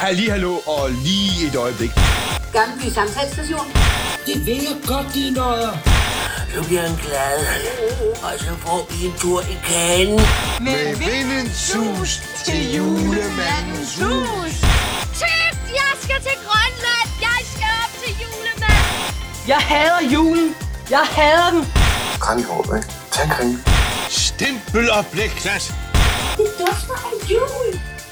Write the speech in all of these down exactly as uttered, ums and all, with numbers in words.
Halli, hallo og lige et øjeblik. Gammelby Samtalsstation. Det vil jeg godt, de nøjer. Så bliver han glad, og så får vi en tur i kagen. Med vindens sus til julemandens hus. Tygt, jeg skal til Grønland. Jeg skal op til julemanden. Jeg hader julen. Jeg hader den. Kranjehåb, ikke? Tag en kring. Stempel og blækglas. Det dufter af jul.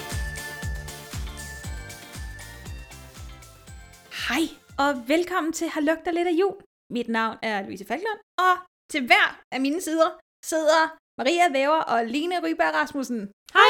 Hej, og velkommen til Har lugter lidt af jul. Mit navn er Louise Falklund, og til hver af mine sider sidder Maria Væver og Line Ryberg Rasmussen. Hej!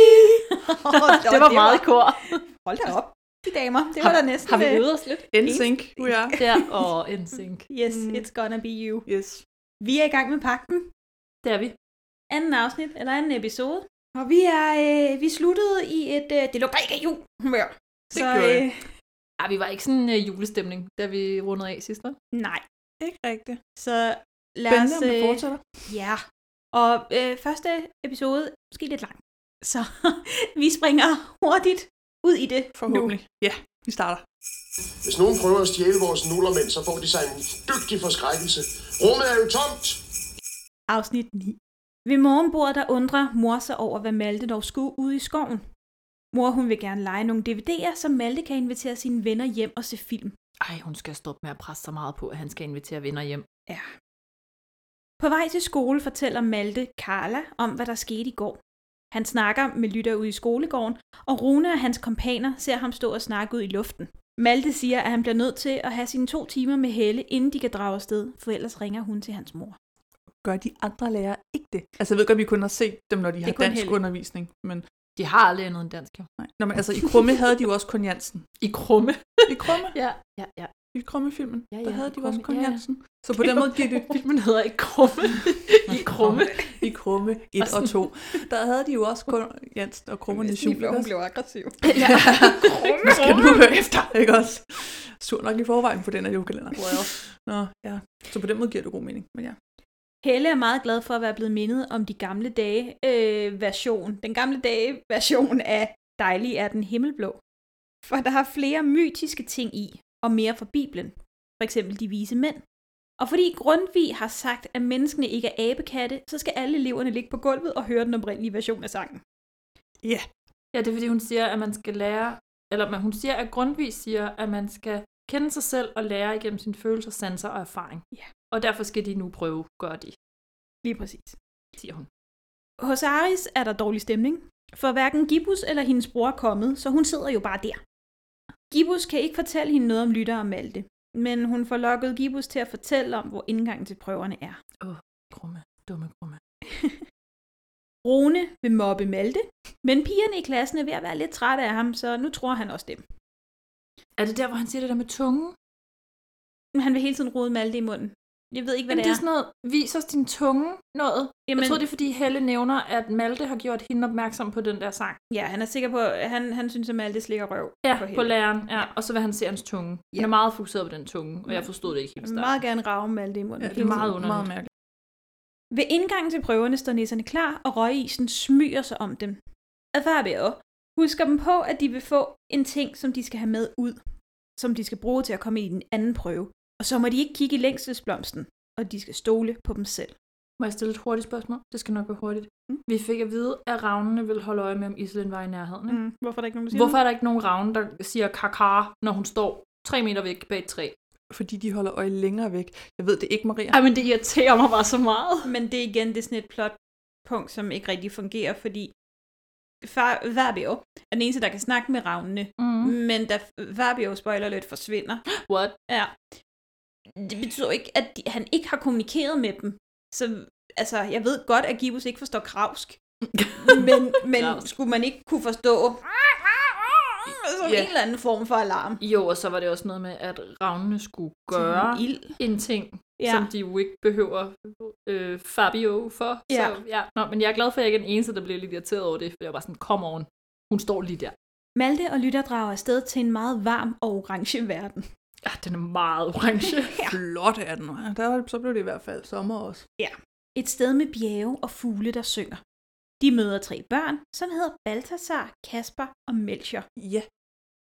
oh, det var meget kor. Hold da op, de damer. Det var har, der næsten. Har vi øvet os lidt? N Sync, du er. Ja, og N Sync. Yes, Mm. it's gonna be you. Yes. Vi er i gang med pakken. Det er vi. Anden afsnit, eller anden episode. Og vi er, øh, vi sluttede i et, øh, det lugter ikke af jul humør. Det gjorde det. Ej, vi var ikke sådan en uh, julestemning, da vi rundede af sidst, hva'? Nej. Ikke rigtigt. Så lad Spændende, os... om det Øh, fortsætter. Ja, og øh, første episode, måske lidt lang. Så vi springer hurtigt ud i det Forhåbentlig. nu. Ja, vi starter. Hvis nogen prøver at stjæle vores nullermænd, så får de sig en dygtig forskrækkelse. Rummet er jo tomt! Afsnit ni. Ved morgenbordet der undrer mor sig over, hvad Malte dog skulle ude i skoven. Mor, hun vil gerne lege nogle D V D'er, så Malte kan invitere sine venner hjem og se film. Ej, hun skal stoppe med at presse så meget på, at han skal invitere venner hjem. Ja. På vej til skole fortæller Malte Carla om, hvad der skete i går. Han snakker med lytter ude i skolegården, og Rune og hans kompaner ser ham stå og snakke ud i luften. Malte siger, at han bliver nødt til at have sine to timer med Helle, inden de kan drage afsted, for ellers ringer hun til hans mor. Gør de andre lærere ikke det? Altså, jeg ved godt, vi kun har set dem, når de har kun dansk Helle. undervisning, men... De har aldrig andet end dansk, jo. Nej. Nå, men altså, i Krumme havde de jo også kun Jansen. I Krumme. I Krumme? Ja, ja, ja. I Krumme-filmen, Ja, ja, der havde de jo også Krumme, kun ja, ja. Jansen. Så på den måde giver det... Filmen hedder ikke Krumme. I Krumme. I Krumme et og to. Der havde de jo også kun Jansen og Krumme Nation. Hun blev aggressiv. Ja, nu skal du høre efter, ikke også? Sur nok i forvejen på den her julekalender. Well. Nå, ja. Så på den måde giver det god mening, men ja. Helle er meget glad for at være blevet mindet om de gamle dage øh, version. Den gamle dage version af Dejlig er den himmelblå. For der har flere mytiske ting i, og mere fra Bibelen. For eksempel de vise mænd. Og fordi Grundtvig har sagt, at menneskene ikke er abekatte, så skal alle eleverne ligge på gulvet og høre den oprindelige version af sangen. Ja. Yeah. Ja, det er fordi hun siger, at man skal lære, eller hun siger, at Grundtvig siger, at man skal kende sig selv og lære igennem sine følelser, sanser og erfaring. Ja. Og derfor skal de nu prøve, gør de. Lige præcis. Siger hun. Hos Aris er der dårlig stemning, for hverken Gibbus eller hendes bror er kommet, så hun sidder jo bare der. Gibbus kan ikke fortælle hende noget om Lytter og Malte, men hun får lokket Gibbus til at fortælle om, hvor indgangen til prøverne er. Åh, oh, Krumme, dumme Krumme. Rune vil mobbe Malte, men pigerne i klassen er ved at være lidt trætte af ham, så nu tror han også dem. Er det der, hvor han siger det der med tungen? Han vil hele tiden rode Malte i munden. Jeg ved ikke, hvad Jamen, det det er. er sådan noget, vis os din tunge noget. Jamen, jeg tror, det er, fordi Helle nævner, at Malte har gjort hende opmærksom på den der sang. Ja, han er sikker på, at han, han synes, at Malte slikker røv Ja, på, på, Helle. på læreren. Ja. Og så vil han se hans tunge. Ja. Han er meget fokuseret på den tunge, og jeg forstod det ikke helt Han vil starten. meget gerne rave Malte i munden. Ja, det er meget underligt. Meget mærkeligt. Ved indgangen til prøverne står nisserne klar, og røgisen smyger sig om dem. Adfarbeo husker dem på, at de vil få en ting, som de skal have med ud, som de skal bruge til at komme i den anden prøve. Og så må de ikke kigge i længselsblomsten, og de skal stole på dem selv. Må jeg stille et hurtigt spørgsmål? Det skal nok være hurtigt. Mm. Vi fik at vide, at ravnene vil holde øje med, om Iselin var i nærheden. Ikke? Mm. Hvorfor er der ikke nogen, der siger Hvorfor er der ikke nogen ravne, der siger kakar, når hun står tre meter væk bag et træ? Fordi de holder øje længere væk. Jeg ved det ikke, Maria. Ej, men det irriterer mig bare så meget. Men det er igen det er sådan et plotpunkt, som ikke rigtig fungerer, fordi Fabio er den eneste, der kan snakke med ravnene. Mm. Men da Fabio spoiler lidt forsvinder, What? ja, det betyder ikke, at de, han ikke har kommunikeret med dem. Så altså, jeg ved godt, at Gibbus ikke forstår kravsk. men men skulle man ikke kunne forstå som Ja. en eller anden form for alarm? Jo, og så var det også noget med, at ravnene skulle gøre ild. en ting, Ja. som de jo ikke behøver øh, Fabio for. Ja. Så, ja. Nå, men jeg er glad for, at jeg ikke er den eneste, der bliver lidt irriteret over det, for jeg var bare sådan, come on, hun står lige der. Malte og Lytter drager afsted til en meget varm og orange verden. Ja, den er meget orange. Ja. Flot er den. Der, så blev det i hvert fald sommer også. Ja. Et sted med bjerge og fugle, der synger. De møder tre børn, som hedder Balthasar, Kasper og Melchior. Ja.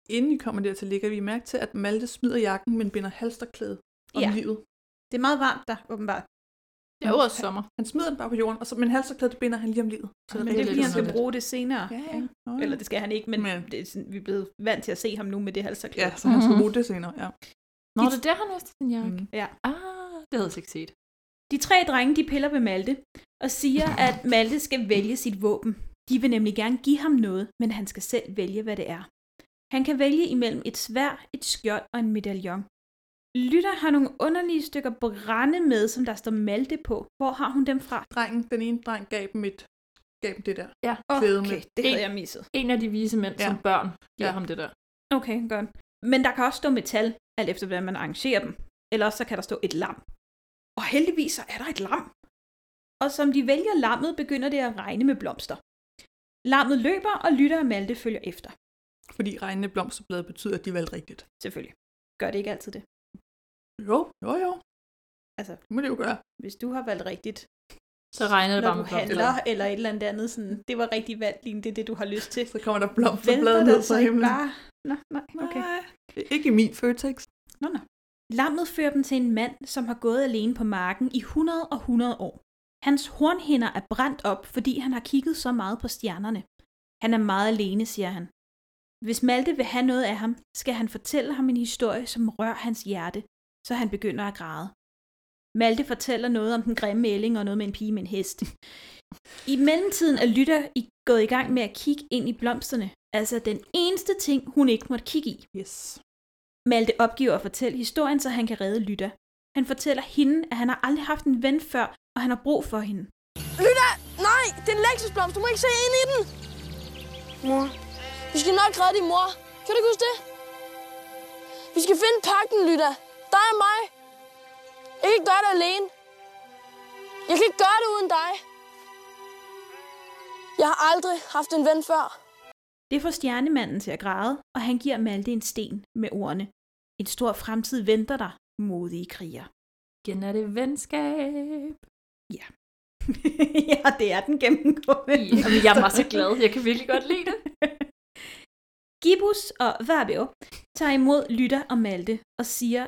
inden I kommer dertil, lægger vi mærke til, at Malte smider jakken, men binder halsterklæde om Ja. livet. Det er meget varmt der, åbenbart. Det er jo også sommer. Han smider den bare på jorden, og så, men halsterklæde, det binder han lige om livet. Så Men det det er er fordi, han skal lidt bruge det senere. Ja, ja. ikke? Nå, ja. Eller det skal han ikke, men, Men- det er sådan, vi er blevet vant til at se ham nu med det halserklæde. Ja, så han skal bruge det senere, ja. Nå, det er der, han mister sin jakke. Mm. Ja. Ah, det havde jeg ikke set. De tre drenge, de piller ved Malte og siger, at Malte skal vælge sit våben. De vil nemlig gerne give ham noget, men han skal selv vælge, hvad det er. Han kan vælge imellem et sværd, et skjold og en medaljon. Lytter har nogle underlige stykker brænde med, som der står Malte på. Hvor har hun dem fra? Drengen, den ene dreng gav dem, et, gav dem det der. Ja. Klæde med. Okay, det havde jeg misset. En af de vise mænd Ja. som børn giver Ja. ham det der. Okay, godt. Men der kan også stå metal, alt efter hvordan man arrangerer dem. Ellers så kan der stå et lam. Og heldigvis så er der et lam. Og som de vælger lammet, begynder det at regne med blomster. Lammet løber, og Lytter og Malte følger efter. Fordi regnende blomsterblade betyder, at de valgte rigtigt. Selvfølgelig. Gør det ikke altid det. Jo, jo, jo. Altså, Det må det jo gøre. hvis du har valgt rigtigt, Så regner det når bare du med handler, blomster. eller et eller andet andet, sådan, det var rigtig valgt, Line, det er det, du har lyst til. Så kommer der Vælter blomsterblade det ned så fra ikke himlen. bare? Nå, nej, okay. Nej, ikke i min Føtex. Nå, nå. Lammet fører dem til en mand, som har gået alene på marken i hundrede og hundrede år. Hans hornhinder er brændt op, fordi han har kigget så meget på stjernerne. Han er meget alene, siger han. Hvis Malte vil have noget af ham, skal han fortælle ham en historie, som rører hans hjerte, så han begynder at græde. Malte fortæller noget om den grimme ælling og noget med en pige med en hest. I mellemtiden er Lytter gået i gang med at kigge ind i blomsterne, altså den eneste ting, hun ikke måtte kigge i. Yes. Malte opgiver at fortælle historien, så han kan redde Lytter. Han fortæller hende, at han har aldrig haft en ven før, og han har brug for hende. Lytter! Nej, det er en lektiesblomst. Du må ikke se ind i den. Mor, vi skal nok redde din mor. Kan du ikke huske det? Vi skal finde pakken, Lytter. Dig og mig. Jeg kan ikke gøre det alene. Jeg kan ikke gøre det uden dig. Jeg har aldrig haft en ven før. Det får stjernemanden til at græde, og han giver Malte en sten med ordene. En stor fremtid venter dig, modige kriger. Igen er det venskab. Ja. Ja, det er den gennemgående. Jamen, jeg er meget så glad. Jeg kan virkelig godt lide det. Gibus og Fabio tager imod Lytter og Malte og siger,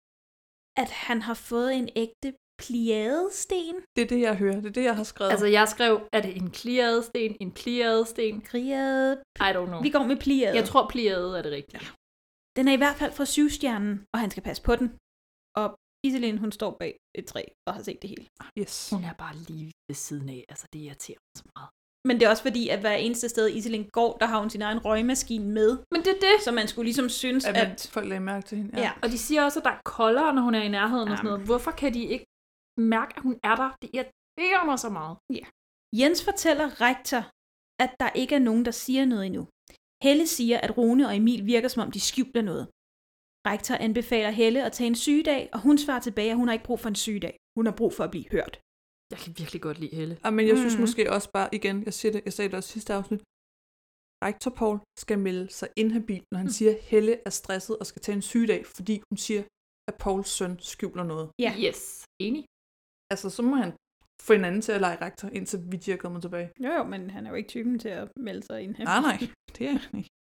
at han har fået en ægte pliadesten. Det er det, jeg hører. Det er det, jeg har skrevet. Altså, jeg skrev, er det en pliade sten, en pliade sten? Pliade. I don't know. Vi går med pliade. Jeg tror, pliade er det rigtige. Ja. Den er i hvert fald fra syvstjernen, og han skal passe på den. Og Iselin, hun står bag et træ og har set det hele. Yes. Hun er bare lige ved siden af. Altså, det irriterer mig så meget. Men det er også fordi, at hver eneste sted Iselin går, der har hun sin egen røgmaskine med. Men det er det. Så man skulle ligesom synes, At, at... at folk lagde mærke til hende. Ja. ja. Og de siger også, at der er koldere, når hun er i nærheden og sådan Jamen. noget. Hvorfor kan de ikke mærke, at hun er der? Det irriterer mig så meget. Ja. Jens fortæller rektor, at der ikke er nogen, der siger noget endnu. Helle siger, at Rune og Emil virker, som om de skjuler noget. Rektor anbefaler Helle at tage en sygedag, og hun svarer tilbage, at hun har ikke brug for en sygedag. Hun har brug for at blive hørt. Jeg kan virkelig godt lide Helle. Ja, men jeg synes Mm. måske også bare, igen, jeg siger det, jeg sagde det også sidste afsnit, rektor Paul skal melde sig inhabil, når han mm. siger, at Helle er stresset og skal tage en sygedag, fordi hun siger, at Pauls søn skjuler noget. Ja. Yes. Enig. Altså, så må han få en anden til at lege rektor, indtil vi er kommet tilbage. Jo, jo, men han er jo ikke typen til at melde sig ind. Nej, nej, det er han ikke.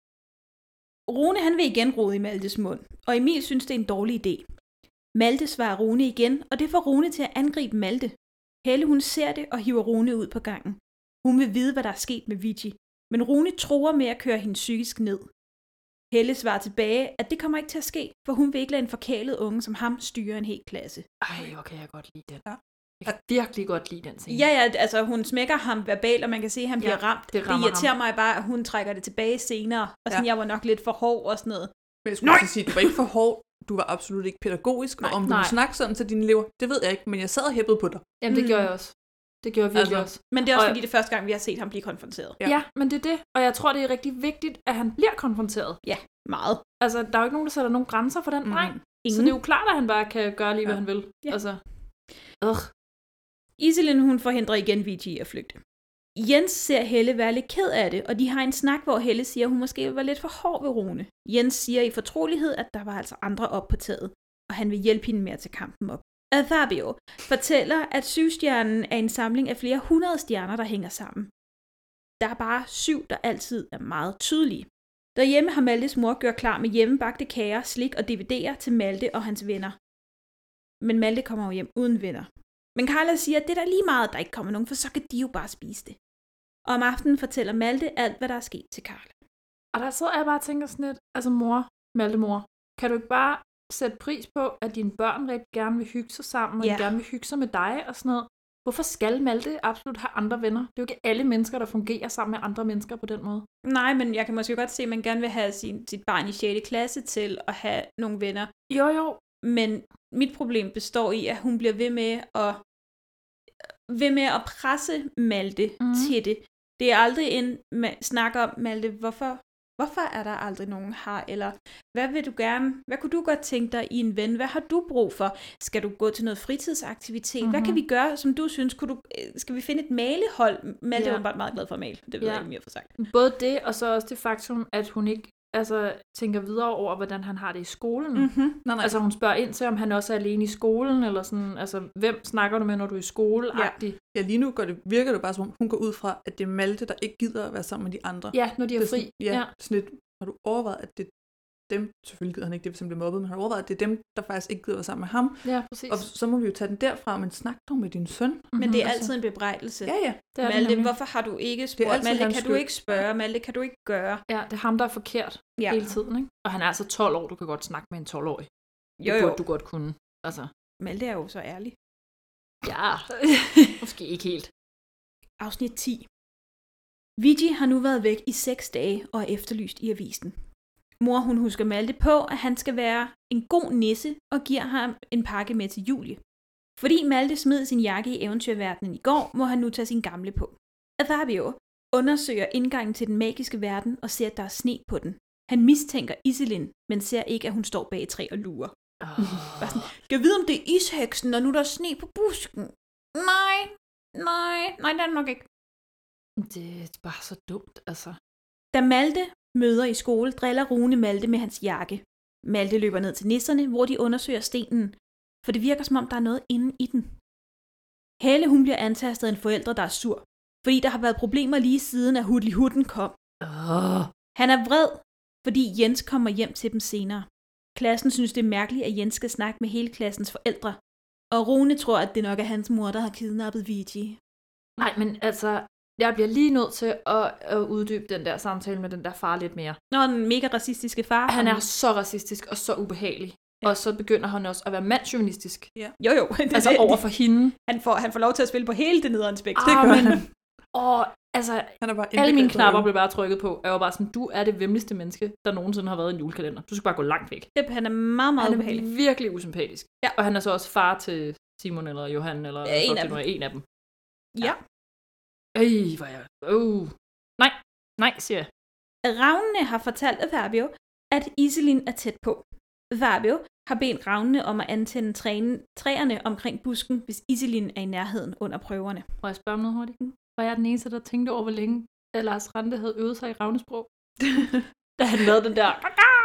Rune, han vil igen rode i Maltes mund, og Emil synes, det er en dårlig idé. Malte svarer Rune igen, og det får Rune til at angribe Malte. Helle, hun ser det og hiver Rune ud på gangen. Hun vil vide, hvad der er sket med Vici, men Rune truer med at køre hende psykisk ned. Helle svarer tilbage, at det kommer ikke til at ske, for hun vil ikke lade en forkælet unge som ham styre en hel klasse. Ej, hvor kan jeg godt lide den. Ja. Jeg kan virkelig godt lide den scene. Ja, ja, altså hun smækker ham verbalt, og man kan se, at han bliver Ja, ramt. det Det, rammer det irriterer ham. mig bare, at hun trækker det tilbage senere, og sådan, Ja. jeg var nok lidt for hård og sådan noget. Men jeg skulle også sige, du var ikke for hård, du var absolut ikke pædagogisk, Nej, og om du nej. vil snakke sådan til dine elever, det ved jeg ikke, men jeg sad og hæppede på dig. Jamen, det Mm. gjorde jeg også. Det gjorde jeg virkelig Altså, også. Men det er også Og- fordi, det er første gang, vi har set ham blive konfronteret. Ja. Ja. ja, men det er det. Og jeg tror, det er rigtig vigtigt, at han bliver konfronteret. Ja, meget. Altså, der er jo ikke nogen, der sætter nogen grænser for den Mm. dreng. Ingen. Så det er jo klart, at han bare kan gøre lige, hvad Ja. han vil. Ja. Altså, øh. Iselin, hun forhindrer igen Vici at flygte. Jens ser Helle være lidt ked af det, og de har en snak, hvor Helle siger, at hun måske var lidt for hård ved Rune. Jens siger i fortrolighed, at der var altså andre op på taget, og han vil hjælpe hende med at tage kampen op. Fabio fortæller, at syvstjernen er en samling af flere hundrede stjerner, der hænger sammen. Der er bare syv, der altid er meget tydelige. Derhjemme har Maltes mor gjort klar med hjemmebagte kager, slik og D V D'er til Malte og hans venner. Men Malte kommer jo hjem uden venner. Men Carla siger, at det er da lige meget, at der ikke kommer nogen, for så kan de jo bare spise det. Og om aftenen fortæller Malte alt, hvad der er sket til Carla. Og der sidder jeg bare og tænker sådan lidt, altså mor, Malte mor, kan du ikke bare sætte pris på, at dine børn rigtig gerne vil hygge sig sammen, og Ja. de gerne vil hygge sig med dig og sådan noget? Hvorfor skal Malte absolut have andre venner? Det er jo ikke alle mennesker, der fungerer sammen med andre mennesker på den måde. Nej, men jeg kan måske godt se, at man gerne vil have sin, sit barn i sjette klasse til at have nogle venner. Jo, jo. Men mit problem består i, at hun bliver ved med at, ved med at presse Malte mm. til det. Det er aldrig en ma- snak om, Malte, hvorfor, hvorfor er der aldrig nogen her? Eller hvad vil du gerne, hvad kunne du godt tænke dig i en ven? Hvad har du brug for? Skal du gå til noget fritidsaktivitet? Mm-hmm. Hvad kan vi gøre, som du synes? Kunne du, skal vi finde et malehold? Malte Ja. er bare meget glad for at male. Det ved Ja. jeg ikke mere for sagt. Både det, og så også det faktum, at hun ikke altså, tænker videre over, hvordan han har det i skolen. Mm-hmm. Nej, nej. Altså hun spørger ind til, om han også er alene i skolen, eller sådan, altså hvem snakker du med, når du er i skole? Ja. ja, lige nu går det, virker det bare som om, hun går ud fra, at det er Malte, der ikke gider at være sammen med de andre. Ja, når de er Det fri. Sådan, ja, Ja. sådan lidt, har du overvejet, at det er dem, selvfølgelig gider han ikke det, hvis han bliver mobbet, men har du overvejet, at det er dem, der faktisk ikke gider være sammen med ham? Ja, præcis. Og så må vi jo tage den derfra, men snak dog med din søn. Men det er altid en bebrejdelse. Ja, ja. Det er det Malte, nemlig. hvorfor har du ikke Det er spurgt? altid Malte, hans kan du skyld. ikke spørge? Malte, kan du ikke gøre? Ja, det er ham, der er forkert Ja. hele tiden, ikke? Og han er altså tolv år, du kan godt snakke med en tolv-årig. Det Jo, jo. burde du godt kunne. Altså. Malte er jo så ærlig. Ja, måske ikke helt. Afsnit ti. Vigi har nu været væk i seks dage og er efterlyst i avisen. Mor, hun husker Malte på, at han skal være en god nisse og giver ham en pakke med til Julie. Fordi Malte smed sin jakke i eventyrverdenen i går, må han nu tage sin gamle på. Fabio undersøger indgangen til den magiske verden og ser, at der er sne på den. Han mistænker Iselin, men ser ikke, at hun står bag et træ og lurer. Oh. Bare sådan, jeg ved, om det er isheksen, og nu er der sne på busken. Nej, nej, nej, det er det nok ikke. Det er bare så dumt, altså. Da Malte møder i skole, driller Rune Malte med hans jakke. Malte løber ned til nisserne, hvor de undersøger stenen, for det virker som om, der er noget inde i den. Helle, hun bliver antastet af en forælder, der er sur, fordi der har været problemer lige siden, at Hudli Hutten kom. Oh. Han er vred, fordi Jens kommer hjem til dem senere. Klassen synes, det er mærkeligt, at Jens skal snakke med hele klassens forældre. Og Rune tror, at det nok er hans mor, der har kidnappet Vigi. Nej, men altså, jeg bliver lige nødt til at, at uddybe den der samtale med den der far lidt mere. Nå, den mega racistiske far. Han er så racistisk og så ubehagelig. Ja. Og så begynder han også at være mandsjuvenistisk. Ja. Jo, jo. Det, altså over for hende. Han får, han får lov til at spille på hele det nederen spektrum. Ah, det gør men, han. Og altså, han er bare alle mine knapper blev bare trykket på. Jeg var bare sådan, du er det vemmeligste menneske, der nogensinde har været i en julekalender. Du skal bare gå langt væk. Det, han er meget, meget han er ubehagelig. virkelig usympatisk. Ja. Og han er så også far til Simon eller Johan, eller ja, en, så, af det dem. en af dem. Ja. Øj, hvor jeg... Oh. Nej, nej, siger jeg. Ravnene har fortalt af Fabio, at Iselin er tæt på. Fabio har bedt ravnene om at antænde træne, træerne omkring busken, hvis Iselin er i nærheden under prøverne. Må jeg spørge om noget hurtigt? Var jeg den eneste, der tænkte over, hvor længe Lars Rante havde øvet sig i ravnesprog? Da han lavede den der...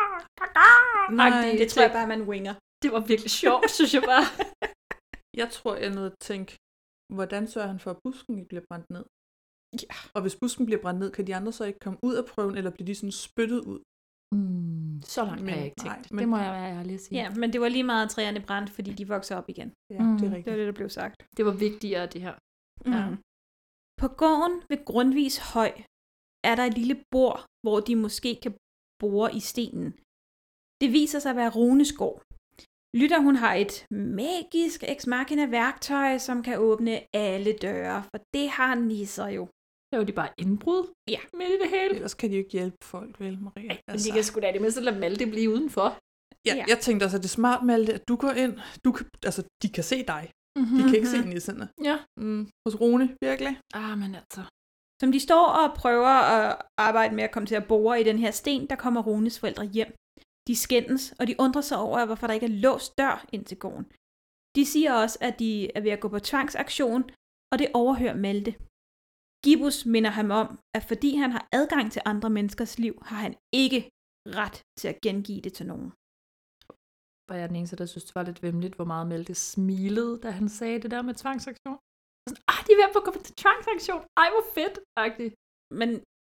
Nej, det, det tror jeg bare, man winger. Det var virkelig sjovt, synes jeg bare. Jeg tror, jeg er nødt til at tænke, hvordan sørger han for, at busken ikke bliver brændt ned? Ja. Og hvis busken bliver brændt ned, kan de andre så ikke komme ud af prøven, eller bliver de sådan spyttet ud? Mm, så langt men, har jeg ikke tænkt. Nej, men, det må jeg være ærlig at sige. Ja, men det var lige meget, at træerne brændte, fordi de vokser op igen. Ja, mm. det er rigtigt. Det var det, der blev sagt. Det var vigtigere, det her. Mm. Ja. På gården ved Grundvis Høj er der et lille bord, hvor de måske kan bore i stenen. Det viser sig at være Runes gård. Lytter, hun har et magisk ex machina værktøj, som kan åbne alle døre, for det har nisser jo. Så er de bare indbrud ja. midt i det hele. Ellers kan de jo ikke hjælpe folk, vel, Maria? Ej, altså. De kan sgu da det mindste lade Malte blive udenfor. Ja, ja. Jeg tænkte også, at det er smart, Malte, at du går ind. Du kan, altså, de kan se dig. Mm-hmm. De kan ikke se nisserne. Ja. Mm, hos Rune, virkelig. Ah, men altså. Som de står og prøver at arbejde med at komme til at bore i den her sten, der kommer Runes forældre hjem. De skændes, og de undrer sig over, hvorfor der ikke er låst dør ind til gården. De siger også, at de er ved at gå på tvangsaktion, og det overhører Malte. Gibus minder ham om, at fordi han har adgang til andre menneskers liv, har han ikke ret til at gengive det til nogen. Var jeg den eneste, der synes, det var lidt vemmeligt, hvor meget Malte smilede, da han sagde det der med tvangsaktion. Sådan, ah, de er ved at gå på tvangsaktion. Ej, hvor fedt. Agtigt. Men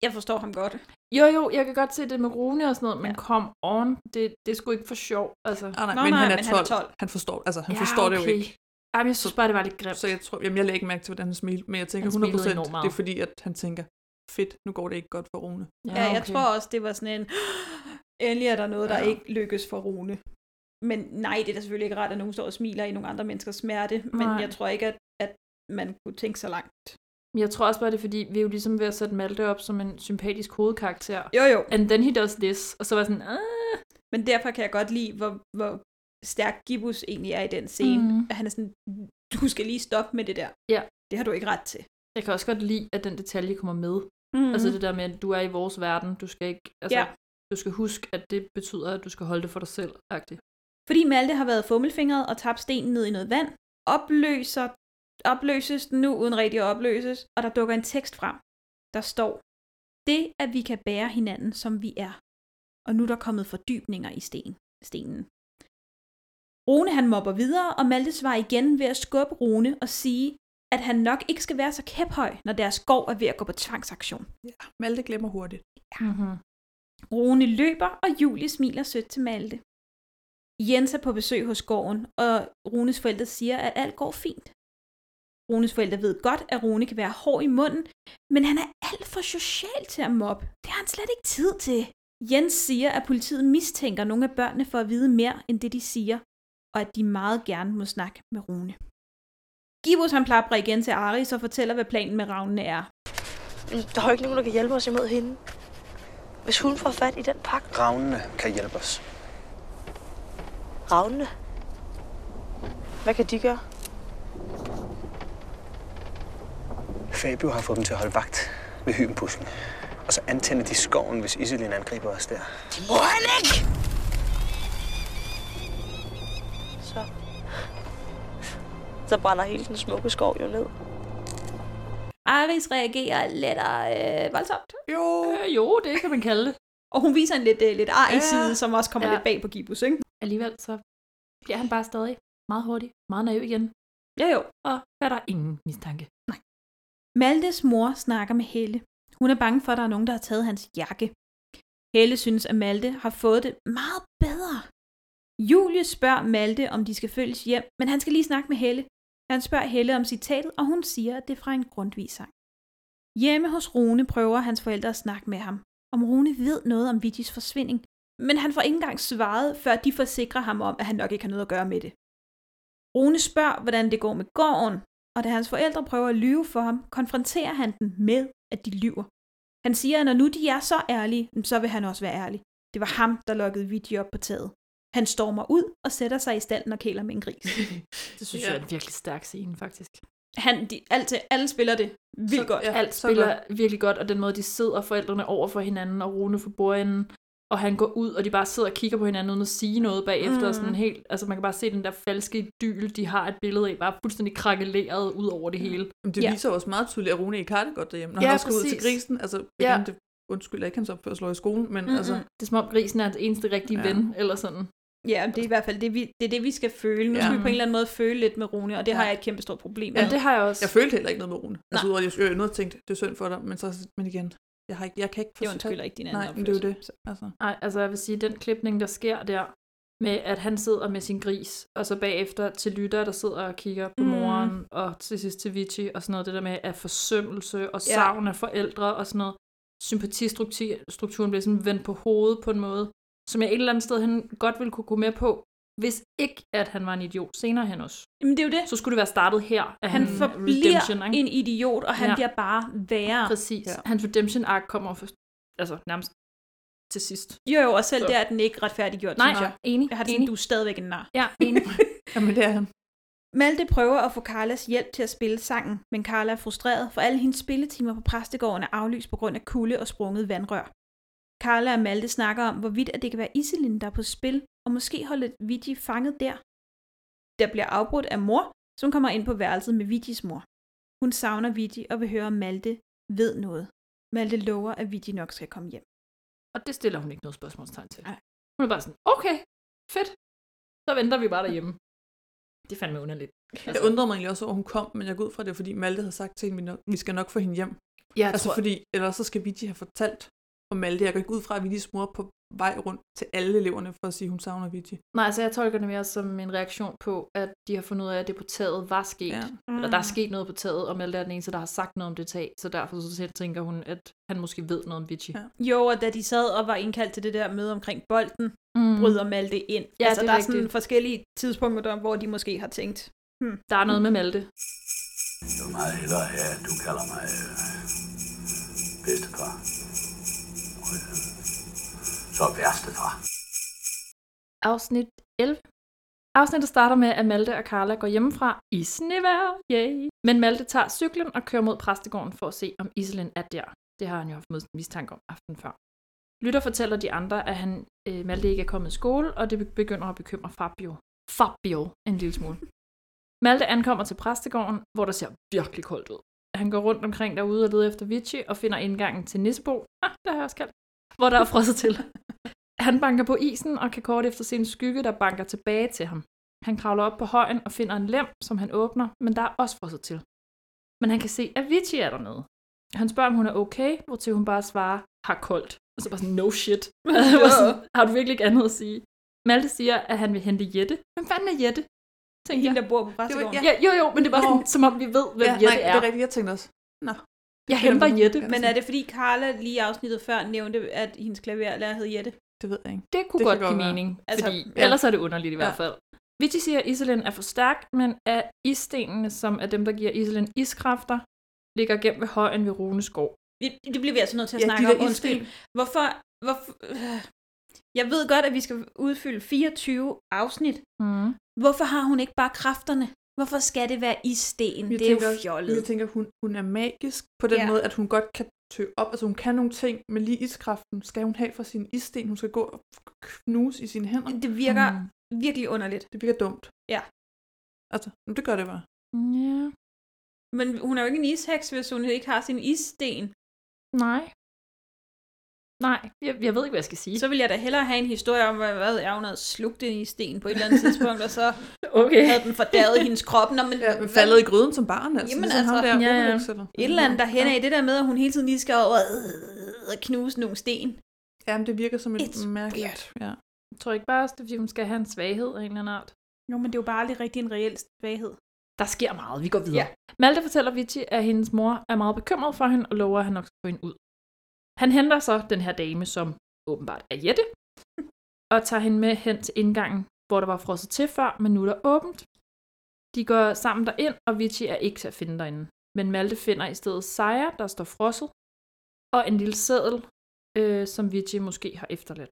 Jeg forstår ham godt. Jo, jo, jeg kan godt se det med Rune og sådan noget, men Ja. come on, det, det er sgu ikke for sjov. Altså. Ah, nej, Nå, men, nej, han er men han er tolv. tolv. Han forstår, altså, han Ja, forstår det jo okay. ikke. Jamen, jeg synes bare, det var lidt grimt. Så jeg tror, jamen, jeg lægger ikke mærke til, hvordan han smilte, men jeg tænker Han hundrede smilede procent, enormt meget. det er fordi, at han tænker, fedt, nu går det ikke godt for Rune. Ja, jeg tror også, det var sådan en, endelig er der noget, der Ja. ikke lykkes for Rune. Men nej, det er da selvfølgelig ikke rart, at nogen står og smiler i nogle andre menneskers smerte, men Nej. jeg tror ikke, at, at man kunne tænke så langt. Men jeg tror også bare, det er fordi, vi er jo ligesom ved at sætte Malte op som en sympatisk hovedkarakter. Jo, jo. And then he does this. Og så var jeg sådan, ah. Men derfor kan jeg godt lide, hvor, hvor stærk Gibbus egentlig er i den scene. Mhm. At han er sådan, du skal lige stoppe med det der. Ja. Det har du ikke ret til. Jeg kan også godt lide, at den detalje kommer med. Mm-hmm. Altså det der med, at du er i vores verden. Du skal ikke, altså, Ja. du skal huske, at det betyder, at du skal holde det for dig selv. -agtigt. Fordi Malte har været fummelfingret og tabt stenen ned i noget vand, opløser, opløses den nu uden rigtig at opløses, og der dukker en tekst frem. Der står, det at vi kan bære hinanden, som vi er. Og nu er der kommet fordybninger i sten, stenen. Rune han mobber videre, og Malte svarer igen ved at skubbe Rune og sige, at han nok ikke skal være så kæphøj, når deres gård er ved at gå på tvangsaktion. Ja, Malte glemmer hurtigt. Mm-hmm. Rune løber, og Julie smiler sødt til Malte. Jens er på besøg hos gården, og Runes forældre siger, at alt går fint. Runes forældre ved godt, at Rune kan være hård i munden, men han er alt for social til at mobbe. Det har han slet ikke tid til. Jens siger, at politiet mistænker nogle af børnene for at vide mere, end det de siger, og at de meget gerne må snakke med Rune. Gibbus han plapper igen til Aris og fortæller, hvad planen med Ravnene er. Der er jo ikke nogen, der kan hjælpe os imod hende. Hvis hun får fat i den pakke. Ravnene kan hjælpe os. Ravnene? Hvad kan de gøre? Fabio har fået dem til at holde vagt ved hybenbusken. Og så antænde de skoven, hvis Iselin angriber os der. Det må han ikke! Så... Så brænder hele den smukke skov jo ned. Aris reagerer lidt øh, voldsomt. Jo. Øh, jo, det kan man kalde det. Og hun viser en lidt, øh, lidt arg Ja. side, som også kommer Ja. lidt bag på Gibbus, ikke? Alligevel så bliver han bare stadig meget hurtig, meget naiv igen. Jo jo. Og er der ingen mistanke. Nej. Maltes mor snakker med Helle. Hun er bange for, at der er nogen, der har taget hans jakke. Helle synes, at Malte har fået det meget bedre. Julie spørger Malte, om de skal følges hjem, men han skal lige snakke med Helle. Han spørger Helle om citatet, og hun siger, at det er fra en Grundtvig-sang. Hjemme hos Rune prøver hans forældre at snakke med ham, om Rune ved noget om Vigis forsvinding, men han får ikke engang svaret, før de forsikrer ham om, at han nok ikke har noget at gøre med det. Rune spørger, hvordan det går med gården, og da hans forældre prøver at lyve for ham, konfronterer han dem med, at de lyver. Han siger, at når nu de er så ærlige, så vil han også være ærlig. Det var ham, der lukkede Vigi op på taget. Han stormer ud og sætter sig i stallen og kæler med en gris. Det synes ja. jeg er en virkelig stærk scene, faktisk. Han, de, alt, alle spiller det vildt så, godt. Ja, alt spiller godt. virkelig godt, og den måde, de sidder forældrene over for hinanden, og Rune for bordenden, og han går ud, og de bare sidder og kigger på hinanden, uden at sige noget bagefter, mm. og sådan helt, altså man kan bare se den der falske idyl, de har et billede af, bare fuldstændig krakeleret ud over det hele. Men det ja. viser også meget tydeligt, at Rune ikke har det godt derhjemme, når ja, han også skal ud præcis. til grisen, altså ja. igen, det undskylder ikke hans opførsel i skolen, men Mm-hmm. altså... Det er som om grisen er hans eneste rigtige ja. ven, eller sådan. Ja, det er i hvert fald det, vi, det, er det, vi skal føle. Nu ja. skal vi på en eller anden måde føle lidt med Rune, og det ja. har jeg et kæmpe stort problem med. Ja, det har jeg også. Jeg følte heller ikke noget med Rune. Altså, udover, at jeg noget tænkte, det er synd for dig, men, så, men igen, jeg, har ikke, jeg kan ikke forstå... Det undskylder ikke din anden Nej, men det er jo det. Altså. Nej, altså jeg vil sige, den klipning, der sker der, med at han sidder med sin gris, og så bagefter til Lytter, der sidder og kigger på mm. moren, og til sidst til Vigi, og sådan noget, det der med at forsømmelse og savn ja. af forældre, og sådan noget. Sympatistrukturen bliver sådan vendt på hovedet på en måde, som jeg et eller andet sted hen godt ville kunne gå med på, hvis ikke, at han var en idiot senere hen også. Jamen det er jo det. Så skulle det være startet her. Han, han forbliver en idiot, og han ja. bliver bare værre. Præcis. Ja. Hans redemption arc kommer for, altså nærmest til sidst. Jo jo, og selv så. Der er den ikke retfærdiggjort, Nej, synes jeg. enig. Jeg har det sådan, du er stadigvæk en nar. Ja, enig. Jamen det er han. Malte prøver at få Carlas hjælp til at spille sangen, men Carla er frustreret, for alle hendes spilletimer på præstegården er aflyst på grund af kulde og sprunget vandrør. Carla og Malte snakker om, hvorvidt at det kan være Iselin, der er på spil, og måske holde Vigi fanget der. Der bliver afbrudt af mor, som kommer ind på værelset med Vigis mor. Hun savner Vigi og vil høre, om Malte ved noget. Malte lover, at Vigi nok skal komme hjem. Og det stiller hun ikke noget spørgsmålstegn til. Nej. Hun er bare sådan, okay, fedt. Så venter vi bare derhjemme. Det fandt mig underligt. Altså. Jeg undrede mig egentlig også over, at hun kom, men jeg går ud fra det, fordi Malte havde sagt til hende, vi skal nok få hende hjem. Jeg altså tror... fordi, ellers så skal Vici have fortalt om Malte. Jeg går ikke ud fra, at Vicis mor på vej rundt til alle eleverne for at sige, at hun savner Vici. Nej, altså jeg tolker det mere som en reaktion på, at de har fundet ud af, at det på taget var sket. Ja. Mm. Eller der er sket noget på taget, og Malte er den eneste, der har sagt noget om det tag. Så derfor så tænker hun, at han måske ved noget om Vici. Ja. Jo, og da de sad og var indkaldt til det der møde omkring bolden, mm. bryder Malte ind. Ja, altså, det er der er rigtigt. sådan forskellige tidspunkter, der, hvor de måske har tænkt. Hmm. Der er noget med Malte. Jeg vil meget hellere have, at du kalder mig øh, bedstefar. Og, øh, så værstefar. Afsnit elleve. Afsnittet starter med, at Malte og Carla går hjemmefra i snevejr. Yay. Men Malte tager cyklen og kører mod præstegården for at se, om Iselin er der. Det har han jo haft mistanke om aftenen før. Lytter fortæller de andre, at han, øh, Malte ikke er kommet i skole, og det begynder at bekymre Fabio. Fabio en lille smule. Malte ankommer til præstegården, hvor der ser virkelig koldt ud. Han går rundt omkring derude og leder efter Vici og finder indgangen til Nissebo. Ah, det har jeg også kaldt. Hvor der er frosset til. Han banker på isen og kan kort efter se en skygge, der banker tilbage til ham. Han kravler op på højen og finder en lem, som han åbner, men der er også frosset til. Men han kan se, at Vici er dernede. Han spørger, om hun er okay, hvortil hun bare svarer, har koldt. Og så bare sådan, no shit. sådan, har du virkelig ikke andet at sige? Malte siger, at han vil hente Jette. Hvem fanden er Jette? Tænk hende, der bor på præstegården. Ja, jo, jo, men det var sådan, som om vi ved, hvem ja, Jette nej, er. det er rigtigt, jeg tænkte også. Nå. Jeg henter Jette. Men er det fordi Carla lige afsnittet før nævnte, at hendes klaverlærer hed Jette? Det ved jeg ikke. Det kunne det godt give mening, altså, fordi ja. ellers er det underligt i hvert fald. Ja. Vici siger, at Iselin er for stærk, men at isstenene, som er dem, der giver Iselin iskræfter, ligger gemt ved højen ved Runeskov. Det bliver vi altså nødt til at ja, snakke om. Undskyld. Hvorfor, hvorfor... Jeg ved godt, at vi skal udfylde fireogtyve afsnit. Mm. Hvorfor har hun ikke bare kræfterne? Hvorfor skal det være issten? Jeg det tænker, er jo fjollet. Jeg tænker, hun, hun er magisk på den ja. måde, at hun godt kan tø op. Altså hun kan nogle ting, men lige iskraften skal hun have for sin issten. Hun skal gå og knuse i sine hænder. Det virker mm. virkelig underligt. Det virker dumt. Ja. Altså, det gør det bare. Ja. Men hun er jo ikke en isheks, hvis hun ikke har sin issten. Nej. Nej, jeg, jeg ved ikke, hvad jeg skal sige. Så vil jeg da hellere have en historie om, hvad, hvad er, hun havde slugt den i sten på et eller andet tidspunkt, og så okay. havde den fordærvet hendes krop. Nå, men, ja, faldet i gryden som barn, altså. Jamen ligesom altså, ham der, ja, ja. et eller andet derhen af, det der med, at hun hele tiden lige skal over og knuse nogle sten. Jamen, det virker som et It's mærkeligt. Ja. Jeg tror ikke bare, at det er, fordi hun skal have en svaghed af en eller anden art. Jo, men det er jo bare aldrig rigtig en reel svaghed. Der sker meget, vi går videre. Ja. Malte fortæller Vici, at hendes mor er meget bekymret for hende, og lover, at han nok skal få hende ud. Han henter så den her dame, som åbenbart er Jette, og tager hende med hen til indgangen, hvor der var frosset til før, men nu er der åbent. De går sammen derind, og Vici er ikke til at finde derinde. Men Malte finder i stedet Sejer, der står frosset, og en lille seddel, øh, som Vici måske har efterladt.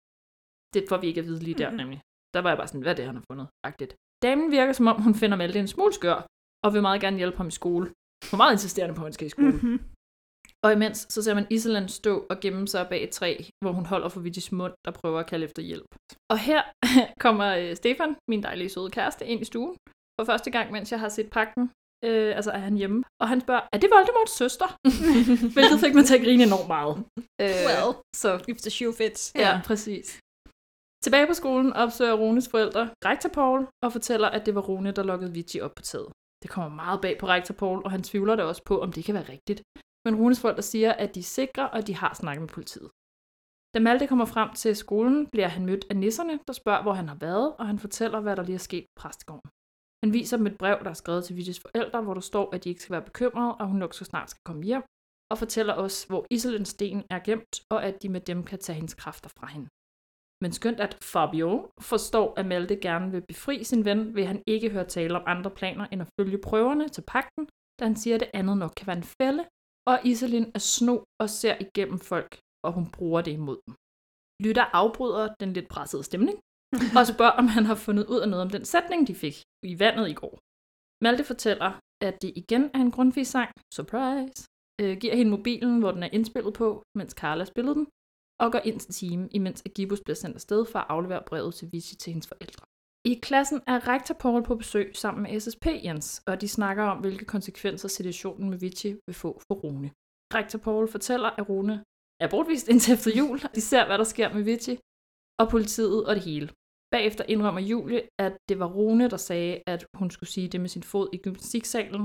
Det får vi ikke at vide lige der, mm-hmm. nemlig. Der var jeg bare sådan, hvad er det, han har fundet? Agtigt. Damen virker, som om hun finder Malte en smule skør, og vil meget gerne hjælpe ham i skole. Hun er meget insisterende på, at han skal i skole. Mm-hmm. Og imens så ser man Iselin stå og gemme sig bag et træ, hvor hun holder for Vicis mund, der prøver at kalde efter hjælp. Og her kommer øh, Stefan, min dejlige søde kæreste, ind i stuen. For første gang, mens jeg har set pakken, øh, altså er han hjemme. Og han spørger, er det Voldemorts søster? Hvilket fik mig til at grine enormt meget. Øh, well, så if the shoe fits. Ja, ja, præcis. Tilbage på skolen opsøger Runes forældre rektor Paul og fortæller, at det var Rune, der lukkede Vici op på taget. Det kommer meget bag på rektor Paul, og han tvivler da også på, om det kan være rigtigt. Men Runes forældre siger, at de er sikre, og de har snakket med politiet. Da Malte kommer frem til skolen, bliver han mødt af nisserne, der spørger, hvor han har været, og han fortæller, hvad der lige er sket på præstegården. Han viser dem et brev, der er skrevet til Vicis forældre, hvor der står, at de ikke skal være bekymrede, og hun nok så snart skal komme hjem, og fortæller os, hvor Iselins sten er gemt, og at de med dem kan tage hendes kræfter fra hende. Men skønt at Fabio forstår, at Malte gerne vil befri sin ven, vil han ikke høre tale om andre planer end at følge prøverne til pagten, da han siger, at det andet nok kan være en fælde, og Iselin er sno og ser igennem folk, og hun bruger det imod dem. Lytter afbryder den lidt pressede stemning, og spørger, om han har fundet ud af noget om den sætning, de fik i vandet i går. Malte fortæller, at det igen er en Grundtvig-sang, surprise, øh, giver hende mobilen, hvor den er indspillet på, mens Carla spillede den, og går ind til time, imens Agibus bliver sendt afsted for at aflevere brevet til Vici til hendes forældre. I klassen er rektor Paul på besøg sammen med S S P Jens, og de snakker om, hvilke konsekvenser situationen med Vici vil få for Rune. Rektor Paul fortæller, at Rune er bortvist indtil efter jul, og de ser, hvad der sker med Vici, og politiet og det hele. Bagefter indrømmer Julie, at det var Rune, der sagde, at hun skulle sige det med sin fod i gymnastiksalen,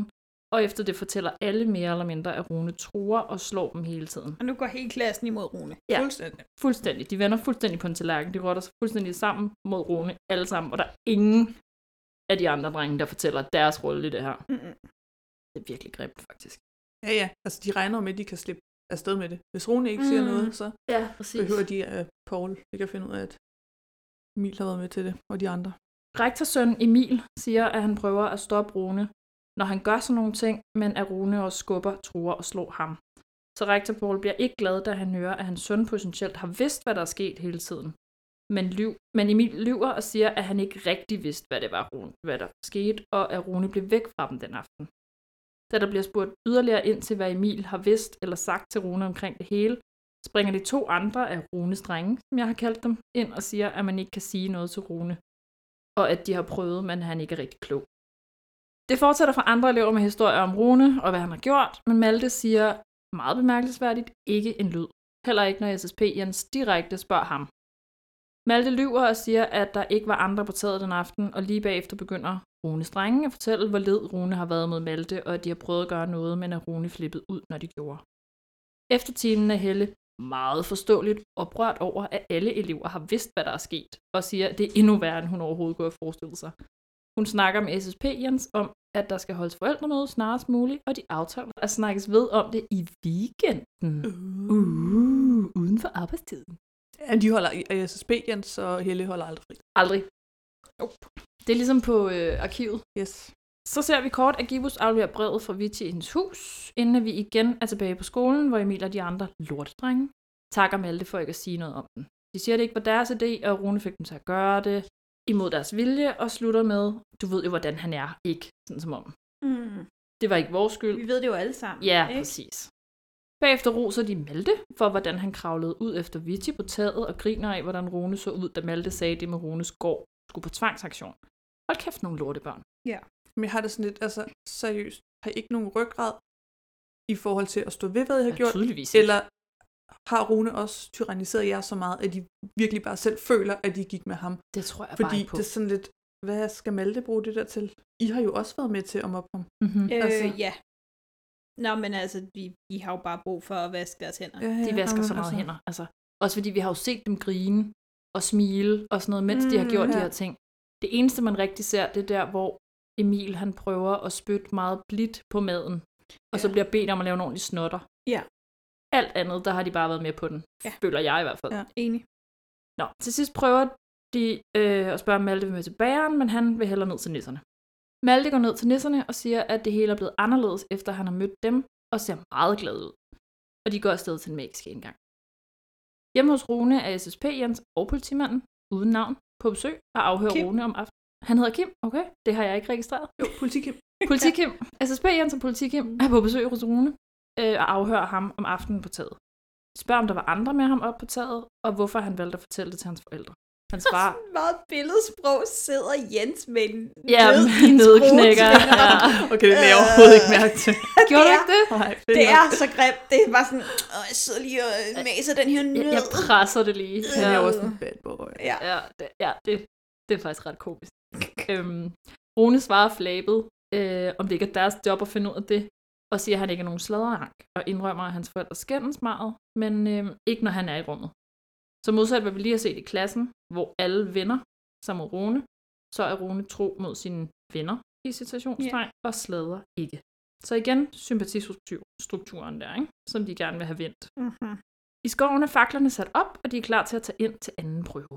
Og efter det fortæller alle mere eller mindre, at Rune truer og slår dem hele tiden. Og nu går hele klassen imod Rune. Ja, Fuldstændig. fuldstændig. De vender fuldstændig på en tallerken. De rotter sig fuldstændig sammen mod Rune, alle sammen. Og der er ingen af de andre drenge, der fortæller deres rolle i det her. Mm-mm. Det er virkelig grimt, faktisk. Ja, ja. Altså, de regner med, at de kan slippe afsted med det. Hvis Rune ikke siger Mm. noget, så Ja, præcis. behøver de, at Paul ikke at finde ud af, at Emil har været med til det, og de andre. Rektorsøn Emil siger, at han prøver at stoppe Rune, når han gør sådan nogle ting, men at Rune også skubber, truer og slår ham. Så rektor Paul bliver ikke glad, da han hører, at hans søn potentielt har vidst, hvad der er sket hele tiden. Men, lyv, men Emil lyver og siger, at han ikke rigtig vidste, hvad det var, hvad der skete, og at Rune blev væk fra dem den aften. Da der bliver spurgt yderligere ind til, hvad Emil har vidst eller sagt til Rune omkring det hele, springer de to andre af Runes drenge, som jeg har kaldt dem, ind og siger, at man ikke kan sige noget til Rune, og at de har prøvet, men han ikke er rigtig klog. Det fortsætter fra andre elever med historier om Rune og hvad han har gjort, men Malte siger meget bemærkelsesværdigt ikke en lyd. Heller ikke, når S S P Jens direkte spørger ham. Malte lyver og siger, at der ikke var andre på taget den aften, og lige bagefter begynder Runes drenge at fortælle, hvor led Rune har været mod Malte, og at de har prøvet at gøre noget, men at Rune flippede ud, når de gjorde. Efter timen er Helle meget forståeligt oprørt over, at alle elever har vidst, hvad der er sket, og siger, at det er endnu værre, end hun overhovedet kunne have forestillet sig. Hun snakker med S S P Jens om, at der skal holdes forældremøde snarest muligt, og de aftaler at snakkes ved om det i weekenden. Uh, uh uden for arbejdstiden. Ja, de holder S S P Jens, og Helle holder aldrig fri. Aldrig. Nope. Det er ligesom på øh, arkivet. Yes. Så ser vi kort, at Gibus afleverer brevet fra Vichy i hendes hus, inden vi igen er tilbage på skolen, hvor Emil og de andre lortedrenge takker Malte for ikke at sige noget om den. De siger, at det ikke var deres idé, og Rune fik dem til at gøre det imod deres vilje, og slutter med, du ved jo, hvordan han er, ikke sådan som om. Mm. Det var ikke vores skyld. Vi ved det jo alle sammen. Ja, ikke? præcis. Bagefter roser de Malte for, hvordan han kravlede ud efter Vichy på taget, og griner af, hvordan Rune så ud, da Malte sagde det med Runes gård skulle på tvangsaktion. Hold kæft, nogle lortebørn. Ja. Men jeg har det sådan lidt, altså seriøst, har I ikke nogen ryggrad i forhold til at stå ved, hvad I har Ja, gjort? tydeligvis ikke. Eller har Rune også tyranniseret jer så meget, at de virkelig bare selv føler, at de gik med ham? Det tror jeg Fordi bare ikke på. det er sådan lidt, hvad skal Malte bruge det der til? I har jo også været med til at mobbe ham. Mm-hmm. Øh, Altså. ja. Nå, men altså, de, de har jo bare brug for at vaske deres hænder. Ja, ja, De vasker jamen, så meget altså. hænder. Altså, også fordi vi har jo set dem grine og smile og sådan noget, mens mm, de har gjort ja. de her ting. Det eneste, man rigtig ser, det er der, hvor Emil han prøver at spytte meget blidt på maden, og ja. så bliver bedt om at lave en ordentlig snotter. Ja. Alt andet, der har de bare været med på den. Ja. Føler jeg i hvert fald. Ja, enig. Nå, til sidst prøver de øh, at spørge Malte med til bageren, men han vil hellere ned til nisserne. Malte går ned til nisserne og siger, at det hele er blevet anderledes, efter han har mødt dem, og ser meget glad ud. Og de går afsted til en magisk indgang. Hjemme hos Rune er S S P Jens og politimanden, uden navn, på besøg og afhører Kim. Rune om aftenen. Han hedder Kim, okay, det har jeg ikke registreret. Jo, Politi-Kim. Politi-Kim. S S P Jens og Politi-Kim er på besøg hos Rune øh, og afhører ham om aftenen på taget. De spørger, om der var andre med ham op på taget, og hvorfor han valgte at fortælle det til hans forældre. Han svarer, Sådan meget billedsprog sidder Jens med en ja, nød i en nødknækker. skruetvinger. Ja. Okay, det er jeg overhovedet ikke mærke til. Gjorde du Det ikke det? Nej, Det er så grimt. Det er bare sådan, åh, jeg sidder lige og maser den her nød. Jeg, jeg presser det lige. Han er jo også en bad boy. Ja. Ja, det, ja det, det er faktisk ret komisk. øhm, Rune svarer flabet, øh, om det ikke er deres job at finde ud af det, og siger, at han ikke er nogen sladrerank, og indrømmer, at hans forældre skændes meget, men øh, ikke når han er i rummet. Så modsat hvad vi lige har set i klassen, hvor alle venner sig mod Rune, så er Rune tro mod sine venner i citationstegn, yeah. og sladrer ikke. Så igen sympatistrukturen der, ikke? Som de gerne vil have vendt. Mm-hmm. I skoven er faklerne sat op, og de er klar til at tage ind til anden prøve.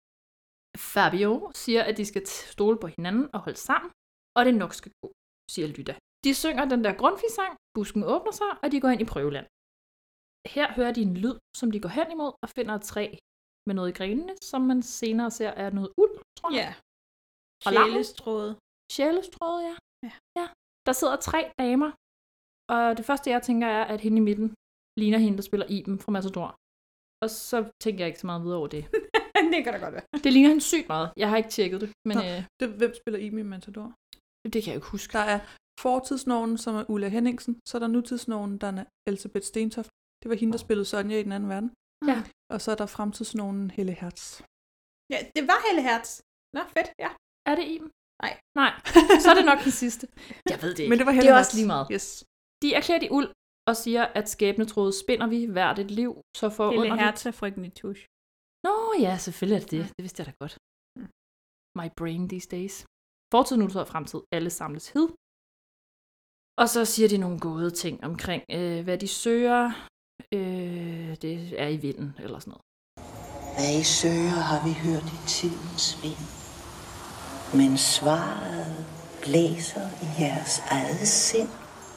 Fabio siger, at de skal stole på hinanden og holde sammen, og det nok skal gå, siger Lytta. De synger den der Grundtvig-sang, busken åbner sig, og de går ind i prøveland. Her hører de en lyd, som de går hen imod og finder et træ med noget i grenene, som man senere ser er noget uld, tror jeg. Ja. Og lammet. Sjælestråde. Sjælestråde, ja. Ja. ja. Der sidder tre damer, og det første, jeg tænker, er, at hende i midten ligner hende, der spiller Iben fra Matador. Og så tænker jeg ikke så meget videre over det. Det kan da godt være. Det ligner hende sygt meget. Jeg har ikke tjekket det, men Nå, øh, det, hvem spiller Iben i Matador? det kan jeg ikke huske. Der er fortidsnogen, som er Ulla Henningsen, så er der nutidsnogen, der er Elsebeth Stentoft. Det var hende, der spillede Sonja i den anden verden. Ja. Og så er der fremtidsnogen Helle Hertz. Ja, det var Helle Hertz. Nå, fedt, ja. Er det Iben? Nej. Nej, så er det nok den sidste. Jeg ved det ikke. Men det var det er også lige meget. Yes. De er klædt i uld og siger, at skæbnetråde spinder vi hvert et liv, så for Lille under Hertha, frygten i tusch. Nå ja, selvfølgelig er det det. Det vidste jeg da godt. My brain these days. Fortid, nutid og fremtid. Alle samles hed. Og så siger de nogle gode ting omkring, øh, hvad de søger. Øh, det er i vinden, eller sådan noget. Hvad I søger, har vi hørt i tidens vind. Men svaret blæser i jeres eget sind.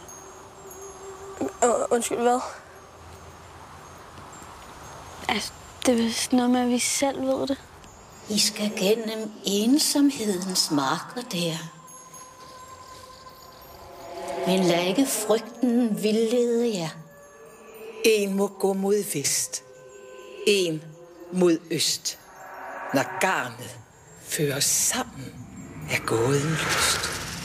Uh, undskyld, hvad? Altså, det er vist noget med, at vi selv ved det. I skal gennem ensomhedens marker der. Men lad ikke frygten vildlede jer. En må gå mod vest. En mod øst. Når garnet fører sammen er gåden løst.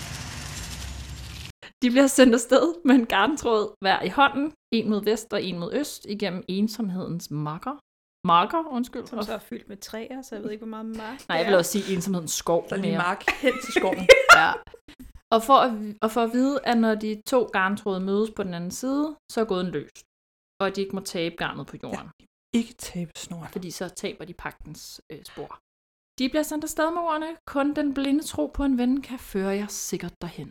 De bliver sendt afsted med en garntråd hver i hånden, en mod vest og en mod øst, igennem ensomhedens marker. Marker, undskyld. Som så er fyldt med træer, så jeg ved ikke, hvor meget mark. Nej, jeg vil også sige ensomhedens skov. Der er lige mark hen til skoven. Ja. Og for, at, og for at vide, at når de to garntråde mødes på den anden side, så er gåden løst. Og at de ikke må tabe garnet på jorden. Ja, ikke tabe snoren. Fordi så taber de pagtens øh, spor. De bliver sendt afsted med ordene. Kun den blinde tro på en ven kan føre jer sikkert derhen.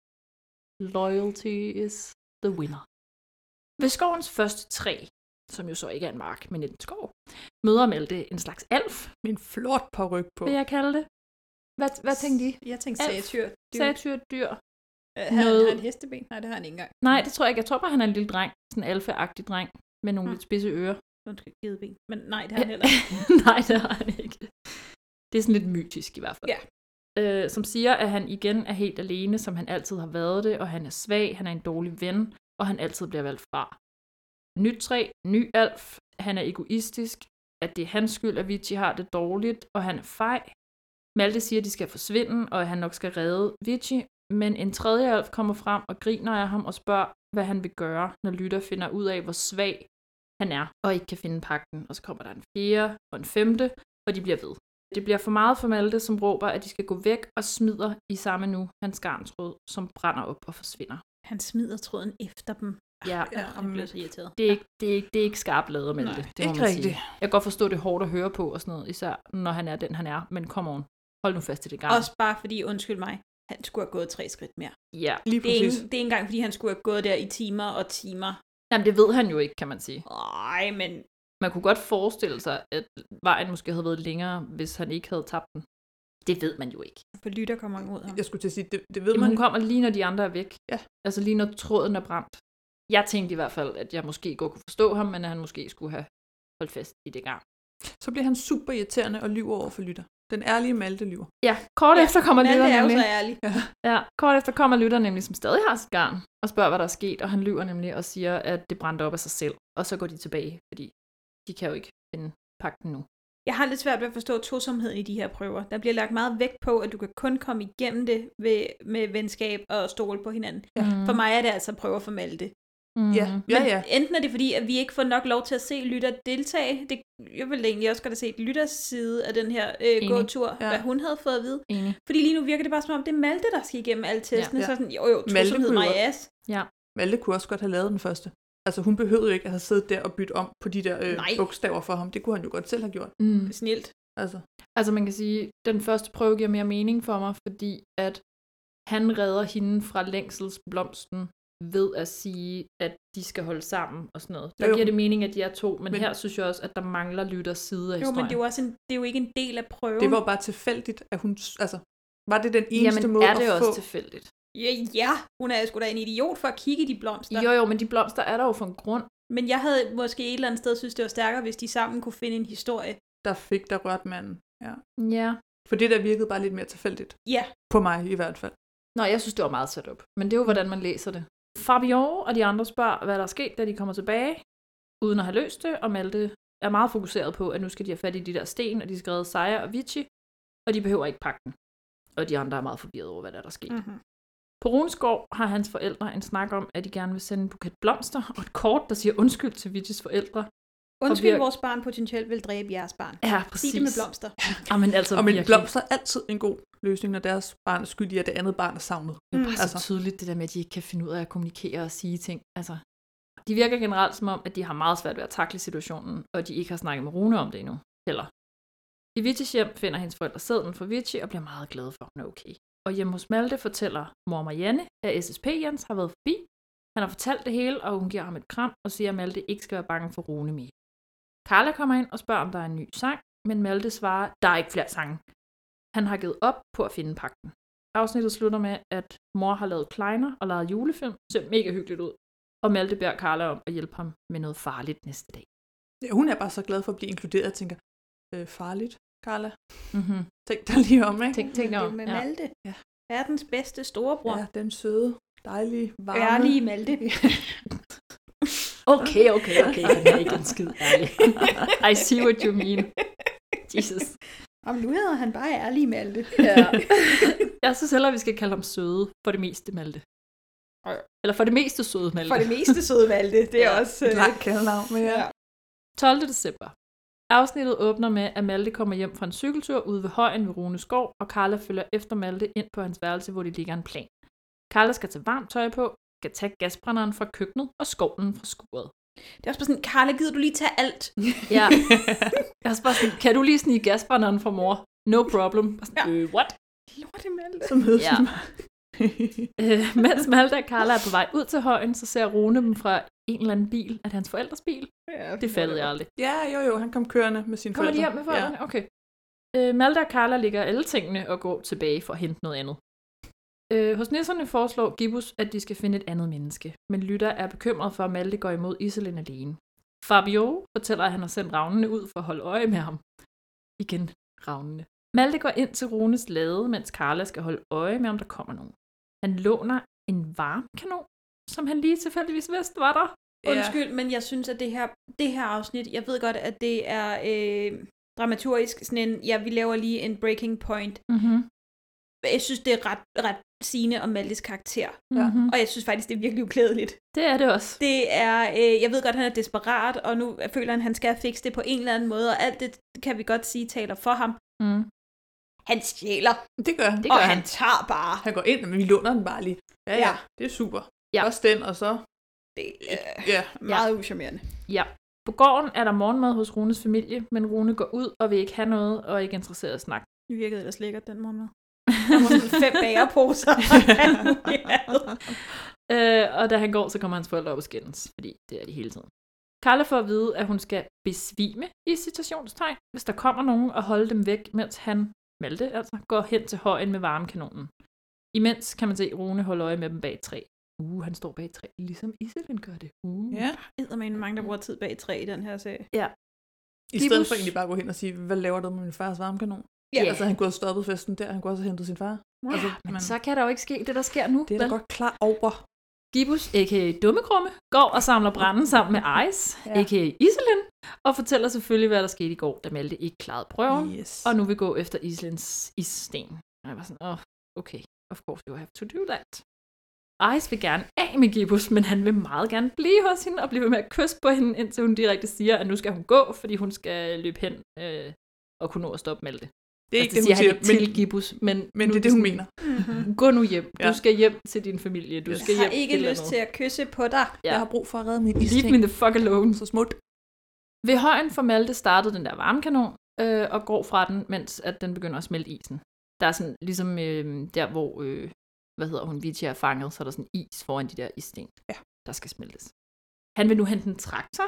Loyalty is the winner. Ved skovens første træ, som jo så ikke er en mark, men en skov, møder Malte en slags alf. Med en flot paryk på. Vil jeg kalde det. Hvad, hvad tænkte I? Jeg tænkte satyr. Satyr, dyr. Uh, han Noget... har en hesteben? Nej, det har han ikke engang. Nej, det tror jeg ikke. Jeg tror bare, han er en lille dreng. Sådan en alfa-agtig dreng. Med nogle hmm. lidt spidse ører. Undskyld, gedeben. Men nej, det har han heller ikke. Nej, det har han ikke. Det er sådan lidt mytisk i hvert fald. Ja. Øh, som siger, at han igen er helt alene, som han altid har været det, og han er svag, han er en dårlig ven, og han altid bliver valgt fra. Nyt træ, ny alf, han er egoistisk, at det er hans skyld, at Vichy har det dårligt, og han er fej. Malte siger, at de skal forsvinde, og at han nok skal redde Vichy, men en tredje alf kommer frem og griner af ham og spørger, hvad han vil gøre, når Lytter finder ud af, hvor svag han er, og ikke kan finde pagten. Og så kommer der en fjerde og en femte, og de bliver ved. Det bliver for meget for Malte, som råber, at de skal gå væk og smider i samme nu hans garntråd, som brænder op og forsvinder. Han smider tråden efter dem. Ja, ja han bliver så irriteret. Det er ikke, det er ikke, det er ikke skarpt lavet, Malte. Nej, det må ikke man rigtigt. sige. Jeg kan godt forstå, det er hårdt at høre på og sådan noget, især når han er den, han er. Men come on, hold nu fast i det garn. Også bare fordi, undskyld mig, han skulle have gået tre skridt mere. Ja, lige det er, præcis. ikke, det er ikke engang, fordi han skulle have gået der i timer og timer. Jamen, det ved han jo ikke, kan man sige. Nej, men... Man kunne godt forestille sig, at vejen måske havde været længere, hvis han ikke havde tabt den. Det ved man jo ikke. For Lytter kommer ud ham. Jeg skulle til at sige, det, det ved Jamen, man hun kommer lige, når de andre er væk. Ja. Altså lige når tråden er brændt. Jeg tænkte i hvert fald, at jeg måske godt kunne forstå ham, men at han måske skulle have holdt fast i det gang. Så bliver han super irriterende og lyver over for Lytter. Den ærlige Malte lyver. Ja, kort ja, efter kommer Lytter nemlig. nemlig. Malte er jo så ærlig. Ja. Ja, kort efter kommer Lytter nemlig, som stadig har sit garn, og spørger, hvad der er sket, og han lyver nemlig og siger, at det brændte op af sig selv. Og så går de tilbage, fordi de kan jo ikke finde pagten nu. Jeg har lidt svært ved at forstå tosomheden i de her prøver. Der bliver lagt meget vægt på, at du kan kun komme igennem det ved, med venskab og stole på hinanden. Ja. For mig er det altså prøver for Malte. Mm. Ja, ja, ja. Men enten er det fordi, at vi ikke får nok lov til at se Lytter deltage. Det, jeg ville egentlig også godt have set Lytters side af den her øh, gåtur, ja. Hvad hun havde fået at vide. Enig. Fordi lige nu virker det bare som om, det er Malte, der skal igennem alle testene. Ja. Så sådan, jo jo, tosomhed my ass. Ja. Malte kunne også godt have lavet den første. Altså hun behøvede jo ikke at have siddet der og bytte om på de der øh, bogstaver for ham. Det kunne han jo godt selv have gjort. Mm. Snilt. Altså. altså man kan sige, den første prøve giver mere mening for mig, fordi at han redder hende fra længselsblomsten ved at sige, at de skal holde sammen og sådan noget. Der jo. giver det mening, at de er to, men, men her synes jeg også, at der mangler Lytters side af jo, historien. Jo, men det er jo, også en, det er jo ikke en del af prøven. Det var bare tilfældigt, at hun... Altså, var det den eneste Jamen, måde er det at også få... tilfældigt? Ja, ja, hun er sgu da en idiot for at kigge i de blomster. Jo, jo, men de blomster er der jo for en grund. Men jeg havde måske et eller andet sted synes, det var stærkere, hvis de sammen kunne finde en historie. Der fik der rørt manden. Ja. Ja. For det der virkede bare lidt mere tilfældigt. Ja. På mig i hvert fald. Nå, jeg synes, det var meget sat op. Men det er jo, hvordan man læser det. Fabian og de andre spørger, hvad der er sket, da de kommer tilbage, uden at have løst det, og Malte er meget fokuseret på, at nu skal de have fat i de der sten, og de skal redde Sejer og Vichy, og de behøver ikke pagten. Og de andre er meget forvirret over, hvad der er, der er sket. Mm-hmm. På Runeskov har hans forældre en snak om, at de gerne vil sende en buket blomster, og et kort, der siger undskyld til Vichys forældre. Undskyld, vir- vores barn potentielt vil dræbe jeres barn. Ja, Sig præcis. det med blomster. Ja, men altså og men virkelig. blomster er altid en god løsning, når deres barn er skyldig, at det andet barn er savnet. Det er bare mm. så tydeligt, det der med, at de ikke kan finde ud af at kommunikere og sige ting. Altså, de virker generelt som om, at de har meget svært ved at takle situationen, og de ikke har snakket med Rune om det endnu, heller. I Vichys hjem finder hendes forældre sedlen for Vichy og bliver meget glade for, at hun er okay. Og hjemme hos Malte fortæller mor Marianne, at S S P Jens har været forbi. Han har fortalt det hele, og hun giver ham et kram og siger, at Malte ikke skal være bange for Rune mere. Carla kommer ind og spørger, om der er en ny sang, men Malte svarer, der er ikke flere sange. Han har givet op på at finde pakken. Afsnittet slutter med, at mor har lavet kleiner og lavet julefilm. Det ser mega hyggeligt ud. Og Malte beder Carla om at hjælpe ham med noget farligt næste dag. Ja, hun er bare så glad for at blive inkluderet. Jeg tænker, øh, farligt, Carla. Mm-hmm. Tænk dig lige om, ikke? Tænk, tænk dig om. Med Ja. Malte. Ja. Verdens bedste storebror. Ja, den søde, dejlige, varme. Ærlige Malte. Okay, okay, okay. Han er ikke en skid ærlig. I see what you mean. Jesus. Om nu hedder han bare ærlig Malte. Ja. Jeg synes heller, vi skal kalde ham søde for det meste Malte. Eller for det meste søde Malte. For det meste søde Malte. Det er Ja. også... Et langt kaldnavn, men ja. tolvte december. Afsnittet åbner med, at Malte kommer hjem fra en cykeltur ude ved højen ved Rune Skov, og Carla følger efter Malte ind på hans værelse, hvor de ligger en plan. Carla skal tage varmt tøj på, skal tage gasbrænderen fra køkkenet og skovlen fra skuret. Det er også bare sådan, Carla, gider du lige tage alt? Ja. Jeg er også bare sådan, kan du lige snige gasbrænderen fra mor? No problem. Sådan, Ja. øh, what? Lorte Malte. Så mødes Ja. vi. Øh, mens Malte og Carla er på vej ud til højen, så ser Rune dem fra en eller anden bil. Er det hans forældres bil? Ja, Det fattede jeg aldrig. Ja, jo jo, han kom kørende med sine Kommer de forældre. hjem med forældrene? Ja. Okay. Øh, Malte og Carla ligger alle tingene og går tilbage for at hente noget andet. Øh, hos nisserne foreslår Gibbus, at de skal finde et andet menneske, men Lytter er bekymret for, at Malte går imod Iselin alene. Fabio fortæller, at han har sendt ravnene ud for at holde øje med ham. Igen, ravnene. Malte går ind til Runes lade, mens Carla skal holde øje med, om der kommer nogen. Han låner en varmekanon, som han lige tilfældigvis vidste var der. Undskyld, men jeg synes, at det her, det her afsnit, jeg ved godt, at det er øh, dramaturgisk, sådan en, ja, vi laver lige en breaking point. Mm-hmm. Jeg synes, det er ret, ret sigende om Maltes karakter. Mm-hmm. Og jeg synes faktisk, det er virkelig uklædeligt. Det er det også. Det er, øh, jeg ved godt, at han er desperat, og nu føler han, at han skal fikse det på en eller anden måde, og alt det kan vi godt sige taler for ham. Mm. Han stjæler. Det gør han. Det og gør han. han tager bare. Han går ind, men vi låner den bare lige. Ja, ja, Ja. det er super. Ja. Også den, og så... Det er Ja. meget uschammerende. Ja. På gården er der morgenmad hos Runes familie, men Rune går ud og vil ikke have noget, og er ikke interesseret i at snakke. Det virkede ellers lækkert, den morgenmad. Der var sådan fem bagerposer. øh, og da han går, så kommer hans forældre op og skændes, fordi det er de hele tiden. Carla får at vide, at hun skal besvime i citationstegn, hvis der kommer nogen og holde dem væk, mens han, Malte altså, går hen til højen med varmekanonen. Imens kan man se Rune holde øje med dem bag et træ. Uh, han står bag et træ, ligesom Iselin gør det. Uh. Ja. Jeg ved med mange, der bruger tid bag et træ i den her serie. Ja. I stedet for egentlig bare at gå hen og sige, hvad laver du med min fars varmekanon? Ja. Altså, han kunne have stoppet festen der, han kunne også have hentet sin far. Ja, altså, men så kan der jo ikke ske det, der sker nu. Det er da vel? godt klar over. Gibbus, a k a. Dummekrumme, går og samler branden sammen med Ice, Ja. a k a. Iselin, og fortæller selvfølgelig, hvad der skete i går, da Malte ikke klarede prøven, Yes. og nu vil gå efter Iselins issten. Og jeg var sådan, åh, oh, okay, of course you have to do that. Ice vil gerne af med Gibbus, men han vil meget gerne blive hos hende og blive ved med at kysse på hende, indtil hun direkte siger, at nu skal hun gå, fordi hun skal løbe hen øh, og kunne nå at stoppe Malte. Det er altså, ikke det, det, hun siger siger, han ikke men, til Gibbus, men, men nu det er det, hun mener. Mm-hmm. Gå nu hjem. Du Ja. skal hjem til din familie. Du Yes. skal Jeg har hjem ikke et eller lyst andet. til at kysse på dig. Ja. Jeg har brug for at redde min Leave isting. me the fuck alone. Så smukt. Ved højen for Malte startede den der varmekanon, øh, og går fra den, mens at den begynder at smelte isen. Der er sådan, ligesom øh, der, hvor, øh, hvad hedder hun, Vichy er fanget, så er der sådan is foran de der issten, ja. der skal smeltes. Han vil nu hente en traktor,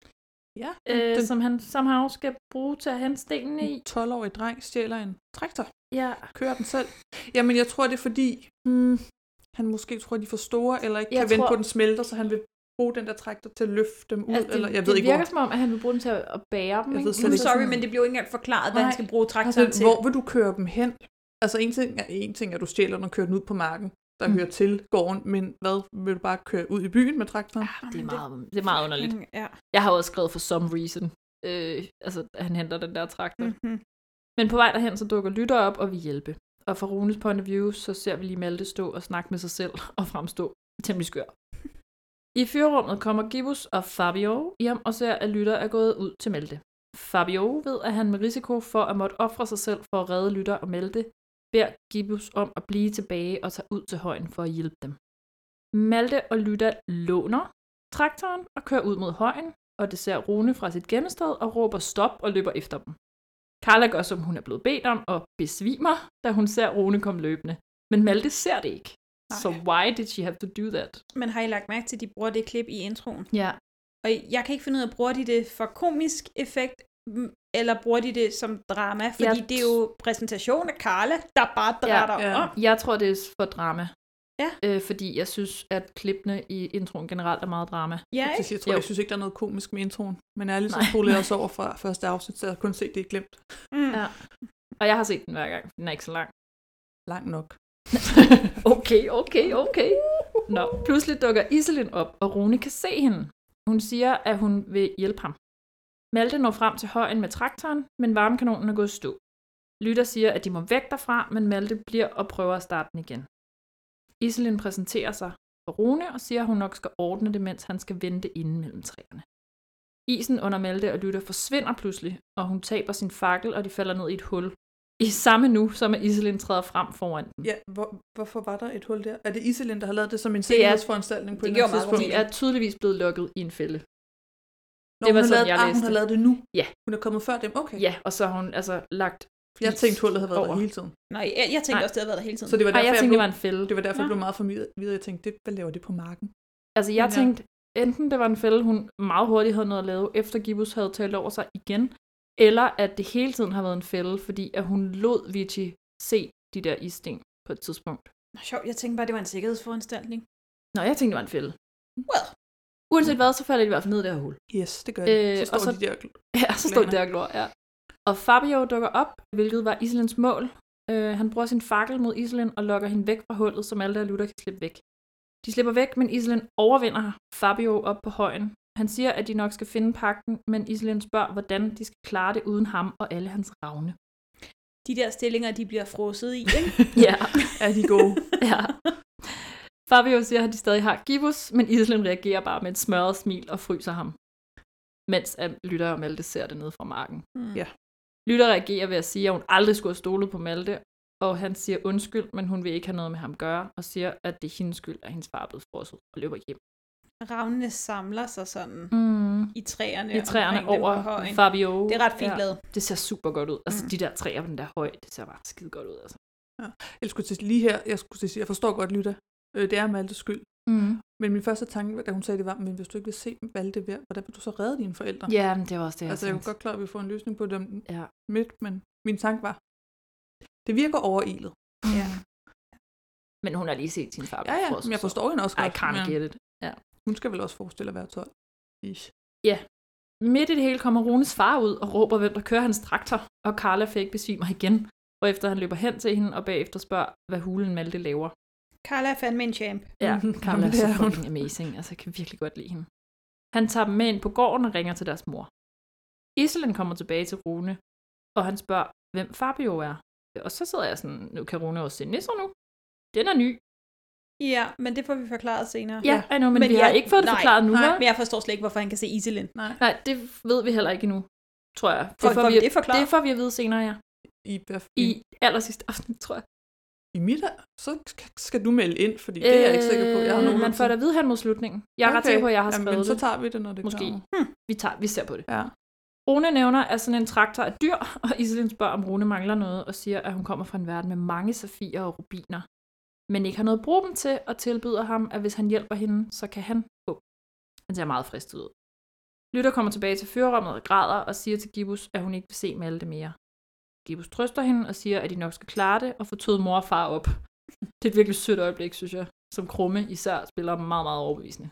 Ja, øh, den som han somehow skal bruge til at hente stenene i. tolv-årig dreng stjæler en traktor. Ja. Kører den selv. Jamen, jeg tror, det er fordi, hmm, han måske tror, de er for store, eller ikke Jeg kan vente tror- på, at den smelter, så han vil bruge den der traktor til at løfte dem ud, Altså, det, eller jeg det ved ikke, virker hvor. som om, at han vil bruge den til at, at bære dem. Jeg ikke? ved slet I'm ikke. sorry, men det bliver jo ikke engang forklaret, hvad Nej. han skal bruge traktoren Altså, til. hvor vil du køre dem hen? Altså, en ting er, en ting er at du stjæler den og kører den ud på marken, der Mm. hører til gården, men hvad, vil du bare køre ud i byen med traktoren? Det er meget, det er meget underligt. Ja. Jeg har også skrevet for some reason, øh, altså at han henter den der traktor. Mm-hmm. Men på vej derhen, så dukker Lytter op og vil hjælpe. Og fra Runes point of view, så ser vi lige Malte stå og snakke med sig selv og fremstå temmelig skør. I fyrrummet kommer Gibbus og Fabio hjem og ser, at Lytter er gået ud til Malte. Fabio ved, at han med risiko for at måtte ofre sig selv for at redde Lytter og Malte, beder Gibbus om at blive tilbage og tage ud til højen for at hjælpe dem. Malte og Lytter låner traktoren og kører ud mod højen, og det ser Rune fra sit gemmested og råber stop og løber efter dem. Carla gør, som hun er blevet bedt om, og besvimer, da hun ser Rune komme løbende. Men Malte ser det ikke. Så so why did she have to do that? Men har I lagt mærke til, at de bruger det klip i introen? Ja. Og jeg kan ikke finde ud af, bruger de det for komisk effekt, eller bruger de det som drama? Fordi jeg... det er jo præsentation af Carla, der bare drætter ja, ja. om. Jeg tror, det er for drama. Ja. Øh, fordi jeg synes, at klippene i introen generelt er meget drama. Ja, jeg, jeg tror, jo. jeg synes ikke, der er noget komisk med introen. Men jeg er lige så spoleret også over fra første afsnit, så jeg har kun set det glemt. Mm. Ja. Og jeg har set den hver gang. Den er ikke så lang. Lang nok. okay, okay, okay. Nå, pludselig dukker Iselin op, og Rune kan se hende. Hun siger, at hun vil hjælpe ham. Malte når frem til højen med traktoren, men varmekanonen er gået stå. Lytter siger, at de må væk derfra, men Malte bliver og prøver at starte den igen. Iselin præsenterer sig for Rune og siger, at hun nok skal ordne det, mens han skal vente inde mellem træerne. Isen under Malte og Lytter forsvinder pludselig, og hun taber sin fakkel, og de falder ned i et hul. I samme nu, som at Iselin træder frem foran dem. Ja, hvor, hvorfor var der et hul der? Er det Iselin, der har lavet det som en sikkerhedsforanstaltning på det et eller andet tidspunkt? De er tydeligvis blevet lukket i en fælde. Nå, det var sådan, lavet, jeg læste. Ah, hun har lavet det nu? Ja. Hun er kommet før dem? Okay. Ja, og så har hun altså lagt... Jeg tænkte, hullet havde været over. Der hele tiden. Nej, jeg, jeg tænkte Nej. også, det havde været der hele tiden. Så det var derfor, Ej, jeg, jeg tænkte, blev, det var en fælde. Det var derfor, ja. jeg blev meget forvirret. Jeg tænkte, det, hvad laver det på marken? Altså, jeg Men, tænkte, enten det var en fælde, hun meget hurtigt havde noget at lave, efter Gibbus havde talt over sig igen, eller at det hele tiden har været en fælde, fordi at hun lod Vichy se de der issten på et tidspunkt. Nå, sjov, jeg tænkte bare, det var en sikkerhedsforanstaltning. Nå, jeg tænkte, det var en fælde. Well. Uanset hvad, så falder de i hvert fald ned i det her hul. Yes, det gør de. Øh, så står og så, de der og glor. Ja, så står de der og glor, ja. Og Fabio dukker op, hvilket var Iselins mål. Øh, han bruger sin fakkel mod Iselin og lokker hende væk fra hullet, som alle der Lytter kan slippe væk. De slipper væk, men Iselin overvinder Fabio op på højen. Han siger, at de nok skal finde pagten, men Iselin spørger, hvordan de skal klare det uden ham og alle hans ravne. De der stillinger, de bliver frosset i, ikke? Ja, er de gode. Ja. Fabio siger, at de stadig har Gibbus, men Iselin reagerer bare med et smørret smil og fryser ham. Mens Lytter og Malte ser det nede fra marken. Mm. Ja. Lytter reagerer ved at sige, at hun aldrig skulle have stolet på Malte, og han siger undskyld, men hun vil ikke have noget med ham at gøre, og siger, at det er hendes skyld, at hendes far er blevet frosset og løber hjem. Ravnene samler sig sådan mm. i træerne, I træerne over Fabio. Det er ret fint lavet. Ja, det ser super godt ud. Altså mm. de der træer på den der høj, det ser bare skide godt ud. Altså. Ja. Jeg skulle til lige her, jeg skulle til sige, jeg forstår godt Lytter. Det er Maltes skyld. Mm. Men min første tanke, da hun sagde det var, men hvis du ikke vil se Malte ved, hvordan vil du så redde dine forældre? Ja, men det var også det, jeg Altså jeg kunne godt klare, at vi får en løsning på dem ja. midt, men min tanke var, det virker overilet. Ja. Men hun har lige set sin far. Ja, ja, men jeg forstår hende også godt. I can't get it. Ja. Hun skal vel også forestille at være tolv. Ish. Ja. Midt i det hele kommer Runes far ud og råber, hvem der kører hans traktor, og Carla fake besvimer igen, hvorefter han løber hen til hende og bagefter spørger, hvad hulen Malte laver. Carla er fandme en champ. Ja, Carla er så fucking amazing. Altså, jeg kan virkelig godt lide hende. Han tager dem med ind på gården og ringer til deres mor. Iselin kommer tilbage til Rune, og han spørger, hvem Fabio er. Og så sidder jeg sådan, nu kan Rune også se nisser nu. Den er ny. Ja, men det får vi forklaret senere. Ja, I know, men, men vi jeg, har ikke fået det nej, forklaret nu. Nej, men jeg forstår slet ikke, hvorfor han kan se Iselin. Nej, nej det ved vi heller ikke endnu, tror jeg. Det får, får, vi, vi, det, forklaret? det får vi at vide senere, ja. I, I allersidste afsnit, tror jeg. I mit så skal du melde ind, fordi det er jeg ikke sikker på. Jeg har nogen man får det at vide her mod slutningen. Jeg er okay. ret sikker på, at jeg har skrevet Jamen, det. så tager vi det, når det Måske. Hm. Vi, tager, vi ser på det. Ja. Rune nævner, at sådan en traktor er dyr, og Iselin spørger, om Rune mangler noget, og siger, at hun kommer fra en verden med mange safirer og rubiner, men ikke har noget at bruge dem til, og tilbyder ham, at hvis han hjælper hende, så kan han få. Han ser meget fristet ud. Lytter kommer tilbage til førerrummet og græder, og siger til Gibbus, at hun ikke vil se Malte mere. Gibbus trøster hende og siger, at de nok skal klare det, og få tøet mor og far op. Det er et virkelig sødt øjeblik, synes jeg, som Krumme især spiller meget, meget overbevisende.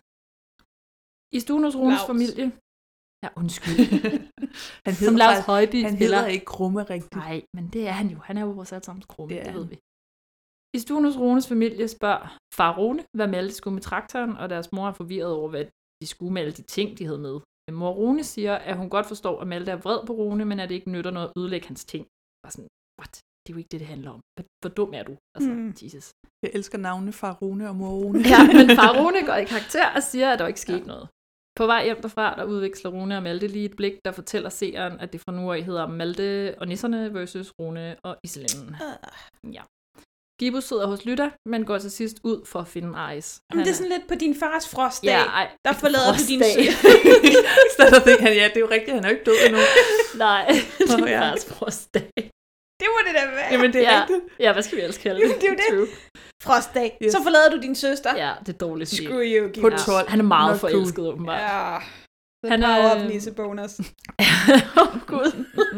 I stuen hos Runes Laus. familie... Ja, undskyld. han som Lars Højby Han spiller. hedder ikke Krumme rigtigt. Nej, men det er han jo. Han er jo vores allesammens Krumme, det, det ved vi. I stuen hos Runes familie spørger far Rune, hvad Malte skulle med traktoren, og deres mor er forvirret over, hvad de skulle med alle de ting, de havde med. Men mor Rune siger, at hun godt forstår, at Malte er vred på Rune, men at det ikke nytter noget at ødelægge hans ting. Bare sådan, what? det er jo ikke det, det handler om. Hvor, hvor dum er du? Altså, Mm. Jesus. Jeg elsker navne far Rune og mor Rune. Ja, men far Rune går i karakter og siger, at der ikke skete ja. noget. På vej hjem derfra, der udveksler Rune og Malte lige et blik, der fortæller seeren, at det fra nu af hedder Malte og Nisserne versus Rune og Iselin. Uh. Ja. Gibus sidder hos Lytta, men går til sidst ud for at finde Ice. Men det er sådan lidt på din fars frostdag. Ja, ej, der forlader du din søn. det. Ja, det er jo rigtigt, han er jo ikke død endnu. Nej, din oh, ja. fars frostdag. Det må det da være. Jamen, det er ja. rigtigt. Ja, hvad skal vi ellers kalde det? Jamen, det er jo det. True. Frostdag. Yes. Så forlader du din søster. Ja, det er dårligt stil. Screw you, På tolv. Han er meget Not forelsket, cool. åbenbart. Ja. The Han power er... of Nisse bonus. Åh, oh, Gud.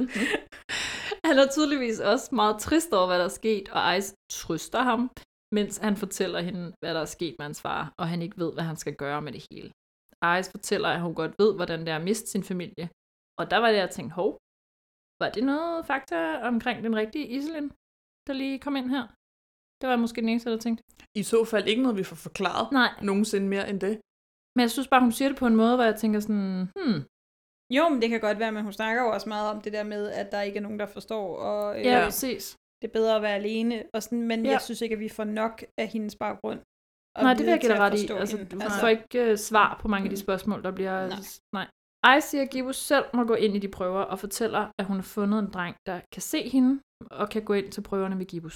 Han er tydeligvis også meget trist over, hvad der er sket, og Ice trøster ham, mens han fortæller hende, hvad der er sket med hans far, og han ikke ved, hvad han skal gøre med det hele. Ice fortæller, at hun godt ved, hvordan det er at miste sin familie. Og der var det, jeg tænkte, hov, var det noget fakta omkring den rigtige Iselin, der lige kom ind her? Det var måske den eneste, der tænkte. I så fald ikke noget, vi får forklaret Nej. nogensinde mere end det. Men jeg synes bare, hun siger det på en måde, hvor jeg tænker sådan, hmm. Jo, men det kan godt være, men hun snakker jo også meget om det der med, at der ikke er nogen, der forstår. Og, øh, ja, præcis. Det er bedre at være alene, og sådan, men ja. jeg synes ikke, at vi får nok af hendes baggrund. Nej, det vil jeg give dig ret i. Altså, hende. du altså, får ikke uh, svar på mange af de spørgsmål, der bliver... Nej. Nej. Ice siger, at Gibus selv må gå ind i de prøver og fortæller, at hun har fundet en dreng, der kan se hende og kan gå ind til prøverne med Gibus.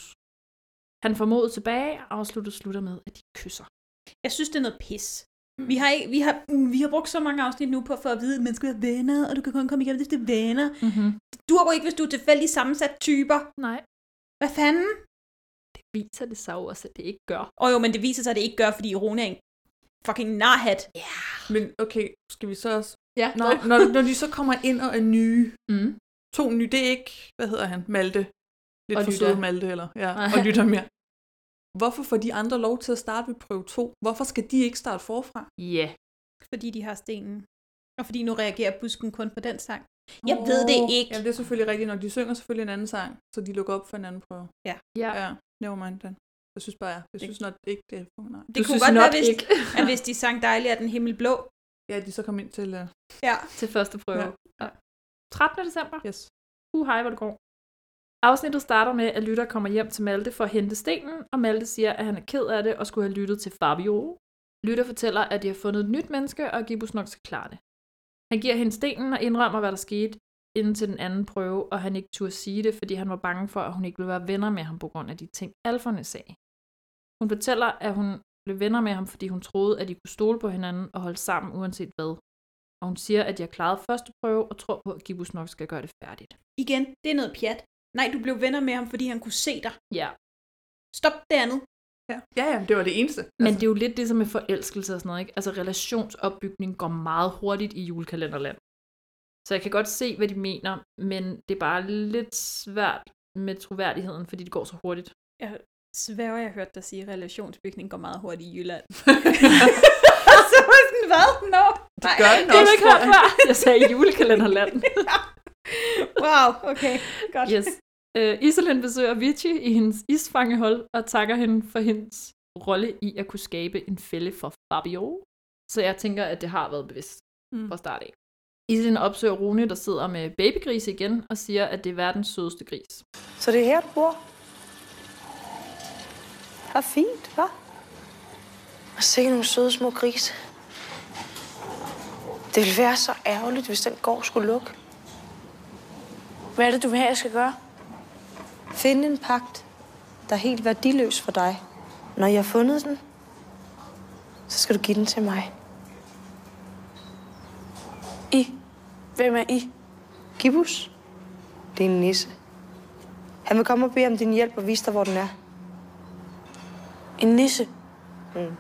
Han får modet tilbage og afslutter slutter med, at de kysser. Jeg synes, det er noget pis. Vi har, ikke, vi, har, vi har brugt så mange afsnit nu på for at vide, at man skal være venner, og du kan kun komme igennem, hvis det er venner. Mm-hmm. Du har jo ikke, hvis du er tilfældig sammensat typer. Nej. Hvad fanden? Det viser det sig også, at det ikke gør. Og jo, men det viser sig, at det ikke gør, fordi Rune er en fucking narhat. Ja. Yeah. Men okay, skal vi så også... Ja. Når, når, når de så kommer ind og er nye, mm. to nye, det er ikke, hvad hedder han, Malte. Lidt og for søde Malte, eller ja, og lytter mere. Hvorfor får de andre lov til at starte ved prøve to? Hvorfor skal de ikke starte forfra? Ja. Yeah. Fordi de har stenen. Og fordi nu reagerer busken kun på den sang. Jeg oh, ved det ikke. Ja, det er selvfølgelig rigtigt nok. De synger selvfølgelig en anden sang, så de lukker op for en anden prøve. Ja. Ja, ja never mind den. Jeg synes bare, jeg, jeg synes nok ikke, det er for nej. Det du kunne godt være, hvis, at hvis de sang Dejlig er den himmel blå. Ja, de så kom ind til... Uh... Ja. Til første prøve. Ja. trettende december. Yes. Uh, hej, hvor det går. Afsnittet starter med, at Lytter kommer hjem til Malte for at hente stenen, og Malte siger, at han er ked af det og skulle have lyttet til Fabio. Lytter fortæller, at de har fundet et nyt menneske, og Gibus nok skal klare det. Han giver hende stenen og indrømmer, hvad der skete inden til den anden prøve, og han ikke turde sige det, fordi han var bange for, at hun ikke ville være venner med ham på grund af de ting, alferne sagde. Hun fortæller, at hun blev venner med ham, fordi hun troede, at de kunne stole på hinanden og holde sammen uanset hvad. Og hun siger, at de har klaret første prøve og tror på, at Gibus nok skal gøre det færdigt. Igen, det er noget pjat. Nej, du blev venner med ham, fordi han kunne se dig. Ja. Stop det andet. Ja, ja, ja det var det eneste. Men altså. Det er jo lidt det som med forelskelse og sådan noget, ikke? Altså relationsopbygning går meget hurtigt i julekalenderland. Så jeg kan godt se, hvad de mener, men det er bare lidt svært med troværdigheden, fordi det går så hurtigt. Jeg sværger, jeg har hørt dig sige, at relationsbygning går meget hurtigt i Jylland. Så var sådan, hvad? Nå. Det gør den det også. Det ikke hørt før. Jeg sagde julekalenderland. Wow, okay. Godt. Yes. Uh, Iselin besøger Vichy i hendes isfangehold og takker hende for hendes rolle i at kunne skabe en fælde for Fabio. Så jeg tænker, at det har været bevidst mm. fra start af. Iselin opsøger Rune, der sidder med babygris igen, og siger, at det er verdens sødeste gris. Så det er her, du bor? Hvor fint, hva'? Og se nogle søde små grise. Det ville være så ærgerligt, hvis den gård skulle lukke. Hvad er det, du vil have, jeg skal gøre? Finde en pagt, der er helt værdiløs for dig. Når jeg har fundet den, så skal du give den til mig. I? Hvem er I? Gibus. Det er en nisse. Han vil komme og bede om din hjælp og vise dig, hvor den er. En nisse? Mm.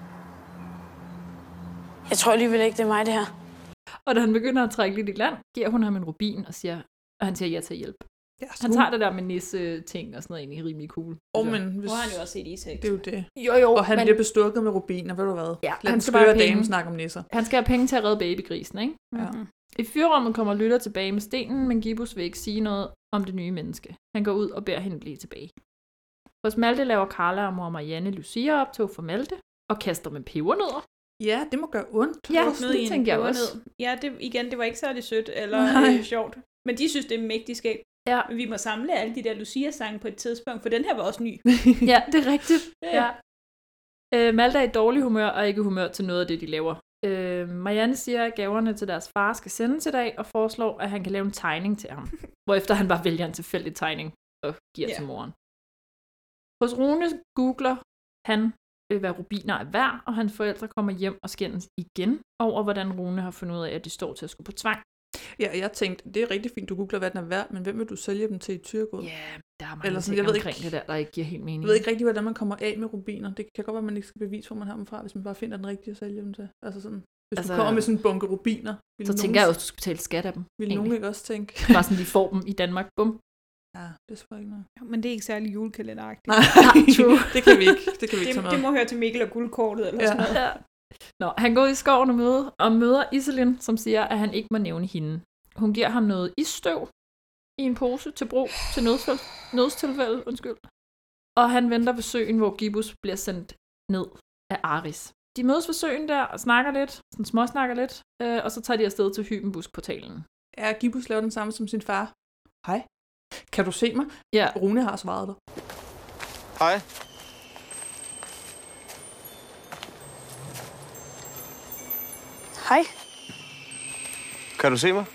Jeg tror alligevel ikke, det er mig, det her. Og da han begynder at trække lidt i land, giver hun ham en rubin og siger, og han siger ja til hjælp. Ja, han tager det der med nisse-ting og sådan noget egentlig rimelig cool. Oh, men hvis... Hvor har han jo også set Isæk. Det er jo det. Jo, jo. Og han men... bliver bestukket med rubiner, ved du hvad? Ja, Lad han skal bare dame snakke om nisser. Han skal have penge til at redde babygrisen, ikke? Ja. Mm-hmm. I fyrrummet kommer Lytter tilbage med stenen, men Gibus vil ikke sige noget om det nye menneske. Han går ud og beder hende blive tilbage. Hos Malte laver Carla og mor Marianne Lucia optog for Malte og kaster med pebernødder. Ja, det må gøre ondt. Ja, det tænker jeg også. Ja, det, igen, det var ikke særlig sødt eller øh, sjovt. Men de synes, det er mægtig skægt. Ja. Vi må samle alle de der Lucia-sange på et tidspunkt, for den her var også ny. Ja, det er rigtigt. Ja. Øh, Malte er i dårlig humør og ikke i humør til noget af det, de laver. Øh, Marianne siger, at gaverne til deres far skal sendes i dag, og foreslår, at han kan lave en tegning til ham. Hvorefter han bare vælger en tilfældig tegning og giver yeah. til moren. Hos Rune googler han, øh, hvad rubiner er værd, og hans forældre kommer hjem og skændes igen over, hvordan Rune har fundet ud af, at de står til at skulle på tvang. Ja, jeg tænkte, det er rigtig fint, du googler, hvad den er værd, men hvem vil du sælge dem til i Thyregod? Ja, der er mange Eller sådan, ting jeg ved omkring ikke, det der, der ikke giver helt mening. Jeg ved ikke rigtig, hvordan man kommer af med rubiner. Det kan godt være, at man ikke skal bevise, hvor man har dem fra, hvis man bare finder den rigtige at sælge dem til. Altså sådan, hvis altså, du kommer med sådan en bunke rubiner. Så tænker jeg også, at du skal betale skat af dem. Vil nogen ikke også tænke? Bare sådan, de får dem i Danmark. Bum. Ja, det er selvfølgelig ikke noget. Ja, men det er ikke særlig julekalenderagtigt. Nej, true. det kan vi ikke. Det kan vi ikke det, tage med. Det må høre til Mikkel og guldkortet eller ja. sådan noget. Ja. Nå, han går i skoven og møder, og møder Iselin, som siger, at han ikke må nævne hende. Hun giver ham noget isstøv i en pose til brug til nødstilfælde, undskyld. Og han venter ved søen, hvor Gibus bliver sendt ned af Aris. De mødes ved søen der og snakker lidt, sådan småsnakker lidt, øh, og så tager de afsted til Hybenbusk-portalen. Ja, Gibus laver den samme som sin far. Hej. Kan du se mig? Ja. Rune har svaret dig. Hej. Hej. Kan du se mig?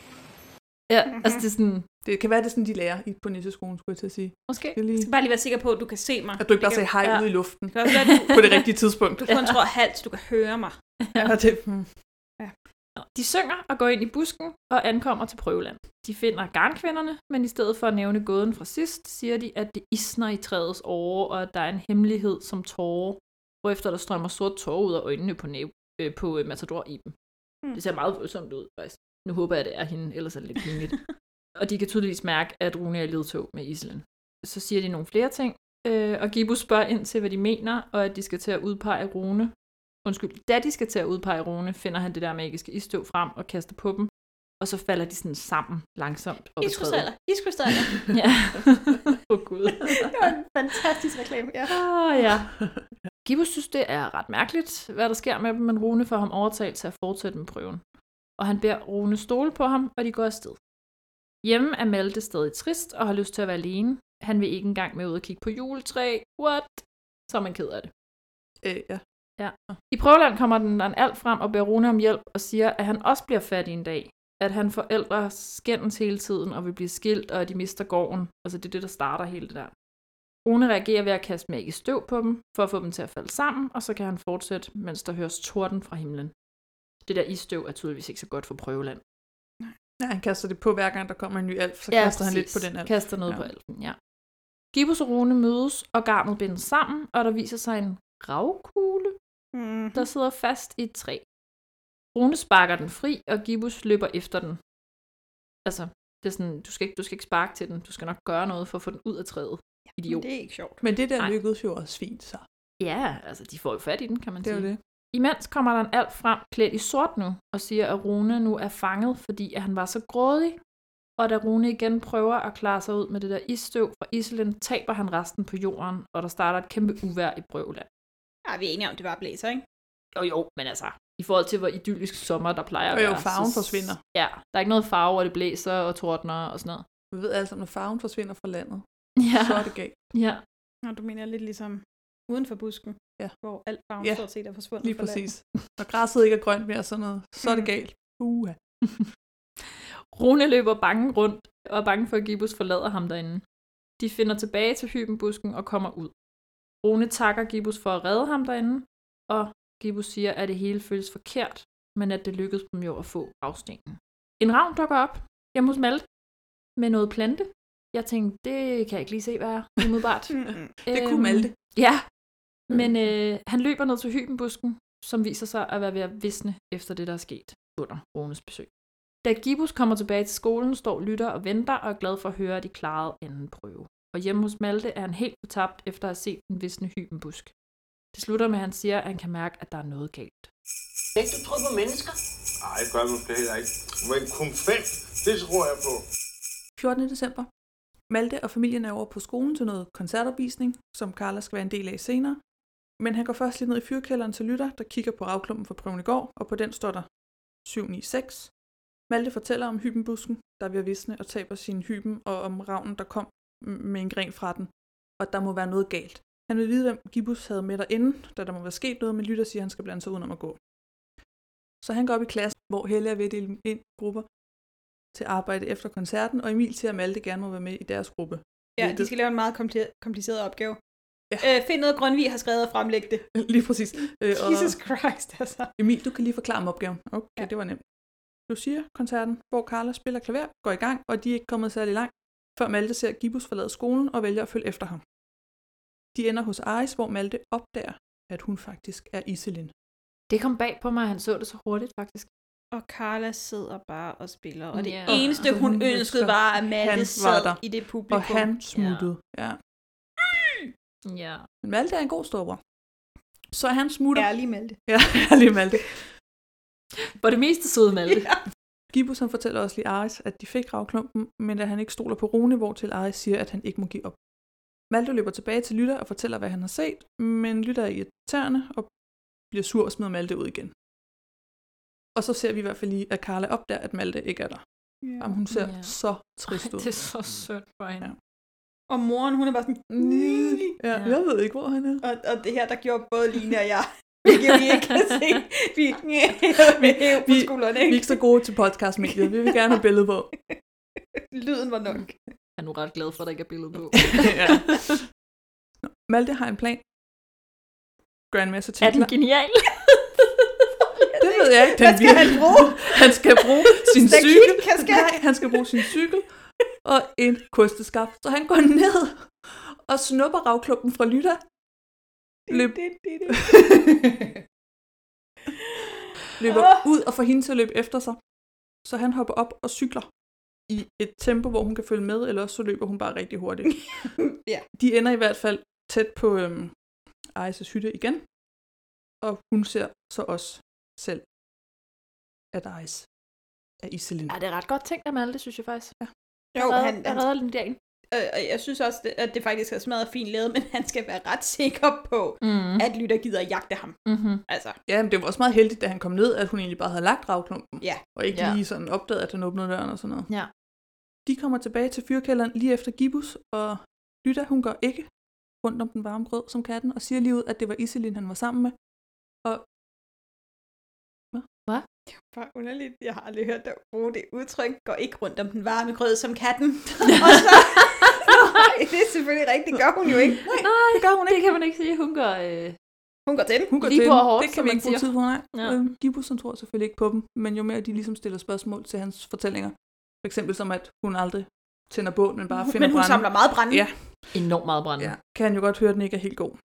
Ja, altså det er sådan... Det kan være, det er sådan, de lærer i på nisseskolen, skulle jeg til at sige. Måske. Du skal bare lige være sikker på, at du kan se mig. At du ikke bare kan... siger hej ja. ude i luften det være, du... på det rigtige tidspunkt. Du kun tror halvt, du kan høre mig. Ja, det... Hmm. Ja. De synger og går ind i busken og ankommer til Prøveland. De finder garnkvinderne, men i stedet for at nævne gåden fra sidst, siger de, at det isner i træets åre, og at der er en hemmelighed som tårer, hvorefter der strømmer sort tårer ud af øjnene på, næb, øh, på øh, Matador i dem. Mm. Det ser meget voldsomt ud, faktisk. Nu håber jeg, at det er hende, ellers er det lidt pinligt. Og de kan tydeligvis mærke, at Rune er i ledtog med Iselin. Så siger de nogle flere ting, øh, og Gibus spørger ind til, hvad de mener, og at de skal til at udpege Rune. Undskyld, da de skal til at udpege Rune, finder han det der magiske isstøv frem og kaster på dem, og så falder de sådan sammen langsomt op i træet. Iskrystaller, iskrystaller. Ja. Åh oh, gud. Det var en fantastisk reklame, ja. Oh, ja. Gibus synes, det er ret mærkeligt, hvad der sker med dem, men Rune får ham overtalt til at fortsætte med prøven. Og han beder Rune stole på ham, og de går afsted. Hjemme er Malte stadig trist og har lyst til at være alene. Han vil ikke engang med ud og kigge på juletræ. What? Så er man ked af det. Øh, ja. Ja. I Prøveland kommer den en alt frem og beder Rune om hjælp og siger, at han også bliver fattig en dag. At han forældre skændes hele tiden og vil blive skilt, og at de mister gården. Altså det er det, der starter hele det der. Rune reagerer ved at kaste magisk støv på dem, for at få dem til at falde sammen, og så kan han fortsætte, mens der høres torden fra himlen. Det der isstøv er tydeligvis ikke så godt for Prøveland. Ja, han kaster det på hver gang, der kommer en ny alf, så ja, kaster præcis. han lidt på den alf. Kaster noget ja. på alfen, ja. Gibus og Rune mødes, og garnet bindes sammen, og der viser sig en gravkugle, mm-hmm. der sidder fast i et træ. Rune sparker den fri, og Gibus løber efter den. Altså, det er sådan, du skal ikke, du skal ikke sparke til den, du skal nok gøre noget for at få den ud af træet. Idiot. Det er ikke sjovt. Men det der lykkedes jo også fint, så. Ja, altså, de får jo fat i den, kan man det sige. Det er det. Imens kommer der en alf frem, klædt i sort nu, og siger, at Rune nu er fanget, fordi at han var så grådig. Og da Rune igen prøver at klare sig ud med det der isstøv fra Iselin, taber han resten på jorden, og der starter et kæmpe uvejr i Prøveland. Ja, vi er enige om, det var blæser, ikke? Jo, jo, men altså, i forhold til, hvor idyllisk sommer, der plejer at være. Jo, jo, farven så, forsvinder. Ja, der er ikke noget farve, og det blæser og tordner og sådan noget. Vi ved altså, når farven forsvinder fra landet, ja. så er det galt. Ja. Nå, du mener lidt ligesom uden for busken, ja. hvor alt farven ja. stort set er forsvundet lige fra præcis. landet. Når græsset ikke er grønt mere, sådan noget, så er det galt. Uha. Rune løber bange rundt, og er bange for, at Gibus forlader ham derinde. De finder tilbage til Hybenbusken og kommer ud. Rune takker Gibus for at redde ham derinde, og Gibus siger, at det hele føles forkert, men at det lykkedes dem jo at få gravstenen. En ravn dukker op hjemme hos Malte med noget plante. Jeg tænkte, det kan jeg ikke lige se, hvad er umiddelbart. Det kunne Malte. Ja, men øh, han løber ned til Hybenbusken, som viser sig at være ved at visne efter det, der er sket under Runes besøg. Da Gibus kommer tilbage til skolen, står Lytter og venter og er glad for at høre, at de klarede anden prøve. Og hjemme hos Malte er han helt fortabt efter at have set den visne Hybenbusk. Det slutter med, at han siger, at han kan mærke, at der er noget galt. Ikke du tror på mennesker? Nej, det gør du måske heller ikke. Men kun fem, det tror jeg på. fjortende december. Malte og familien er over på skolen til noget koncertopvisning, som Carla skal være en del af senere. Men han går først lige ned i fyrkælderen til Lytter, der kigger på ravklumpen fra prøven i går, og på den står der syv ni seks. Malte fortæller om hybenbusken, der er ved at visne og taber sin hyben, og om ravnen, der kom med en gren fra den, og der må være noget galt. Han vil vide, hvem Gibus havde med derinde, da der må være sket noget, men Lytter siger, at han skal blande sig udenom at gå. Så han går op i klassen, hvor Helle er ved at dele ind i grupper til arbejde efter koncerten, og Emil siger, at Malte gerne må være med i deres gruppe. Ja, de skal lave en meget kompliceret opgave. Ja. Øh, find noget, Grønvig har skrevet og fremlægge det. Lige præcis. Øh, Jesus Christ, altså. Emil, du kan lige forklare om opgaven. Okay, ja. Det var nemt. Lucia-koncerten, hvor Carla spiller klaver, går i gang, og de er ikke kommet særlig langt, før Malte ser Gibus forlade skolen og vælger at følge efter ham. De ender hos Aris, hvor Malte opdager, at hun faktisk er Iselin. Det kom bag på mig, at han så det så hurtigt, faktisk. Og Carla sidder bare og spiller, og det Ja. eneste, hun ønskede, var, at Malte sad i det publikum. Og han smuttede. Ja. Ja. Men Malte er en god storbror. Så han smutter. Ærlig Malte. Ja, ærlig Malte. For det meste søde Malte. Ja. Gibus han fortæller også lige Aris, at de fik ravklumpen, men at han ikke stoler på Rune, hvortil Aris siger, at han ikke må give op. Malte løber tilbage til Lytter og fortæller, hvad han har set, men Lytter er irriterende og bliver sur og smider Malte ud igen. Og så ser vi i hvert fald lige, at Carla opdager, at Malte ikke er der. Ja. Jamen, hun ser ja. så trist ud. Ej, det er så sødt for hende. Ja. Og moren, hun er bare sådan, nylig. Ja, jeg ved ikke, hvor han er. Og, og det her, der gjorde både Line og jeg, hvilket vi ikke kan se. Vi, med hæv på skuldrene, ikke? Vi er ikke så gode til podcastmediet. Vi vil gerne have billede på. Lyden var nok. Jeg er nu ret glad for, at der ikke er billede på. Ja. Nå, Malte har en plan. Gør en masse ting. Er den genial? Det ved jeg ikke. Den Hvad skal han bruge? Han skal bruge sin cykel. Nej, han skal bruge sin cykel og en kosteskab. Så han går ned og snupper ravklumpen fra Lytter. Løb. Løber ud og får hende til at løbe efter sig. Så han hopper op og cykler i et tempo, hvor hun kan følge med, eller også så løber hun bare rigtig hurtigt. Ja. De ender i hvert fald tæt på øhm, Aris' hytte igen, og hun ser så også selv, at Aris er Iselin. Ja, det er ret godt tænkt af Malte, synes jeg faktisk. Ja. Jo, jeg han, jeg redder den dagen. Øh, og jeg synes også, at det faktisk er smadret fint lavet, men han skal være ret sikker på, mm. at Lytter gider at jagte ham. Mm-hmm. Altså. Ja, men det var også meget heldigt, da han kom ned, at hun egentlig bare havde lagt ravklumpen. Ja. Og ikke ja. lige sådan opdaget, at han åbnede døren og sådan noget. Ja. De kommer tilbage til fyrkælderen lige efter Gibus, og Lytter, hun går ikke rundt om den varme grød som katten, og siger lige ud, at det var Iselin, han var sammen med. Og... Hvad? Hvad? Det er bare underligt. Jeg har aldrig hørt dig bruge det udtryk. Går ikke rundt om den varme grød som katten. Og så... Nej, det er selvfølgelig rigtigt. Det gør hun jo ikke. Nej, nej, det gør hun ikke. Det kan man ikke sige. Hun går... Øh... Hun går til den. Hun går lige til på den. hårdt, Det kan vi ikke bruge tid på, nej. Ja. Øhm, Gibus, han tror selvfølgelig ikke på dem, men jo mere de ligesom stiller spørgsmål til hans fortællinger. For eksempel som, at hun aldrig tænder bål, men bare finder Men hun brænde. samler meget brænde. Ja. Enormt meget brænde. Ja. Kan han jo godt høre, at den ikke er helt god.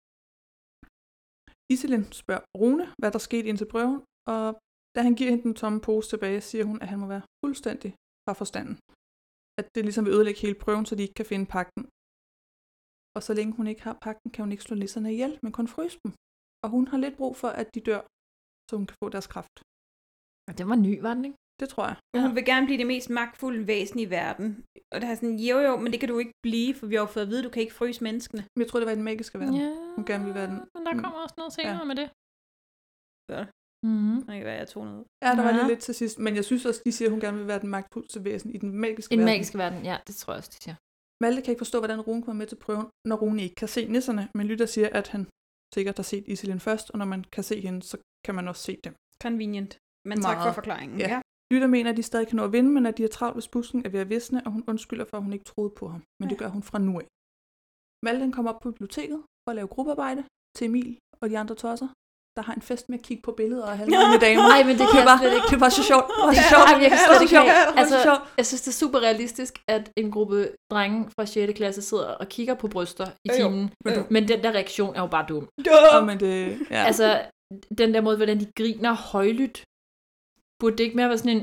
Iselin spørger Rune, hvad der skete indtil prøven, og da han giver hende den tomme pose tilbage, siger hun, at han må være fuldstændig fra forstanden. At det ligesom vil ødelægge hele prøven, så de ikke kan finde pagten. Og så længe hun ikke har pagten, kan hun ikke slå nisserne ihjel, men kun fryse dem. Og hun har lidt brug for, at de dør, så hun kan få deres kraft. Og det var ny, var den, ikke? Det tror jeg. Ja. Hun vil gerne blive det mest magtfulde væsen i verden. Og det er sådan, jo jo, men det kan du ikke blive, for vi har jo fået at vide, at du kan ikke fryse menneskene. Men jeg tror, det var i den magiske verden. Ja, hun gerne vil være den. Men der kommer også noget senere ja. med det. Ja. Mm-hmm. Det kan være, jeg tog noget. Ja, der var ja. lige lidt til sidst. Men jeg synes også, de siger, at hun gerne vil være den magtfulde væsen i den magiske I verden. den magiske verden, ja, det tror jeg også, de siger. Malte kan ikke forstå, hvordan Rune kommer med til prøven, når Rune ikke kan se nisserne, men Lytter siger, at han sikkert har set Iselin først, og når man kan se hende, så kan man også se dem. Convenient. Men tak for forklaringen. Ja. Ja. Lytter mener, at de stadig kan nå at vinde, men at de er travlt, hvis busken er ved at visne, og hun undskylder for, at hun ikke troede på ham. Men det gør hun fra nu af. Malte kommer op på biblioteket for at lave gruppearbejde til Emil og de andre tosser, der har en fest med at kigge på billeder af halvdelen damer. Nej, men det kan det var, jeg slet ikke. Det var så sjovt. Det var så sjovt. Ej, jeg kan slet ikke have. Altså, sjovt. jeg synes, det er super realistisk, at en gruppe drenge fra sjette klasse sidder og kigger på bryster i timen. Jo, jo. Men den der reaktion er jo bare dum. Ja, men det, ja. Altså, den der måde, hvordan de griner højlydt, burde det ikke mere være sådan en...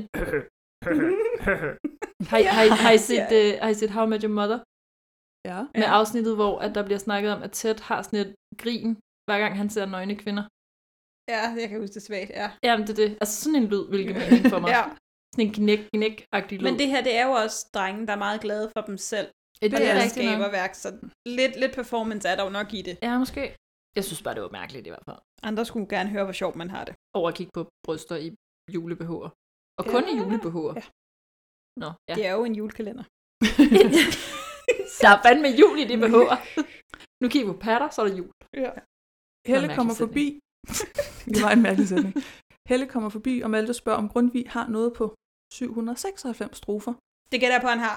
har, I, har, I, har, I set, uh, har I set How I Met Your Mother? Ja. Med afsnittet, hvor at der bliver snakket om, at Ted har sådan et grin, hver gang han ser nøgne kvinder. Ja, jeg kan huske det svagt, ja. Jamen, det er det. Altså sådan en lyd, hvilket mening for mig. Ja. Sådan en knæk-knæk-agtig lyd. Men det her, det er jo også drenge, der er meget glade for dem selv. Ja, det og er deres rigtigt nok. skaberværk, så lidt, lidt performance er der jo nok i det. Ja, måske. Jeg synes bare, det var mærkeligt i hvert fald. Andre skulle gerne høre, hvor sjovt man har det. Over at kigge på bryster i julebehårer. Og kun i julebehøver. Ja. Nå, ja. Det er jo en julekalender. Der er fandme jul i de behøver. Nu kigger vi på patter, så er der jul. Ja. Helle kommer forbi. Det var en mærkelig sætning. Helle kommer forbi, og Malte spørger, om Grundtvig har noget på syv hundrede seksoghalvfems strofer. Det gætter jeg på, han har.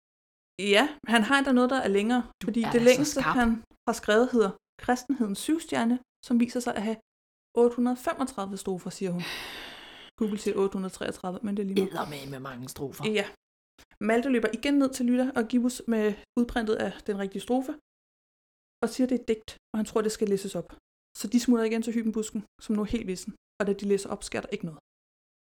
Ja, han har endda noget, der er længere, Du fordi er det da længste, så skarp. han har skrevet, hedder Kristenhedens syvstjerne, som viser sig at have otte hundrede femogtredive strofer, siger hun. Google siger otte hundrede treogtredive, men det er lige meget. Eddermame med mange strofer. Ja. Malte løber igen ned til Lytter og Gibbus med udprintet af den rigtige strofe, og siger, det er et digt, og han tror, det skal læses op. Så de smutter igen til hybenbusken, som nu er helt vissen, og da de læser op, sker der ikke noget.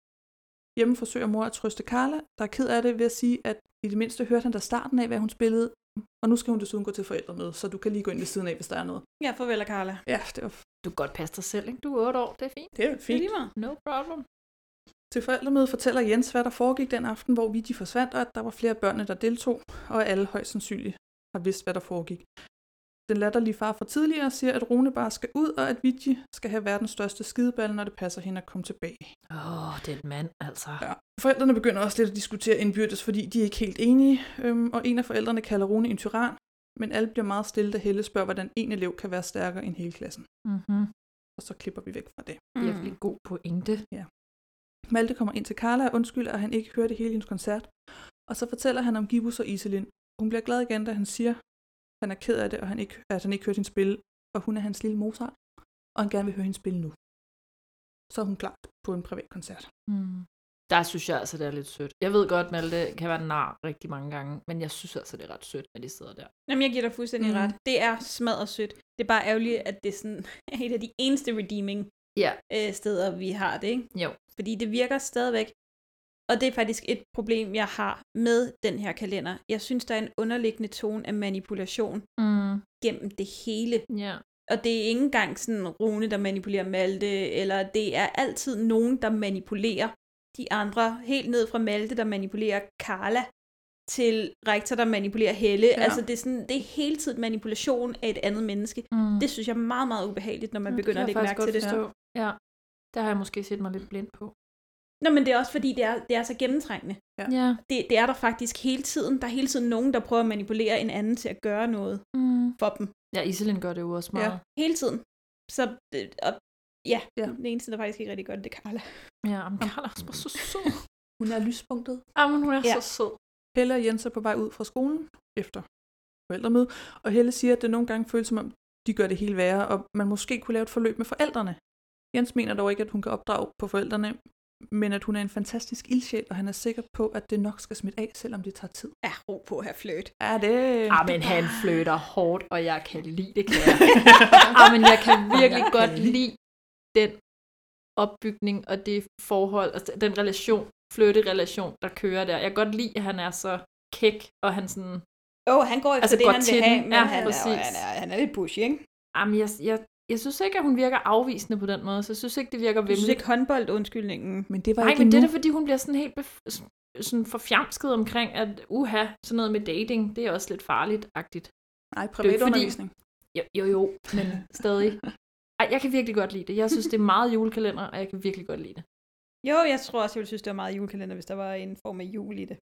Hjemme forsøger mor at trøste Carla, der er ked af det ved at sige, at i det mindste hørte han da starten af, hvad hun spillede, og nu skal hun desuden gå til forældremøde, så du kan lige gå ind ved siden af, hvis der er noget. Ja, farvel Carla. Ja, det var... Du kan godt passe dig selv, ikke? Du er otte år, det er fint. Det er fint. Det er lige meget. No problem. Til forældremødet fortæller Jens, hvad der foregik den aften, hvor Vicky forsvandt, og at der var flere børn, der deltog, og alle højst sandsynligt har vidst, hvad der foregik. Den latterlige far fra tidligere siger, at Rune bare skal ud, og at Vicky skal have verdens største skideball, når det passer hende at komme tilbage. Åh, oh, det er en mand, altså. Ja. Forældrene begynder også lidt at diskutere indbyrdes, fordi de er ikke helt enige, øhm, og en af forældrene kalder Rune en tyran, men alle bliver meget stille, da Helle spørger, hvordan en elev kan være stærkere end hele klassen. Mm-hmm. Og så klipper vi væk fra det. Virkelig god pointe. Ja. Malte kommer ind til Carla og undskylder, at han ikke hørte hele hendes koncert, og så fortæller han om Gibbus og Iselin. Hun bliver glad igen, da han siger, han er ked af det, og han ikke, at han ikke hørte hende spille, og hun er hans lille Mozart, og han gerne vil høre hende spille nu. Så er hun klar på en privat koncert. Mm. Der synes jeg altså, det er lidt sødt. Jeg ved godt, Malte kan være nar rigtig mange gange, men jeg synes altså, det er ret sødt, at de sidder der. Jamen, jeg giver dig fuldstændig mm. ret. Det er smadret sødt. Det er bare ærgerligt, at det er sådan et af de eneste redeeming ja. øh, steder, vi har det, ikke? Jo. Fordi det virker stadigvæk. Og det er faktisk et problem, jeg har med den her kalender. Jeg synes, der er en underliggende tone af manipulation mm. gennem det hele. Ja. Og det er ikke engang sådan Rune, der manipulerer Malte, eller det er altid nogen, der manipulerer de andre. Helt ned fra Malte, der manipulerer Carla, til rektor, der manipulerer Helle. Ja. Altså, det er, sådan, det er hele tiden manipulation af et andet menneske. Mm. Det synes jeg er meget, meget ubehageligt, når man ja, begynder at lægge mærke til det. Ja. ja, der har jeg måske set mig lidt blind på. Nå, men det er også fordi, det er, det er så gennemtrængende. Ja. Ja. Det, det er der faktisk hele tiden. Der er hele tiden nogen, der prøver at manipulere en anden til at gøre noget mm. for dem. Ja, Iselin gør det jo også meget. Ja. Hele tiden. Så, og, ja, ja, den eneste, der faktisk ikke rigtig gør det, det er Carla. Ja, men Carla er så sød. Hun er lyspunktet. Ja, men hun er ja. så sød. Helle og Jens er på vej ud fra skolen efter forældremøde, og Helle siger, at det nogle gange føles som om, de gør det hele værre, og man måske kunne lave et forløb med forældrene. Jens mener dog ikke, at hun kan opdrage på forældrene, men at hun er en fantastisk ildsjæl, og han er sikker på, at det nok skal smitte af, selvom det tager tid. Ja, ro på at have fløjt. Ja, det... Ah, men han fløter hårdt, og jeg kan lide det, kan jeg. ah, men jeg kan virkelig jeg godt kan lide den opbygning og det forhold, altså den relation, fløjterelation, der kører der. Jeg kan godt lide, at han er så kæk, og han sådan... Åh, oh, han går efter altså, det, han vil have, men ja, han, er, han, er, han er lidt pushy, ikke? Jamen, jeg, jeg, jeg synes ikke, at hun virker afvisende på den måde, så jeg synes ikke, det virker vemmeligt. Du synes ikke håndbold undskyldningen? Men det var Nej, ikke men nu. det er fordi, hun bliver sådan helt bef- sådan forfjamsket omkring, at uha, sådan noget med dating, det er også lidt farligt-agtigt. Nej, privatundervisning. Jo, jo, jo, men stadig. Ej, jeg kan virkelig godt lide det. Jeg synes, det er meget julekalender, og jeg kan virkelig godt lide det. Jo, jeg tror også, jeg ville synes, det var meget julekalender, hvis der var en form af jul i det.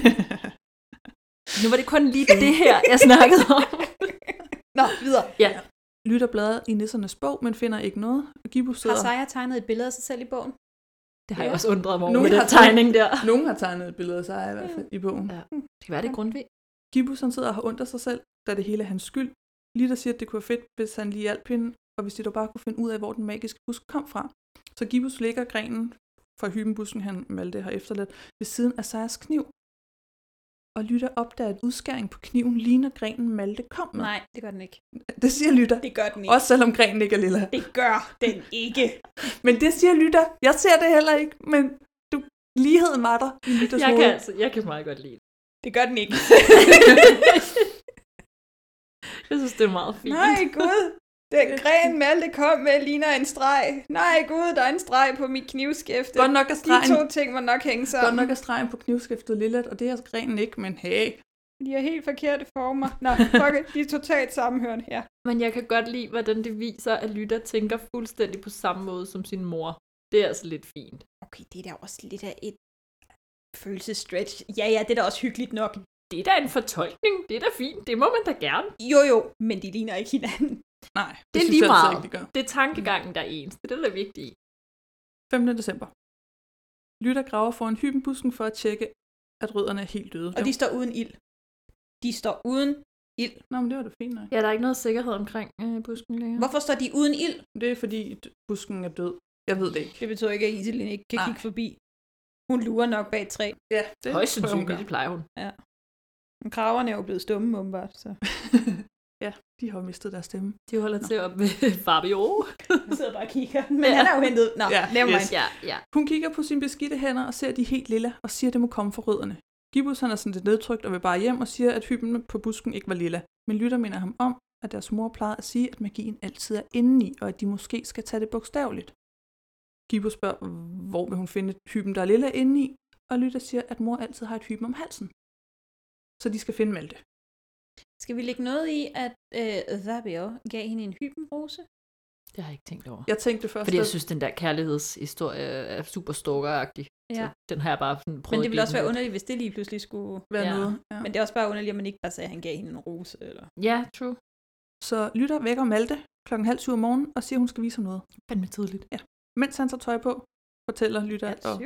Nu var det kun lige det her, jeg snakkede om. Nå, videre. Ja. Lytter bladrer i nissernes bog, men finder ikke noget. Gibbus sidder... Har Seja tegnet et billede af sig selv i bogen? Det har ja. jeg også undret mig over nogen med den tegning der. Nogen har tegnet et billede af Seja i hvert fald i bogen. Ja. Det kan være, det er Grundtvig. Gibbus han sidder og har ondt af sig selv, da det hele er hans skyld. Lita siger, at det kunne være fedt, hvis han lige hjalp hende, og hvis de dog bare kunne finde ud af, hvor den magiske busk kom fra. Så Gibbus lægger grenen fra hybenbusken, han Malte har efterladt, ved siden af Sejas kniv. Og Lytter opdager, at udskæringen på kniven ligner grenen Malte kom med. Nej, det gør den ikke. Det siger Lytter. Det gør den ikke. Også selvom grenen ikke er lilla. Det gør den ikke. Men det siger Lytter. Jeg ser det heller ikke, men du, ligheden var der i Lytters jeg hoved. kan, altså, jeg kan meget godt lide det. Det gør den ikke. Jeg synes, det er meget fint. Nej, Gud. Den gren Malte kom med ligner en streg. Nej, Gud, der er en streg på mit knivskæfte. Godt nok er stregen, de to ting må nok hænge sammen. Godt nok er stregen på knivskæftet lille, og det er grenen ikke, men hey. De har helt forkerte former. Nå, fuck it, de er totalt sammenhørende her. Men jeg kan godt lide, hvordan det viser, at Lytter tænker fuldstændig på samme måde som sin mor. Det er altså lidt fint. Okay, det er da også lidt af et følelsesstretch. Ja, ja, det er da også hyggeligt nok. Det er da en fortolkning. Det er da fint. Det må man da gerne. Jo, jo, men de ligner ikke hinanden. Nej, det, Det er synes lige jeg altså meget. ikke, de gør. Det er tankegangen, der er ens. Det er det, der er vigtigt i. femtende december. Lytter graver foran hybenbusken for at tjekke, at rødderne er helt døde. Og de står uden ild. De står uden ild. Nå, men det var da fint nok. Ja, der er ikke noget sikkerhed omkring øh, busken længere. Hvorfor står de uden ild? Det er fordi busken er død. Jeg ved det ikke. Det betyder ikke, at Iselin ikke kan Nej. kigge forbi. Hun lurer nok bag et træ. Ja, det Højst tror jeg, hun sandsynligt, gør. det plejer hun. Ja. Men kraverne er jo blevet stumme, åbenbart. Så. Ja, de har jo mistet deres stemme. De holder til op ved Fabio. Jeg sidder bare og kigger. Men ja. Han er jo hentet. Nå, Ja, never yes. mind. Ja, ja. Hun kigger på sine beskidte hænder og ser de helt lilla og siger, at det må komme fra rødderne. Gibbus han er sådan lidt nedtrykt og vil bare hjem og siger, at hyben på busken ikke var lilla. Men Lytter minder ham om, at deres mor plejede at sige, at magien altid er indeni, og at de måske skal tage det bogstaveligt. Gibbus spørger, hvor vil hun finde hyben, der er lilla indeni, og Lytter siger, at mor altid har et hyben om halsen. Så de skal finde Malte. Skal vi lægge noget i, at øh, Fabio gav hende en hybenrose? Det har jeg ikke tænkt over. Jeg tænkte først, Fordi jeg at- synes, den der kærlighedshistorie er super stalker-agtig. Ja. Så den har jeg bare sådan prøvet Men det at ville give også den være lidt. underligt, hvis det lige pludselig skulle Være ja. noget, ja. Men det er også bare underligt, at man ikke bare sagde, at han gav hende en rose. Eller... Ja, true. Så Lytter vækker Malte klokken halv syv om morgenen og siger, at hun skal vise ham noget. Fandme tidligt. Ja. Mens han tager tøj på, fortæller Lytter... Halv og... syv?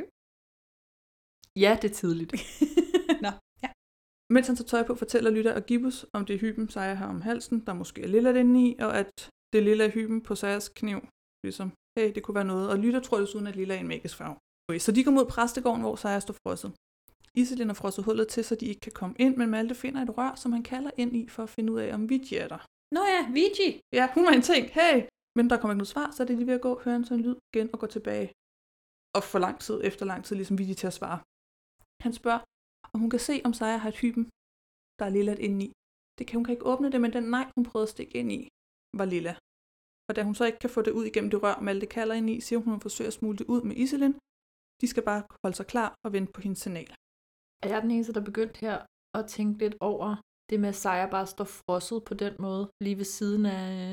Ja, det er tidligt. Nå, ja. Mens han tager tøj på, fortæller Lytter og Gibbus, om det er hyben, Sejer har om halsen, der måske er lilla inde i, og at det lilla er hyben på Sejers kniv, ligesom, hey, det kunne være noget. Og Lytter tror desuden, at lilla er en magisk farve. Okay, så de går mod præstegården, hvor Sejer står frosset. Iselin har frosset hullet til, så de ikke kan komme ind, men Malte finder et rør, som han kalder ind i, for at finde ud af, om Vigi er der. Nå ja, Vigi! Ja, hun var en ting, hey! Men der kommer ikke noget svar, så er det lige ved at gå, høre en sådan lyd igen og gå tilbage. Og for lang tid, efter lang tid, ligesom Vigi til at svare. Han spørger, om hun kan se, om Sejer har et hyben, der er lilla inde i. Det kan hun kan ikke åbne det, men den nej, hun prøvede at stikke ind i, var lilla. Og da hun så ikke kan få det ud igennem det rør, Malte kalder ind i, siger hun, hun forsøger at smule det ud med Iselin. De skal bare holde sig klar og vente på hendes signal. Er jeg den eneste, der begyndt her at tænke lidt over det med, at Sejer bare står frosset på den måde, lige ved siden af øh,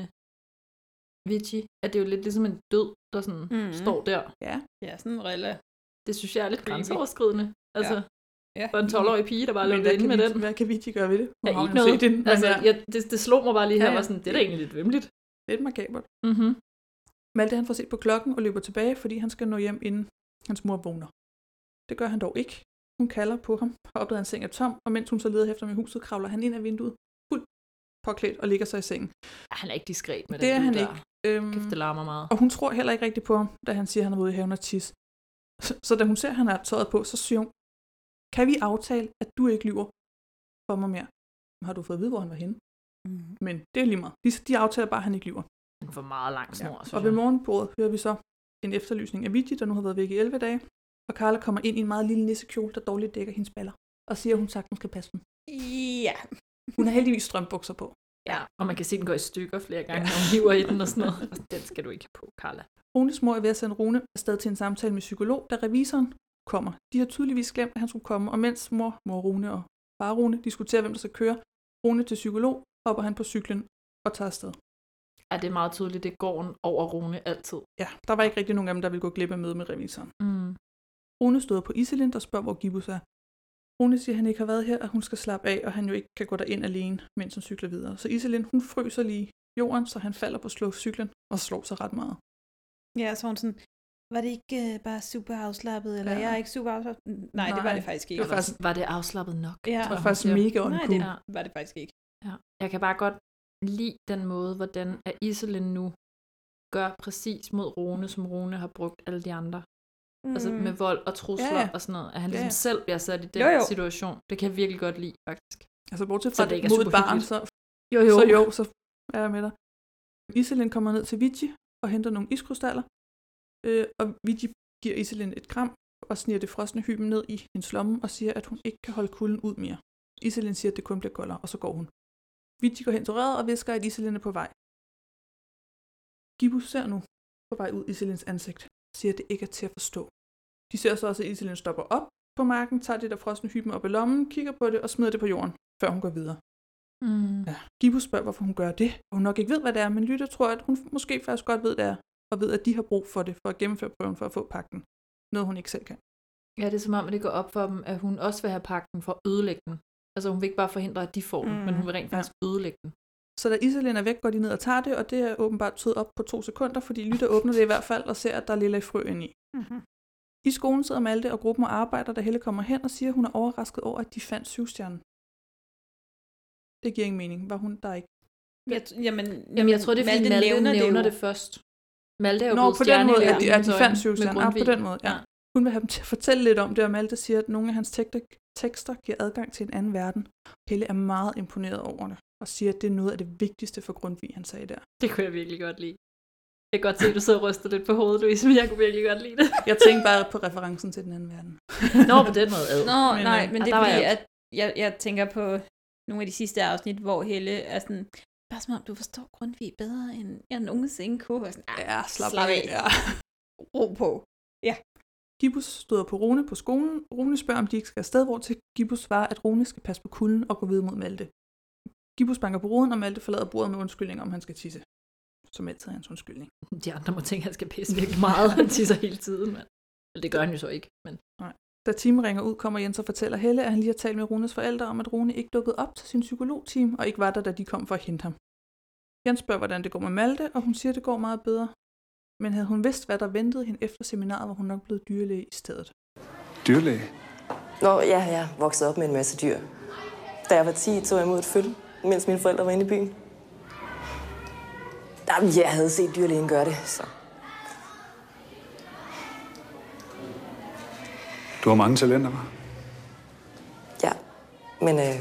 Vigi? At det er jo lidt ligesom en død, der sådan Mhm. mm. står der. Ja. Ja, sådan en rilla. Det synes jeg er lidt Creepy. grænseoverskridende. Altså, Ja. Ja. for en tolv-årig pige, der bare Men løb hvad ind kan med Vigi- den. Hvad kan Vigi gøre ved det? Hun Ja, har jo ikke noget. set det, men altså, ja. jeg, det, det slog mig bare lige her, Ja, ja. var sådan, det er da egentlig lidt vemmeligt. Lidt makabert. Mhm. Malte han får set på klokken og løber tilbage, fordi han skal nå hjem, inden hans mor vågner. Det gør han dog ikke. Hun kalder på ham og opdager, at hans seng er tom, og mens hun så leder efter ham i huset, kravler han ind ad vinduet, fuldt påklædt og ligger sig i sengen. Han er ikke diskret med Det den er lyd han der. ikke. Øhm, Kæft, det larmer meget. Og hun tror heller ikke rigtigt på ham, da han siger, at han er ude i haven og tisse. Så, så da hun ser, at han har tøjet på, så siger hun, kan vi aftale, at du ikke lyver for mig mere? Har du fået at vide, hvor han var henne? Mm. Men det er lige meget. De, de aftaler bare, at han ikke lyver. Den får meget lang snor, Ja. Og ved morgenbordet hører vi så en efterlysning af Vigi, der nu har været væk i elleve dage. Og Carla kommer ind i en meget lille nissekjole, der dårligt dækker hendes baller. Og siger, at hun sagtens skal passe dem. Ja. Hun har heldigvis strømbukser på. Ja, og man kan se, at den går i stykker flere gange, når hun hiver i den og sådan noget. Den skal du ikke have på, Carla. Runes mor er ved at sende Rune afsted til en samtale med psykolog, da revisoren kommer. De har tydeligvis glemt, at han skulle komme, og mens mor, mor Rune og far Rune diskuterer, hvem der skal køre Rune til psykolog, hopper han på cyklen og tager afsted. Ja, det er meget tydeligt, det går over Rune altid. Ja, der var ikke rigtig nogen af dem, der ville gå glip af møde med revisoren. Mm. Rune stod på Iselin, der spørger, hvor Gibbus er. Rune siger, at han ikke har været her, og hun skal slappe af, og han jo ikke kan gå derind alene, mens hun cykler videre. Så Iselin, hun fryser lige jorden, så han falder på slå cyklen og slår sig ret meget. Ja, så hun sådan, var det ikke uh, bare super afslappet, eller Ja. ja. jeg er ikke super afslappet? Nej, det var det faktisk ikke. Det var faktisk- Var det afslappet nok? Ja. Det var faktisk mega Nej, uncool. det var det faktisk ikke. Ja. Jeg kan bare godt lide den måde, hvordan at Iselin nu gør præcis mod Rune, som Rune har brugt alle de andre. Mm. Altså med vold og trusler Ja, ja. og sådan noget. At han Ja, ligesom ja. selv bliver sat i den Jo, jo. situation. Det kan jeg virkelig godt lide, faktisk. Altså bortset Så fra det det ikke er mod et super barn, hyggeligt. så Jo, jo. så jo, så er jeg med dig. Iselin kommer ned til Vigi og henter nogle iskrystaller, øh, og Vigi giver Iselin et kram og sniger det frosne hyben ned i hendes lomme og siger, at hun ikke kan holde kulden ud mere. Iselin siger, at det kun bliver koldere, og så går hun. Vigi går hen til røret og visker, at Iselin er på vej. Gibbus ser nu på vej ud Iselins ansigt og siger, at det ikke er til at forstå. De ser så også, at Iselin stopper op på marken, tager det der frosne hyben op i lommen, kigger på det og smider det på jorden, før hun går videre. Mm. Ja. Gibbus spørger, hvorfor hun gør det, og hun nok ikke ved, hvad det er, men Lytter tror, at hun måske faktisk godt ved, det er, og ved, at de har brug for det, for at gennemføre prøven, for at få pakken. Noget, hun ikke selv kan. Ja, det er som om, at det går op for dem, at hun også vil have pagten for at ødelægge den. Altså hun vil ikke bare forhindre, at de får den, mm. men hun vil rent faktisk ja. ødelægge den. Så da Iselin er væk, går de ned og tager det, og det er åbenbart tøet op på to sekunder, fordi Lytter åbner det i hvert fald og ser, at der er lille frø inde i. Mm-hmm. I skolen sidder Malte og gruppen og arbejder, da Helle kommer hen og siger, at hun er overrasket over, at de fandt syvstjernen. Det giver ingen mening. Var hun der ikke? Jeg, jamen, jamen, jeg tror, det er, fordi Malte, Malte nævner, nævner det, det først. Malte er jo Nå, blevet på den måde, at de, at de fandt syvstjernen. Ah, på den måde, ja. ja. Hun vil have dem til at fortælle lidt om det, og Malte siger, at nogle af hans tekster giver adgang til en anden verden. Helle er meget imponeret over det, og siger, at det er noget af det vigtigste for Grundtvig, han sagde der. Det kunne jeg virkelig godt lide. Jeg kan godt se, at du sidder og ryster lidt på hovedet, Louise, men jeg kunne virkelig godt lide det. Jeg tænkte bare på referencen til den anden verden. Nå, på den måde. Ad. Nå, men, nej, men det er fordi, jeg... at jeg, jeg tænker på nogle af de sidste afsnit, hvor Helle er sådan, bare som om du forstår Grundtvig bedre, end jeg nogensinde kunne. Og sådan, ja, slap, slap af. Ja. Ro på. Ja. Gibbus støder på Rune på skolen. Rune spørger, om de ikke skal afsted, hvor til Gibbus svarer, at Rune skal passe på kulden og gå videre mod Malte. Gibbus banker på ruden, og Malte forlader bordet med undskyldning, om han skal tisse. Som altid er hans undskyldning. De andre må tænke, at han skal pisse virkelig meget. Han tisser hele tiden. Men... Det gør han jo så ikke. Men... Nej. Da Time ringer ud, kommer Jens og fortæller Helle, at han lige har talt med Runes forældre om, at Rune ikke dukkede op til sin psykologteam, og ikke var der, da de kom for at hente ham. Jens spørger, hvordan det går med Malte, og hun siger, at det går meget bedre. Men havde hun vidst, hvad der ventede hende efter seminaret, var hun nok blevet dyrlæge i stedet. Dyrlæge? Nå, ja, jeg voksede op med en masse dyr. Da jeg var ti, tog jeg imod et følge, mens mine forældre var inde i byen. Jamen, jeg havde set dyrlægen gøre det, så... Du har mange talenter, hva'? Ja, men øh...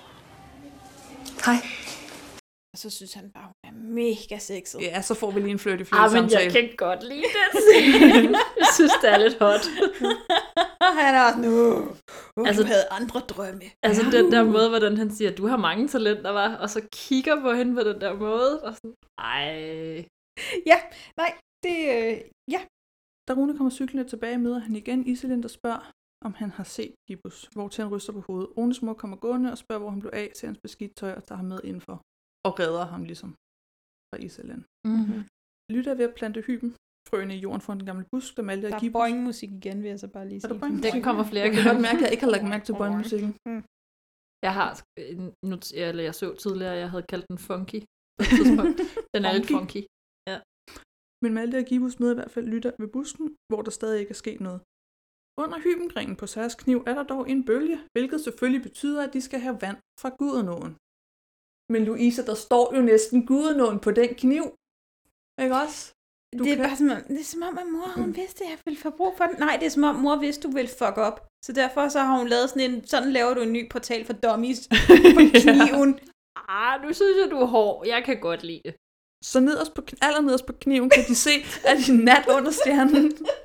hej. Og så synes han bare, hun er mega sexet. Ja, så får vi lige en flirty flirty samtale. Ah, men jeg kan godt lide den scene. Jeg synes, det er lidt hot. Han er også, nu, uh, altså, du havde andre drømme. Altså den der måde, hvordan han siger, du har mange talenter, var, og så kigger på hende på den der måde, og sådan, ej. Ja, nej, det, øh, ja. Da Rune kommer cyklende tilbage, møder han igen Iselin, der spørger, om han har set Gibbus, hvor til han ryster på hovedet. Runes mor kommer gående og spørger, hvor han blev af til hans beskidt tøj, og tager ham med indenfor. Og redder ham ligesom fra Iselin. Mm-hmm. Lytter er ved at plante hyben, frøene i jorden foran den gamle busk, der Malte og Gibbus. Der er boingmusik igen, vil jeg så bare lige sige. Den kommer flere gange. Jeg kan godt mærke, at jeg ikke har lagt mærke til boingmusikken. Mm. Jeg har, eller jeg så tidligere, jeg havde kaldt den funky på et tidspunkt. Den er lidt funky. Ja. Men Malte og Gibbus møder i hvert fald Lytter ved busken, hvor der stadig ikke er sket noget. Under hybengringen på Sars kniv er der dog en bølge, hvilket selvfølgelig betyder, at de skal have vand fra Gudenåen. Men Louise, der står jo næsten Gudenåen på den kniv. Ikke også? Du det, er kan... bare som om, det er som om, at mor hun vidste, at jeg ville få brug for den. Nej, det er som om, mor vidste, du ville fuck op. Så derfor så har hun lavet sådan en, sådan laver du en ny portal for dummies på kniven. Ah, nu synes jeg, du er hård. Jeg kan godt lide det. Så nederst på, allernederst på kniven kan de se, at de nat under stjernen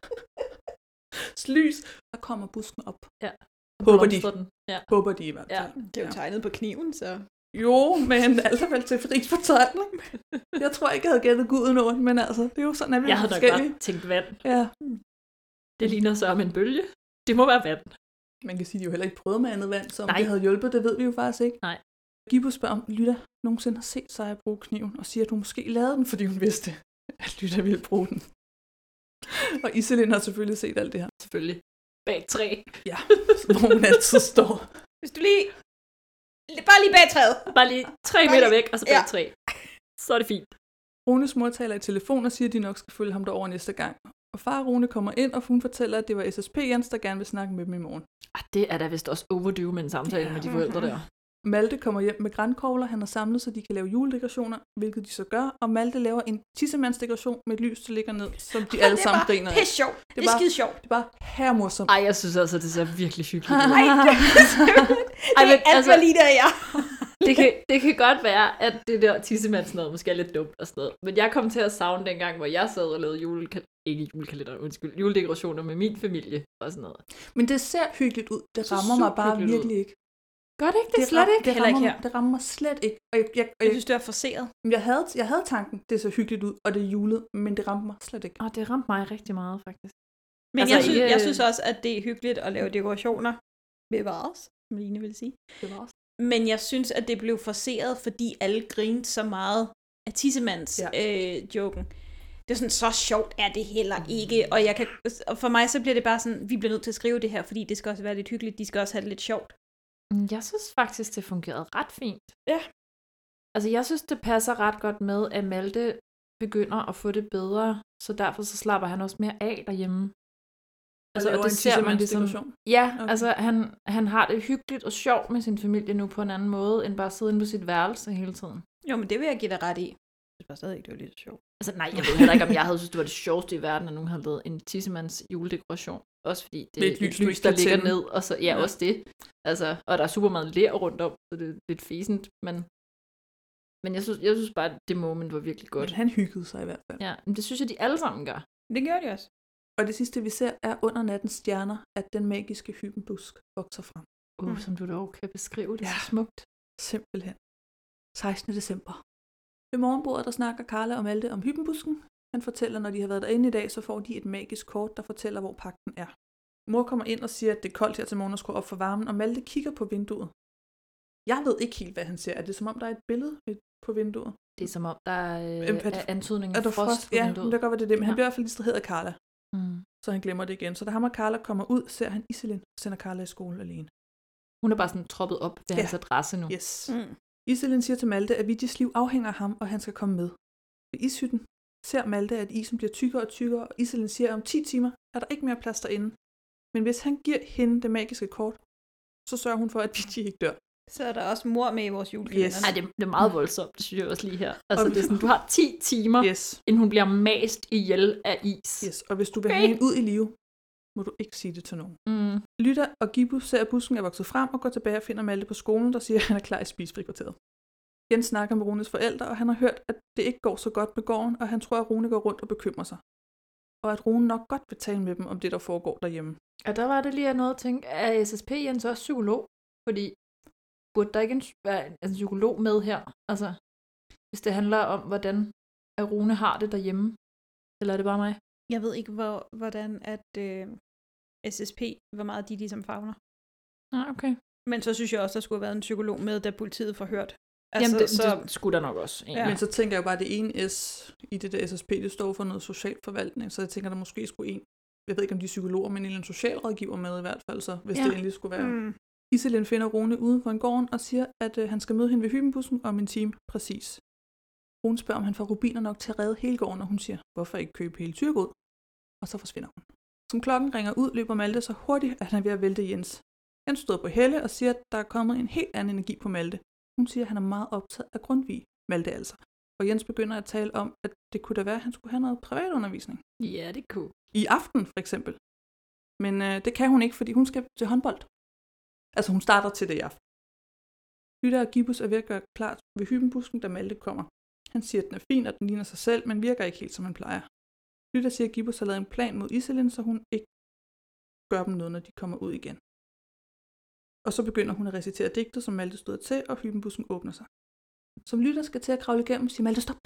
lys, der kommer busken op. Ja. Håber de. Ja. Håber de i hvert fald. Ja, det er jo tegnet på kniven, så... Jo, men alt er vel til fri fortolkning. Jeg tror ikke, jeg havde gættet Gudenåen, men altså, det er jo sådan, at vi jeg havde nok bare tænkt vand. Ja. Det ligner så om en bølge. Det må være vand. Man kan sige, at de jo heller ikke prøvede med andet vand, så om Nej. det havde hjulpet, det ved vi jo faktisk ikke. Nej. Gibbus spørger, om Lytter nogensinde har set sig at bruge kniven, og siger, at hun måske lavede den, fordi hun vidste, at Lytter ville bruge den. Og Iselin har selvfølgelig set alt det her. Selvfølgelig. Bag et træ. Ja, hvor hun altid står. Hvis du lige... Bare lige bag træet. Bare lige tre Bare meter lige... væk, og så bag ja. et træ. Så er det fint. Runes mor taler i telefon og siger, at de nok skal følge ham derover næste gang. Og far Rune kommer ind, og hun fortæller, at det var S S P Jens, der gerne vil snakke med dem i morgen. Ah, det er da vist også overdue med en samtale ja. med de forældre der. Malte kommer hjem med grankogler, han har samlet, så de kan lave juledekorationer, hvilket de så gør, og Malte laver en tissemandsdekoration med et lys, der ligger ned, som de alle sammen griner af. Det er sjovt. Det er, det er skide sjovt. Det er bare her morsomt. Ej, jeg synes altså, det ser virkelig hyggeligt ud. Ej, det er alt altså, for lige der, ja. det, kan, det kan godt være, at det der tissemandsnød måske er lidt dumt og sådan noget. Men jeg kom til at savne dengang, hvor jeg sad og lavede julekal- ikke julekalender, undskyld, juledekorationer med min familie og sådan noget. Men det ser hyggeligt ud. Det rammer mig bare virkelig ikke. Gør det ikke? Det, det slet ram, ikke. Det rammer, ikke det rammer mig slet ikke. Og jeg, jeg, og jeg, jeg synes, det er forceret. Jeg havde, jeg havde tanken, det så hyggeligt ud, og det er julet, men det ramte mig slet ikke. Og det ramte mig rigtig meget, faktisk. Men altså, jeg, synes, jeg synes også, at det er hyggeligt at lave dekorationer. Bevares, som Line vil sige. Bevares. Men jeg synes, at det blev forceret, fordi alle grinede så meget af tissemands-joken. Ja. Øh, det er sådan, så sjovt er det heller ikke. Og, jeg kan, og for mig så bliver det bare sådan, vi bliver nødt til at skrive det her, fordi det skal også være lidt hyggeligt, de skal også have det lidt sjovt. Jeg synes faktisk, det fungerede ret fint. Ja. Altså, jeg synes, det passer ret godt med, at Malte begynder at få det bedre, så derfor så slapper han også mere af derhjemme. Altså, og det ser man ligesom... Ja, okay. altså, han, han har det hyggeligt og sjovt med sin familie nu på en anden måde, end bare at sidde inde på sit værelse hele tiden. Jo, men det vil jeg give dig ret i. Det var stadig ikke, det var lidt sjovt. Altså, nej, jeg ved heller ikke, om jeg havde synes, det var det sjoveste i verden, at nogen havde lavet en tissemands juledekoration. Også fordi det er et lys, lys der ligger ned, og så, ja, ja, også det. Altså, og der er super meget ler rundt om, så det er lidt fæsent, men... Men jeg synes, jeg synes bare, at det moment var virkelig godt. Men han hyggede sig i hvert fald. Ja, men det synes jeg, de alle sammen gør. Det gør de også. Og det sidste, vi ser, er under nattens stjerner, at den magiske hybenbusk vokser frem. Uh, mm. Som du dog kan beskrive det ja. Så smukt. Simpelthen. sekstende december. Ved morgenbordet, der snakker Carla og Malte om hybenbusken. Han fortæller, når de har været derinde i dag, så får de et magisk kort, der fortæller, hvor pagten er. Mor kommer ind og siger, at det er koldt her til morgen og skruer op for varmen, og Malte kigger på vinduet. Jeg ved ikke helt, hvad han ser. Er det som om, der er et billede på vinduet? Det er som om, der er, øh, er antydning af frost, frost på ja, vinduet. Ja, det kan godt være det, det. Men ja. Han bliver i hvert fald distraheret af Carla. Mm. Så han glemmer det igen. Så da ham og Carla kommer ud, ser han Iselin og sender Carla i skole alene. Hun er bare sådan troppet op ved ja. hans adresse nu. Yes. Mm. Iselin siger til Malte, at Vigis liv afhænger af ham, og han skal komme med. Ved ishytten ser Malte, at isen bliver tykkere og tykkere, og Iselin siger, at om ti timer er der ikke mere plads derinde. Men hvis han giver hende det magiske kort, så sørger hun for, at Vigi ikke dør. Så er der også mor med i vores julekalender. Yes. Ej, det, det er meget voldsomt, det synes jeg også lige her. Altså, det er sådan, du har ti timer, yes. inden hun bliver mast ihjel af is. Yes, og hvis du vil have hende ud i live, må du ikke sige det til nogen. Mm. Lytter og Gibus ser, at busken er vokset frem og går tilbage og finder Malte på skolen, der siger, at han er klar i spisefrikvarteret. Jens snakker med Runes forældre, og han har hørt, at det ikke går så godt med gården, og han tror, at Rune går rundt og bekymrer sig. Og at Rune nok godt vil tale med dem om det, der foregår derhjemme. Og der var det lige noget at tænke, er S S P Jens også psykolog? Fordi burde der ikke være en psykolog med her? Altså, hvis det handler om, hvordan Rune har det derhjemme. Eller er det bare mig? Jeg ved ikke, hvor, hvordan at øh, S S P, hvor meget de ligesom favner. Ah, okay. Men så synes jeg også, der skulle have været en psykolog med, da politiet forhørt. Altså, Jamen, det, så, det skulle der nok også. Ja. Men så tænker jeg jo bare, at det ene S i det der S S P, det står for noget socialforvaltning, så jeg tænker, der måske skulle en, jeg ved ikke om de er psykologer, men en socialrådgiver med i hvert fald, så hvis ja. det endelig skulle være. Mm. Iselin finder Rune uden for en gården og siger, at øh, han skal møde hende ved hybenbussen om en time præcis. Rune spørger, om han får rubiner nok til at redde hele gården, og hun siger, hvorfor ikke købe hele Thyregod? Og så forsvinder hun. Som klokken ringer ud, løber Malte så hurtigt, at han er ved at vælte Jens. Han stod på Helle og siger, at der er kommet en helt anden energi på Malte. Hun siger, at han er meget optaget af Grundtvig, Malte altså. Og Jens begynder at tale om, at det kunne da være, at han skulle have noget privatundervisning. Ja, det kunne. I aften, for eksempel. Men øh, det kan hun ikke, fordi hun skal til håndbold. Altså, hun starter til det i aften. Lytter og Gibus er ved at gøre klar ved hybenbusken, da Malte kommer. Han siger, at den er fin, og den ligner sig selv, men virker ikke helt, som han plejer. Lytter siger, at Gibus har lavet en plan mod Iselin, så hun ikke gør dem noget, når de kommer ud igen. Og så begynder hun at recitere digtet, som Malte stod til, og hybenbusken åbner sig. Som Lytter skal til at kravle igennem, siger Malte stop.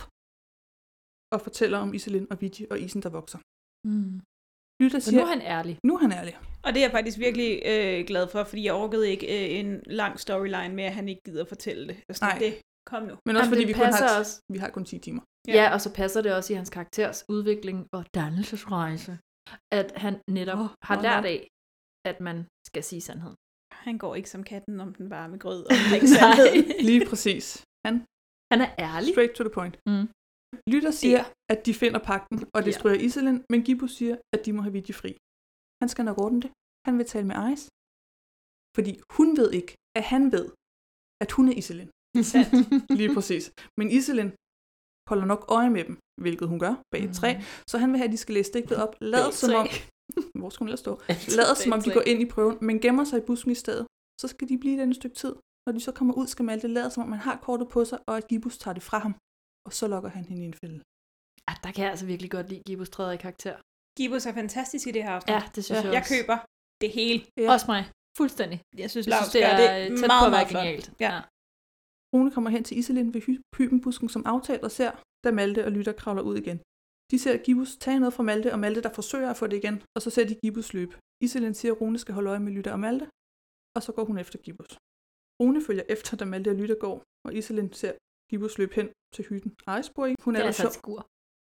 Og fortæller om Iselin og Vigi og isen, der vokser. Mm. Lytter siger, nu er han ærlig. Nu er han ærlig. Og det er jeg faktisk virkelig øh, glad for, fordi jeg orkede ikke øh, en lang storyline med, at han ikke gider at fortælle det. Altså, Nej. Det, kom nu. Men også Jamen, fordi vi kun, har, også. vi har kun ti timer. Ja. ja, og så passer det også i hans karakters udvikling og dannelsesrejse, at han netop oh, har lært af, at man skal sige sandheden. Han går ikke som katten om den varme grød og ikke sandhed. Lige præcis. Han, han er ærlig. Straight to the point. Mm. Lytter siger, at de finder pagten og destruerer ja. Iselin, men Gibus siger, at de må have Vigi fri. Han skal nok ordne det. Han vil tale med Ice. Fordi hun ved ikke, at han ved, at hun er Iselin. Lige præcis. Men Iselin holder nok øje med dem, hvilket hun gør bag et træ. Så han vil have, at de skal læse digtet op. Lad som om... Hvor skal hun ellers stå? Lad som om de går ind i prøven, men gemmer sig i busken i stedet. Så skal de blive den et stykke tid. Når de så kommer ud, skal Malte lade som om man har kortet på sig, og at Gibus tager det fra ham. Og så lokker han hende i en fælde. Ja, der kan jeg altså virkelig godt lide Gibus træder i karakter. Gibus er fantastisk i det her afsnit. Ja, det synes ja. jeg Jeg også. køber det hele. Ja. Også mig. Fuldstændig. Jeg synes, jeg Lars synes det gør er det tæt meget, på at være meget genialt. Ja. Ja. Rune kommer hen til Iselin ved hy- hybenbusken som aftalt og ser, da Malte og Lytter kravler ud igen. De ser Gibus tage noget fra Malte, og Malte, der forsøger at få det igen, og så ser de Gibus løbe. Iselin siger, at Rune skal holde øje med Lytter og Malte, og så går hun efter Gibus. Rune følger efter, da Malte og Lytter går, og Iselin ser Gibus løbe hen til hytten. Ejsborg, hun er, det er altså et skur.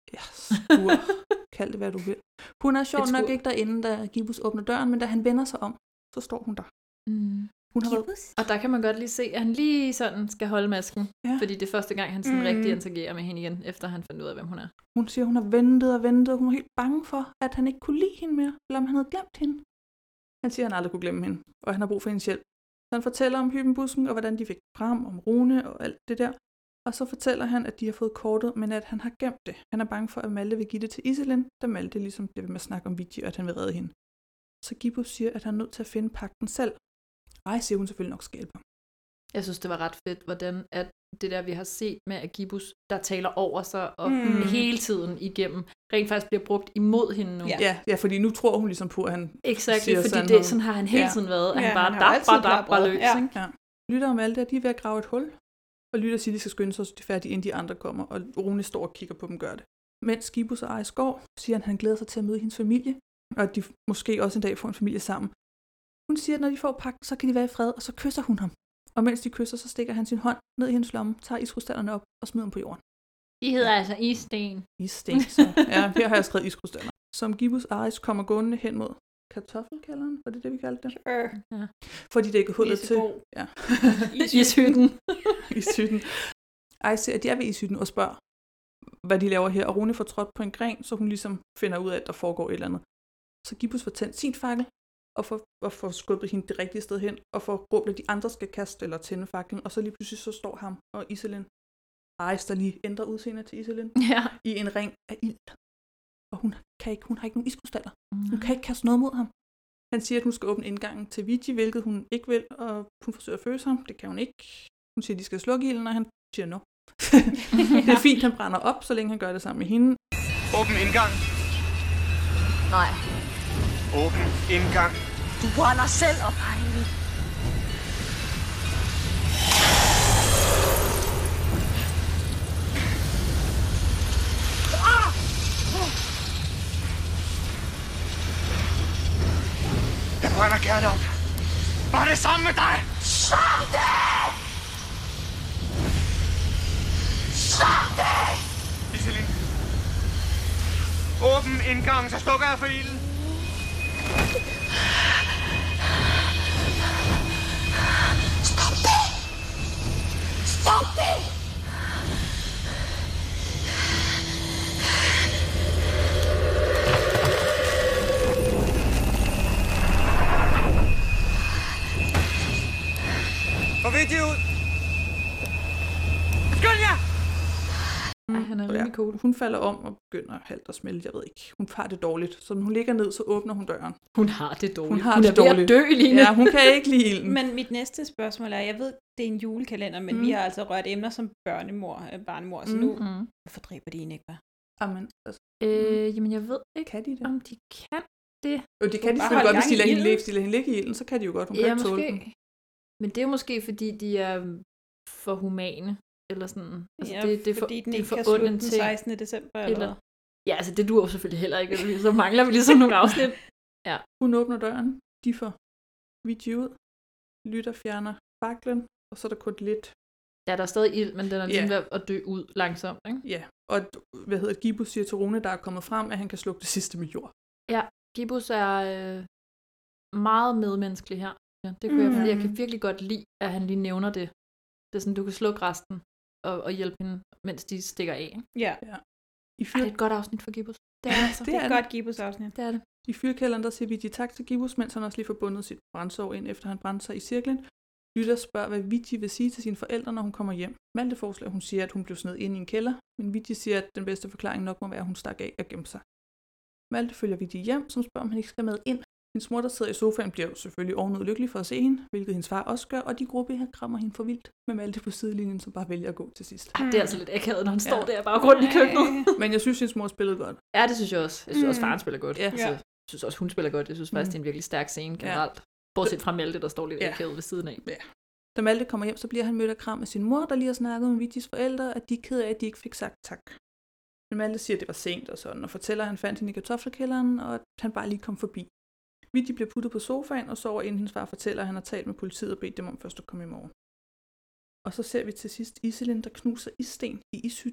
Ja, skur. Kald det, hvad du vil. Hun er sjovt Et nok skur. ikke derinde, da Gibus åbner døren, men da han vender sig om, så står hun der. Mm. Hun har været... Og der kan man godt lige se, at han lige sådan skal holde masken. Ja. Fordi det er første gang, han sådan Mm. mm. rigtig interagerer med hende igen, efter han fandt ud af, hvem hun er. Hun siger, hun har ventet og ventet, og hun var helt bange for, at han ikke kunne lide hende mere, eller om han havde glemt hende. Han siger, at han aldrig kunne glemme hende, og han har brug for hendes hjælp. Så han fortæller om hybenbusken, og hvordan de fik frem, om Rune og alt det der. Og så fortæller han, at de har fået kortet, men at han har gemt det. Han er bange for, at Malte vil give det til Iselin, da Malte ligesom bliver ved med at snakke om Vici, og at han vil redde hende. Så Gibus siger, at han er nødt til at finde pagten selv. Ej, siger hun selvfølgelig nok skal hjælpe ham. Jeg synes, det var ret fedt, hvordan at det der, vi har set med Agibus, der taler over sig, og Mm. mm. hele tiden igennem, rent faktisk bliver brugt imod hende nu. Ja, ja, ja fordi nu tror hun ligesom på, at han Exakt, siger fordi sådan det, noget. sådan har han hele Ja. tiden været, at Ja, han bare han har altid dapper, dapper blabret. løs. Ja. Ikke? Ja. Lytter og Malte, de er ved at grave et hul, og Lytter siger, at de skal skynde sig, så de er færdige, inden de andre kommer, og Rune står og kigger på dem gør det. Mens Gibus og Ejs går, siger han, at han glæder sig til at møde hendes familie, og at de måske også en dag får en familie sammen. Hun siger, at når de får pakken, så kan de være i fred, og så kysser hun ham. Og mens de kysser, så stikker han sin hånd ned i hendes lomme, tager iskrystallerne op og smider dem på jorden. De hedder altså issten. Issten, så. Ja, her har jeg skrevet iskrystaller. Som Gibus og Ejs kommer gående hen mod kartoffelkælderen, var det det, vi kaldte det? Sure. Ja. Fordi det ikke er hullet til. Isebro. Ja. Ishytten. Ishytten. Ejs siger, at de er ved ishytten og spørger, hvad de laver her. Og Rune får trådt på en gren, så hun ligesom finder ud af, at der foregår et eller andet. Så Gibus får tændt sin fakkel, og får, og får skubbet hende det rigtige sted hen, og får råbt, at de andre skal kaste eller tænde faklen, og så lige pludselig så står ham og Iselin, Ejs, der lige ændrer udseende til Iselin, ja. i en ring af ild. Og hun, kan ikke, hun har ikke nogen iskrystaller. Mm. Hun kan ikke kaste noget mod ham. Han siger, at hun skal åbne indgangen til Vici, hvilket hun ikke vil, og hun forsøger at føle ham. Det kan hun ikke. Hun siger, at de skal slukke ilden, og han siger no. Det er fint, han brænder op, så længe han gør det sammen med hende. Åben indgang. Nej. Åben indgang. Du brænder selv op, Heidi. Jeg brænder gerne op. Bare det samme med dig. Slap det! Slap det! Iselin. Åben indgang, så slukker jeg for ilden. Stop det! Stop det! Få Vici ud. Skynd jer! Ej, han er rimelig cool. Hun falder om og begynder halvt at smelte, jeg ved ikke. Hun har det dårligt. Så når hun ligger ned, så åbner hun døren. Hun har det dårligt. Hun har Hun det er ved at dårligt. dø lige nu. Ja, hun kan ikke lide ilden. Men mit næste spørgsmål er, jeg ved, det er en julekalender, men Mm. mm. vi har altså rørt emner som børnemor, øh, barnemor, så nu, Mm. hvorfor dræber de hende ikke, hva'? Amen, altså. Øh, jamen, jeg ved ikke, kan de det? om de kan det. Jo, de kan de selvfølgelig godt, hvis de lader hende ligge, hvis de lader hende ligge i ilden, så kan de jo godt. Hun kan Ja, ikke tåle måske. den. Men det er måske, fordi de er for humane, eller sådan. Altså, Ja, det, det er for, fordi den det er ikke for kan slutte ond en den ting. sekstende december, eller eller Ja, altså det duer jo selvfølgelig heller ikke. Så mangler vi ligesom nogle afsnit. Ja. Hun åbner døren, de får Vici ud, Lytter fjerner faklen, og så er der kun lidt. Ja, der er stadig ild, men den er lige Ja. ved at dø ud langsomt, ikke? Ja, og hvad hedder det, Gibus siger til Rune, der er kommet frem, at han kan slukke det sidste med jord. Ja, Gibus er øh, meget medmenneskelig her. Ja, det kunne mm. jeg, jeg kan virkelig godt lide, at han lige nævner det. Det er sådan, du kan slukke resten og, og hjælpe hende, mens de stikker af. Ikke? Ja. ja. I fyr... Ej, det er et godt afsnit for Gibus. Det er, altså, det er et godt Gibus-afsnit. Det er det. I fyrkælderen, der siger Vici tak til Gibus, mens han også lige får bundet sit brændsår ind, efter han brændte sig i cirklen. Lytter spørger, hvad Vici vil sige til sine forældre, når hun kommer hjem. Malte foreslår, hun siger, at hun blev snedet ind i en kælder, men Vici siger, at den bedste forklaring nok må være, at hun stak af og gemte sig. Malte følger Vici hjem, som spørger, om han ikke skal med ind. Hendes mor, der sidder i sofaen, bliver jo selvfølgelig ovenud lykkelig for at se hende, hvilket hendes far også gør, og de gruppe her krammer hende for vildt, med Malte på sidelinjen, som bare vælger at gå til sidst. Ej, det er altså lidt akavet, når han står der bare rundt i køkkenet. Men jeg synes, hendes mor spillede godt. Ja, det synes jeg også. Jeg synes også, faren spiller godt. Ja. Altså, jeg synes også, hun spiller godt. Jeg synes faktisk, det er en virkelig stærk scene generelt. Bortset fra Malte, der står lidt Ja. akavet ved siden af. Ja. Da Malte kommer hjem, så bliver han mødt af kram af sin mor, der lige har snakket med Vicis forældre, at de er ked af, at de ikke fik sagt tak. Men Malte siger, at det var sent og sådan, og fortæller, at han fandt hende i kartoffelkælderen, og at han bare lige kom forbi. Vici bliver puttet på sofaen og sover, inden hendes far fortæller, at han har talt med politiet og bedt dem om først at komme i morgen. Og så ser vi til sidst Iselin, der knuser issten i ishytten,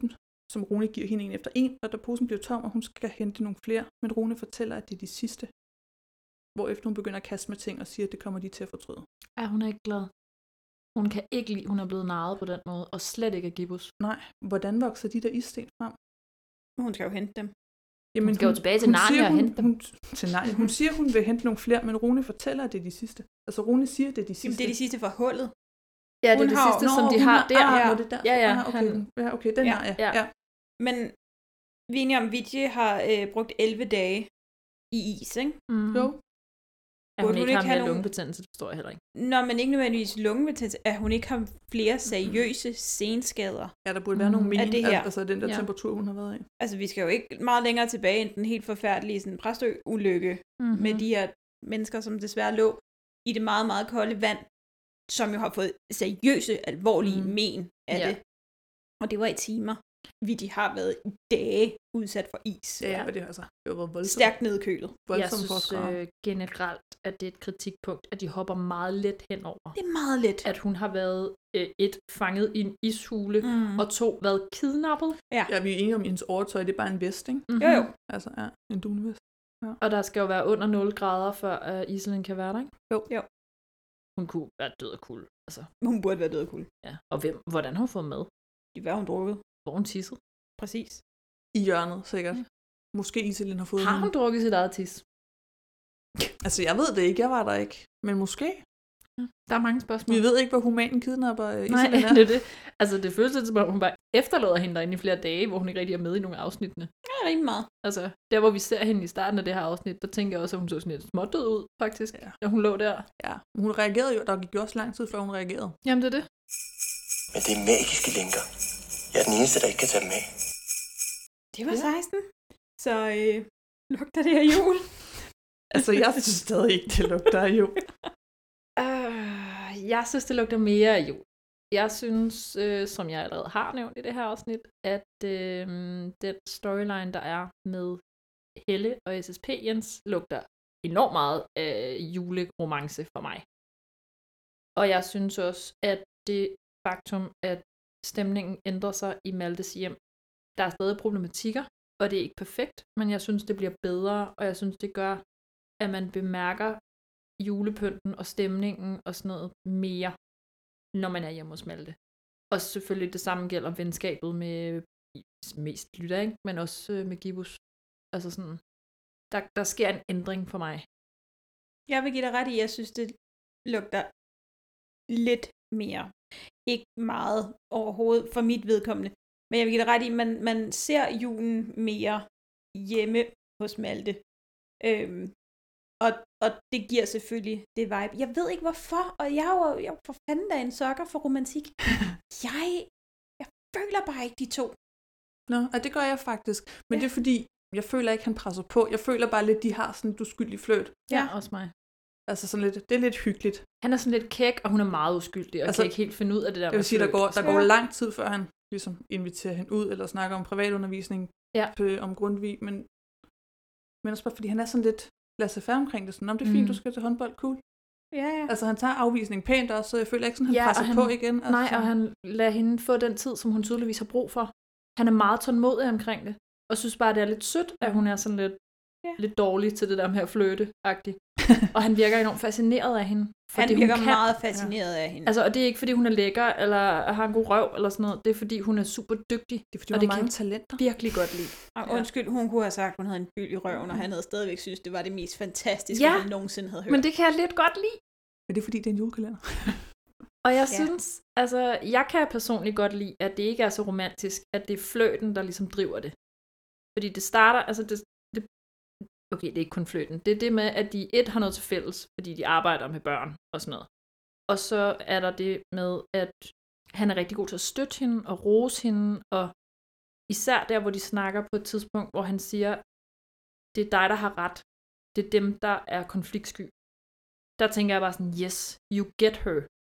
som Rune giver hende en efter en, og da posen bliver tom, og hun skal hente nogle flere, men Rune fortæller, at det er de sidste. Hvorefter hun begynder at kaste med ting og siger, at det kommer de til at fortryde. Ja, hun er ikke glad. Hun kan ikke lide, hun er blevet narret på den måde, og slet ikke af gibbus. Nej, hvordan vokser de der issten frem? Hun skal jo hente dem. Jamen, hun skal hun, jo tilbage til Narnia og hente dem. Hun, til Narnia. Hun siger, hun vil hente nogle flere, men Rune fortæller, at det er de sidste. Altså Rune siger, at det er de sidste. Jamen, det er de sidste fra hullet. Ja, det er det sidste, som de har der. Ah, ja, det der. Ja, ja. Ah, okay. Ja, okay, den ja. har jeg. Ja. Ja. Men vi er enige om, Vici har øh, brugt elleve dage i is, ikke? Mm. Jo. At hun, hun ikke har mere nogen... lungebetændelse, det forstår jeg heller ikke. Nå, men ikke nødvendigvis lungebetændelse, at hun ikke har flere seriøse senskader. Ja, der burde være mm. nogle mening, det her. Altså den der ja. temperatur, hun har været i. Altså, vi skal jo ikke meget længere tilbage end den helt forfærdelige sådan, Præstø-ulykke mm-hmm. med de her mennesker, som desværre lå i det meget, meget kolde vand, som jo har fået seriøse, alvorlige mm. men af ja. det. Og det var i timer. Vi de har været dage udsat for is. Ja, men det har altså det har været voldsomt. Stærkt nedkølet. Jeg synes øh, generelt, at det er et kritikpunkt, at de hopper meget let henover. Det er meget let. At hun har været øh, et, fanget i en ishule, mm. og to, været kidnappet. Ja. ja, vi er enige om, hendes overtøj, det er bare en vest, ikke? Mm-hmm. Jo, jo. Altså, ja, en dunvest. Ja. Og der skal jo være under nul grader, før uh, Iselin kan være der, ikke? Jo. jo. Hun kunne være død af kuld. Altså. Hun burde være død af kuld. Ja. Og hvem, hvordan har hun fået med? I hvad hun drukket. Hvor hun tisset. Præcis. I hjørnet, sikkert. Ja. Måske Iselin har fået Har hun drukket sit eget tis? Altså, jeg ved det ikke. Jeg var der ikke. Men måske. Ja. Der er mange spørgsmål. Vi ved ikke, hvor humanen kidnapper uh, Iselin Nej, er. det er det. Altså, det føles lidt som om, hun bare efterlader hende derinde i flere dage, hvor hun ikke rigtig er med i nogle afsnittene. Ja, rimelig meget. Altså, der hvor vi ser hende i starten af det her afsnit, der tænker jeg også, at hun så sådan lidt smådød ud, faktisk. Ja. Da hun lå der. Ja, hun reagerede jo. Der gik jo også lang tid, før hun reagerede. Jamen, det er det. Men det er magiske lænker. Jeg er den eneste, der ikke kan tage dem af. Det var seksten. Så øh, lugter det af jul? Altså, jeg synes stadig ikke, det lugter af jul. uh, jeg synes, det lugter mere af jul. Jeg synes, øh, som jeg allerede har nævnt i det her afsnit, at øh, den storyline, der er med Helle og S S P Jens, lugter enormt meget af juleromance for mig. Og jeg synes også, at det faktum, at stemningen ændrer sig i Maltes hjem, der er stadig problematikker, og det er ikke perfekt, men jeg synes, det bliver bedre, og jeg synes, det gør, at man bemærker julepynten og stemningen og sådan noget mere, når man er hjemme hos Malte. Og selvfølgelig det samme gælder venskabet med mest Lytter, ikke? Men også med Gibbus. Altså sådan, der, der sker en ændring for mig. Jeg vil give dig ret i, jeg synes, det lugter lidt mere. Ikke meget overhovedet for mit vedkommende. Men jeg vil give dig ret i, man, man ser julen mere hjemme hos Malte. Øhm, og, og det giver selvfølgelig det vibe. Jeg ved ikke hvorfor, og jeg er jo jeg er for fanden da en sokker for romantik. jeg, jeg føler bare ikke de to. Nå, og det gør jeg faktisk. Men ja. Det er fordi, jeg føler ikke, han presser på. Jeg føler bare lidt, de har sådan en uskyldig fløjt. Ja, også mig. Altså sådan lidt, det er lidt hyggeligt. Han er sådan lidt kæk, og hun er meget uskyldig, og altså, kan ikke helt finde ud af det der. Jeg vil sige, der går, der går lang tid, før han ligesom inviterer hende ud, eller snakker om privatundervisning ja. på, om Grundtvig, men, men også bare fordi han er sådan lidt laissez-faire omkring det. Sådan, om det er fint, mm. du skal til håndbold, cool. Ja, ja. Altså han tager afvisningen pænt også, så jeg føler ikke sådan, han ja, presser han, på igen. Altså, nej, og han lader hende få den tid, som hun tydeligvis har brug for. Han er meget tålmodig omkring det, og synes bare, det er lidt sødt, at hun er sådan lidt, ja. lidt dårlig til det der med at flirte-agtigt. Og han virker enormt fascineret af hende. Han det, virker hun kan. meget fascineret af hende. Altså, og det er ikke, fordi hun er lækker, eller har en god røv, eller sådan noget. Det er, fordi hun er super dygtig. Det er, fordi og hun det har mange kan talenter. Virkelig godt lide. Og undskyld, hun kunne have sagt, at hun havde en byld i røven, og han havde stadigvæk synes, det var det mest fantastiske, ja, han nogensinde havde hørt. Men det kan jeg lidt godt lide. Men det er, fordi det er en julekalender. Og jeg ja. synes, altså, jeg kan personligt godt lide, at det ikke er så romantisk, at det er fløjten, der ligesom driver det. Fordi det starter, altså det, det okay, det er ikke kun fløjten. Det er det med, at de et har noget til fælles, fordi de arbejder med børn og sådan noget. Og så er der det med, at han er rigtig god til at støtte hende og rose hende, og især der, hvor de snakker på et tidspunkt, hvor han siger, det er dig, der har ret. Det er dem, der er konfliktsky. Der tænker jeg bare sådan, yes, you get her.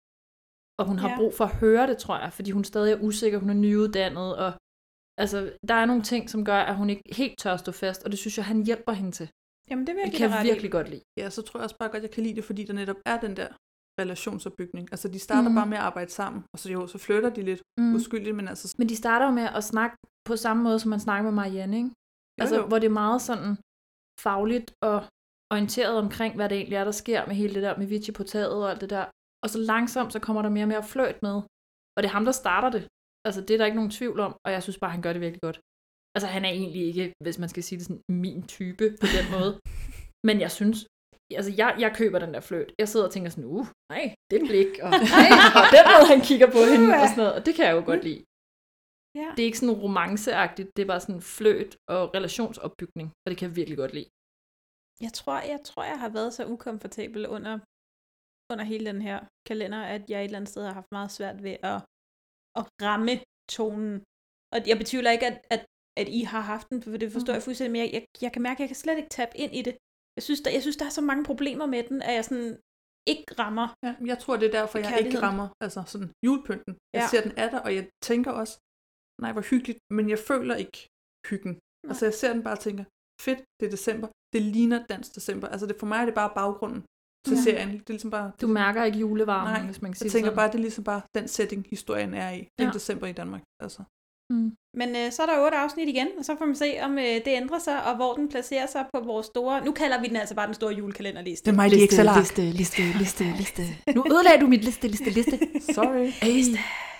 Og hun har ja. brug for at høre det, tror jeg, fordi hun stadig er usikker, hun er nyuddannet, og altså, der er nogle ting, som gør, at hun ikke helt tør stå fast, og det synes jeg, han hjælper hende til. Jamen, det vil jeg det kan jeg virkelig godt lide. Ja, så tror jeg også bare godt, jeg kan lide det, fordi der netop er den der relationsopbygning. Altså, de starter Mhm. bare med at arbejde sammen, og så jo, så flytter de lidt Mm. uskyldigt, men altså... Men de starter jo med at snakke på samme måde, som man snakker med Marianne, ikke? Altså, jo. hvor det er meget sådan fagligt og orienteret omkring, hvad det egentlig er, der sker med hele det der med Vichy på taget og alt det der. Og så langsomt, så kommer der mere og mere fløjt med. Og det er ham, der starter det. Altså, det er der ikke nogen tvivl om, og jeg synes bare, han gør det virkelig godt. Altså, han er egentlig ikke, hvis man skal sige det sådan, min type på den måde. Men jeg synes, altså, jeg, jeg køber den der fløjt. Jeg sidder og tænker sådan, uh, nej, det blik, og nej, og den måde, han kigger på hende, og sådan noget. Og det kan jeg jo godt lide. Ja. Det er ikke sådan romanceagtigt, det er bare sådan fløjt og relationsopbygning, og det kan jeg virkelig godt lide. Jeg tror, jeg tror, jeg har været så ukomfortabel under, under hele den her kalender, at jeg et eller andet sted har haft meget svært ved at, at ramme tonen. Og jeg betvivler ikke, at, at, at I har haft den, for det forstår mm. jeg fuldstændig, men jeg, jeg, jeg kan mærke, at jeg kan slet ikke tabe ind i det. Jeg synes, der, jeg synes, der er så mange problemer med den, at jeg sådan ikke rammer. Ja, jeg tror, det er derfor, jeg ikke rammer altså sådan julepynten. Jeg Ja. ser den af der, og jeg tænker også, nej, hvor hyggeligt, men jeg føler ikke hyggen. Nej. Altså, jeg ser den bare og tænker, fedt, det er december. Det ligner dansk december. Altså, det, for mig er det bare baggrunden til Ja. serien. Det er ligesom bare... Du mærker ikke julevarmen, Nej, hvis man kan sige jeg det tænker sådan. bare, det er ligesom bare den setting, historien er i. Det er Ja. december i Danmark, altså. Mm. Men øh, så er der otte afsnit igen, og så får man se, om øh, det ændrer sig, og hvor den placerer sig på vores store... Nu kalder vi den altså bare den store julekalenderliste. Det er mig, de ikke Liste, liste, liste, liste, liste. Nu ødelagde du mit liste, liste, liste. Sorry. Liste.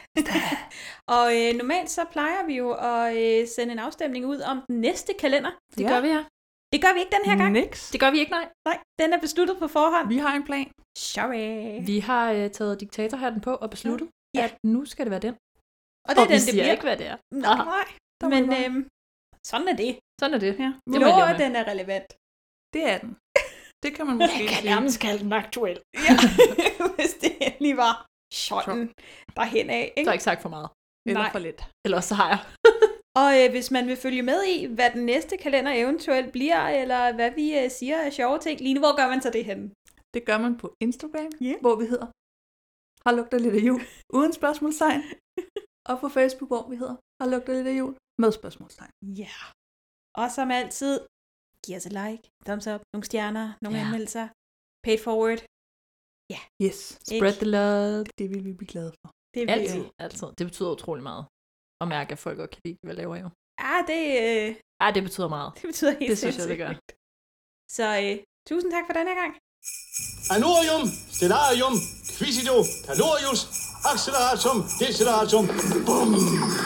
Og øh, normalt så plejer vi jo at øh, sende en afstemning ud om den næste kalender. Det gør vi, ja. Det gør vi ikke den her gang. Nix. Det gør vi ikke, nej. Nej, den er besluttet på forhånd. Vi har en plan. Sorry. Vi har øh, taget diktatorhatten på og besluttet, Ja. at nu skal det være den. Og det er og den, vi det siger bliver. ikke, hvad det er. Nej, Nej. Der må men det være. øhm, sådan er det. Sådan er det. Ja. Det må jeg lover, leve at med. den er relevant. Det er den. Det kan man måske Jeg kan sige. nærmest kalde den aktuel. Ja, hvis det endelig var sådan derhen af. Så har jeg ikke sagt for meget. Eller Nej. for lidt. Ellers så har jeg. Og øh, hvis man vil følge med i, hvad den næste kalender eventuelt bliver, eller hvad vi øh, siger af sjove ting, Line, hvor gør man så det henne? Det gør man på Instagram, Yeah. hvor vi hedder Har lugter lidt af jul, uden spørgsmålstegn. Og på Facebook, hvor vi hedder Har lugter lidt af jul, med spørgsmålstegn. Ja. Yeah. Og som altid, giv os et like, thumbs up, nogle stjerner, nogle Ja. anmeldelser, pay it forward. Ja. Yes. Spread the love. Det vil vi blive glade for. Det er Altid, virkelig. altid. Det betyder utrolig meget. Og mærke, at folk godt kan lide, hvad jeg laver jo. Ah, det, øh, Ja, det betyder meget. det betyder helt Det synes jeg, det gør. sindssygt. Så øh, tusind tak for den her gang. Anorium, stellarium, quisido, calorius, acceleratum, deceleratum. Bum!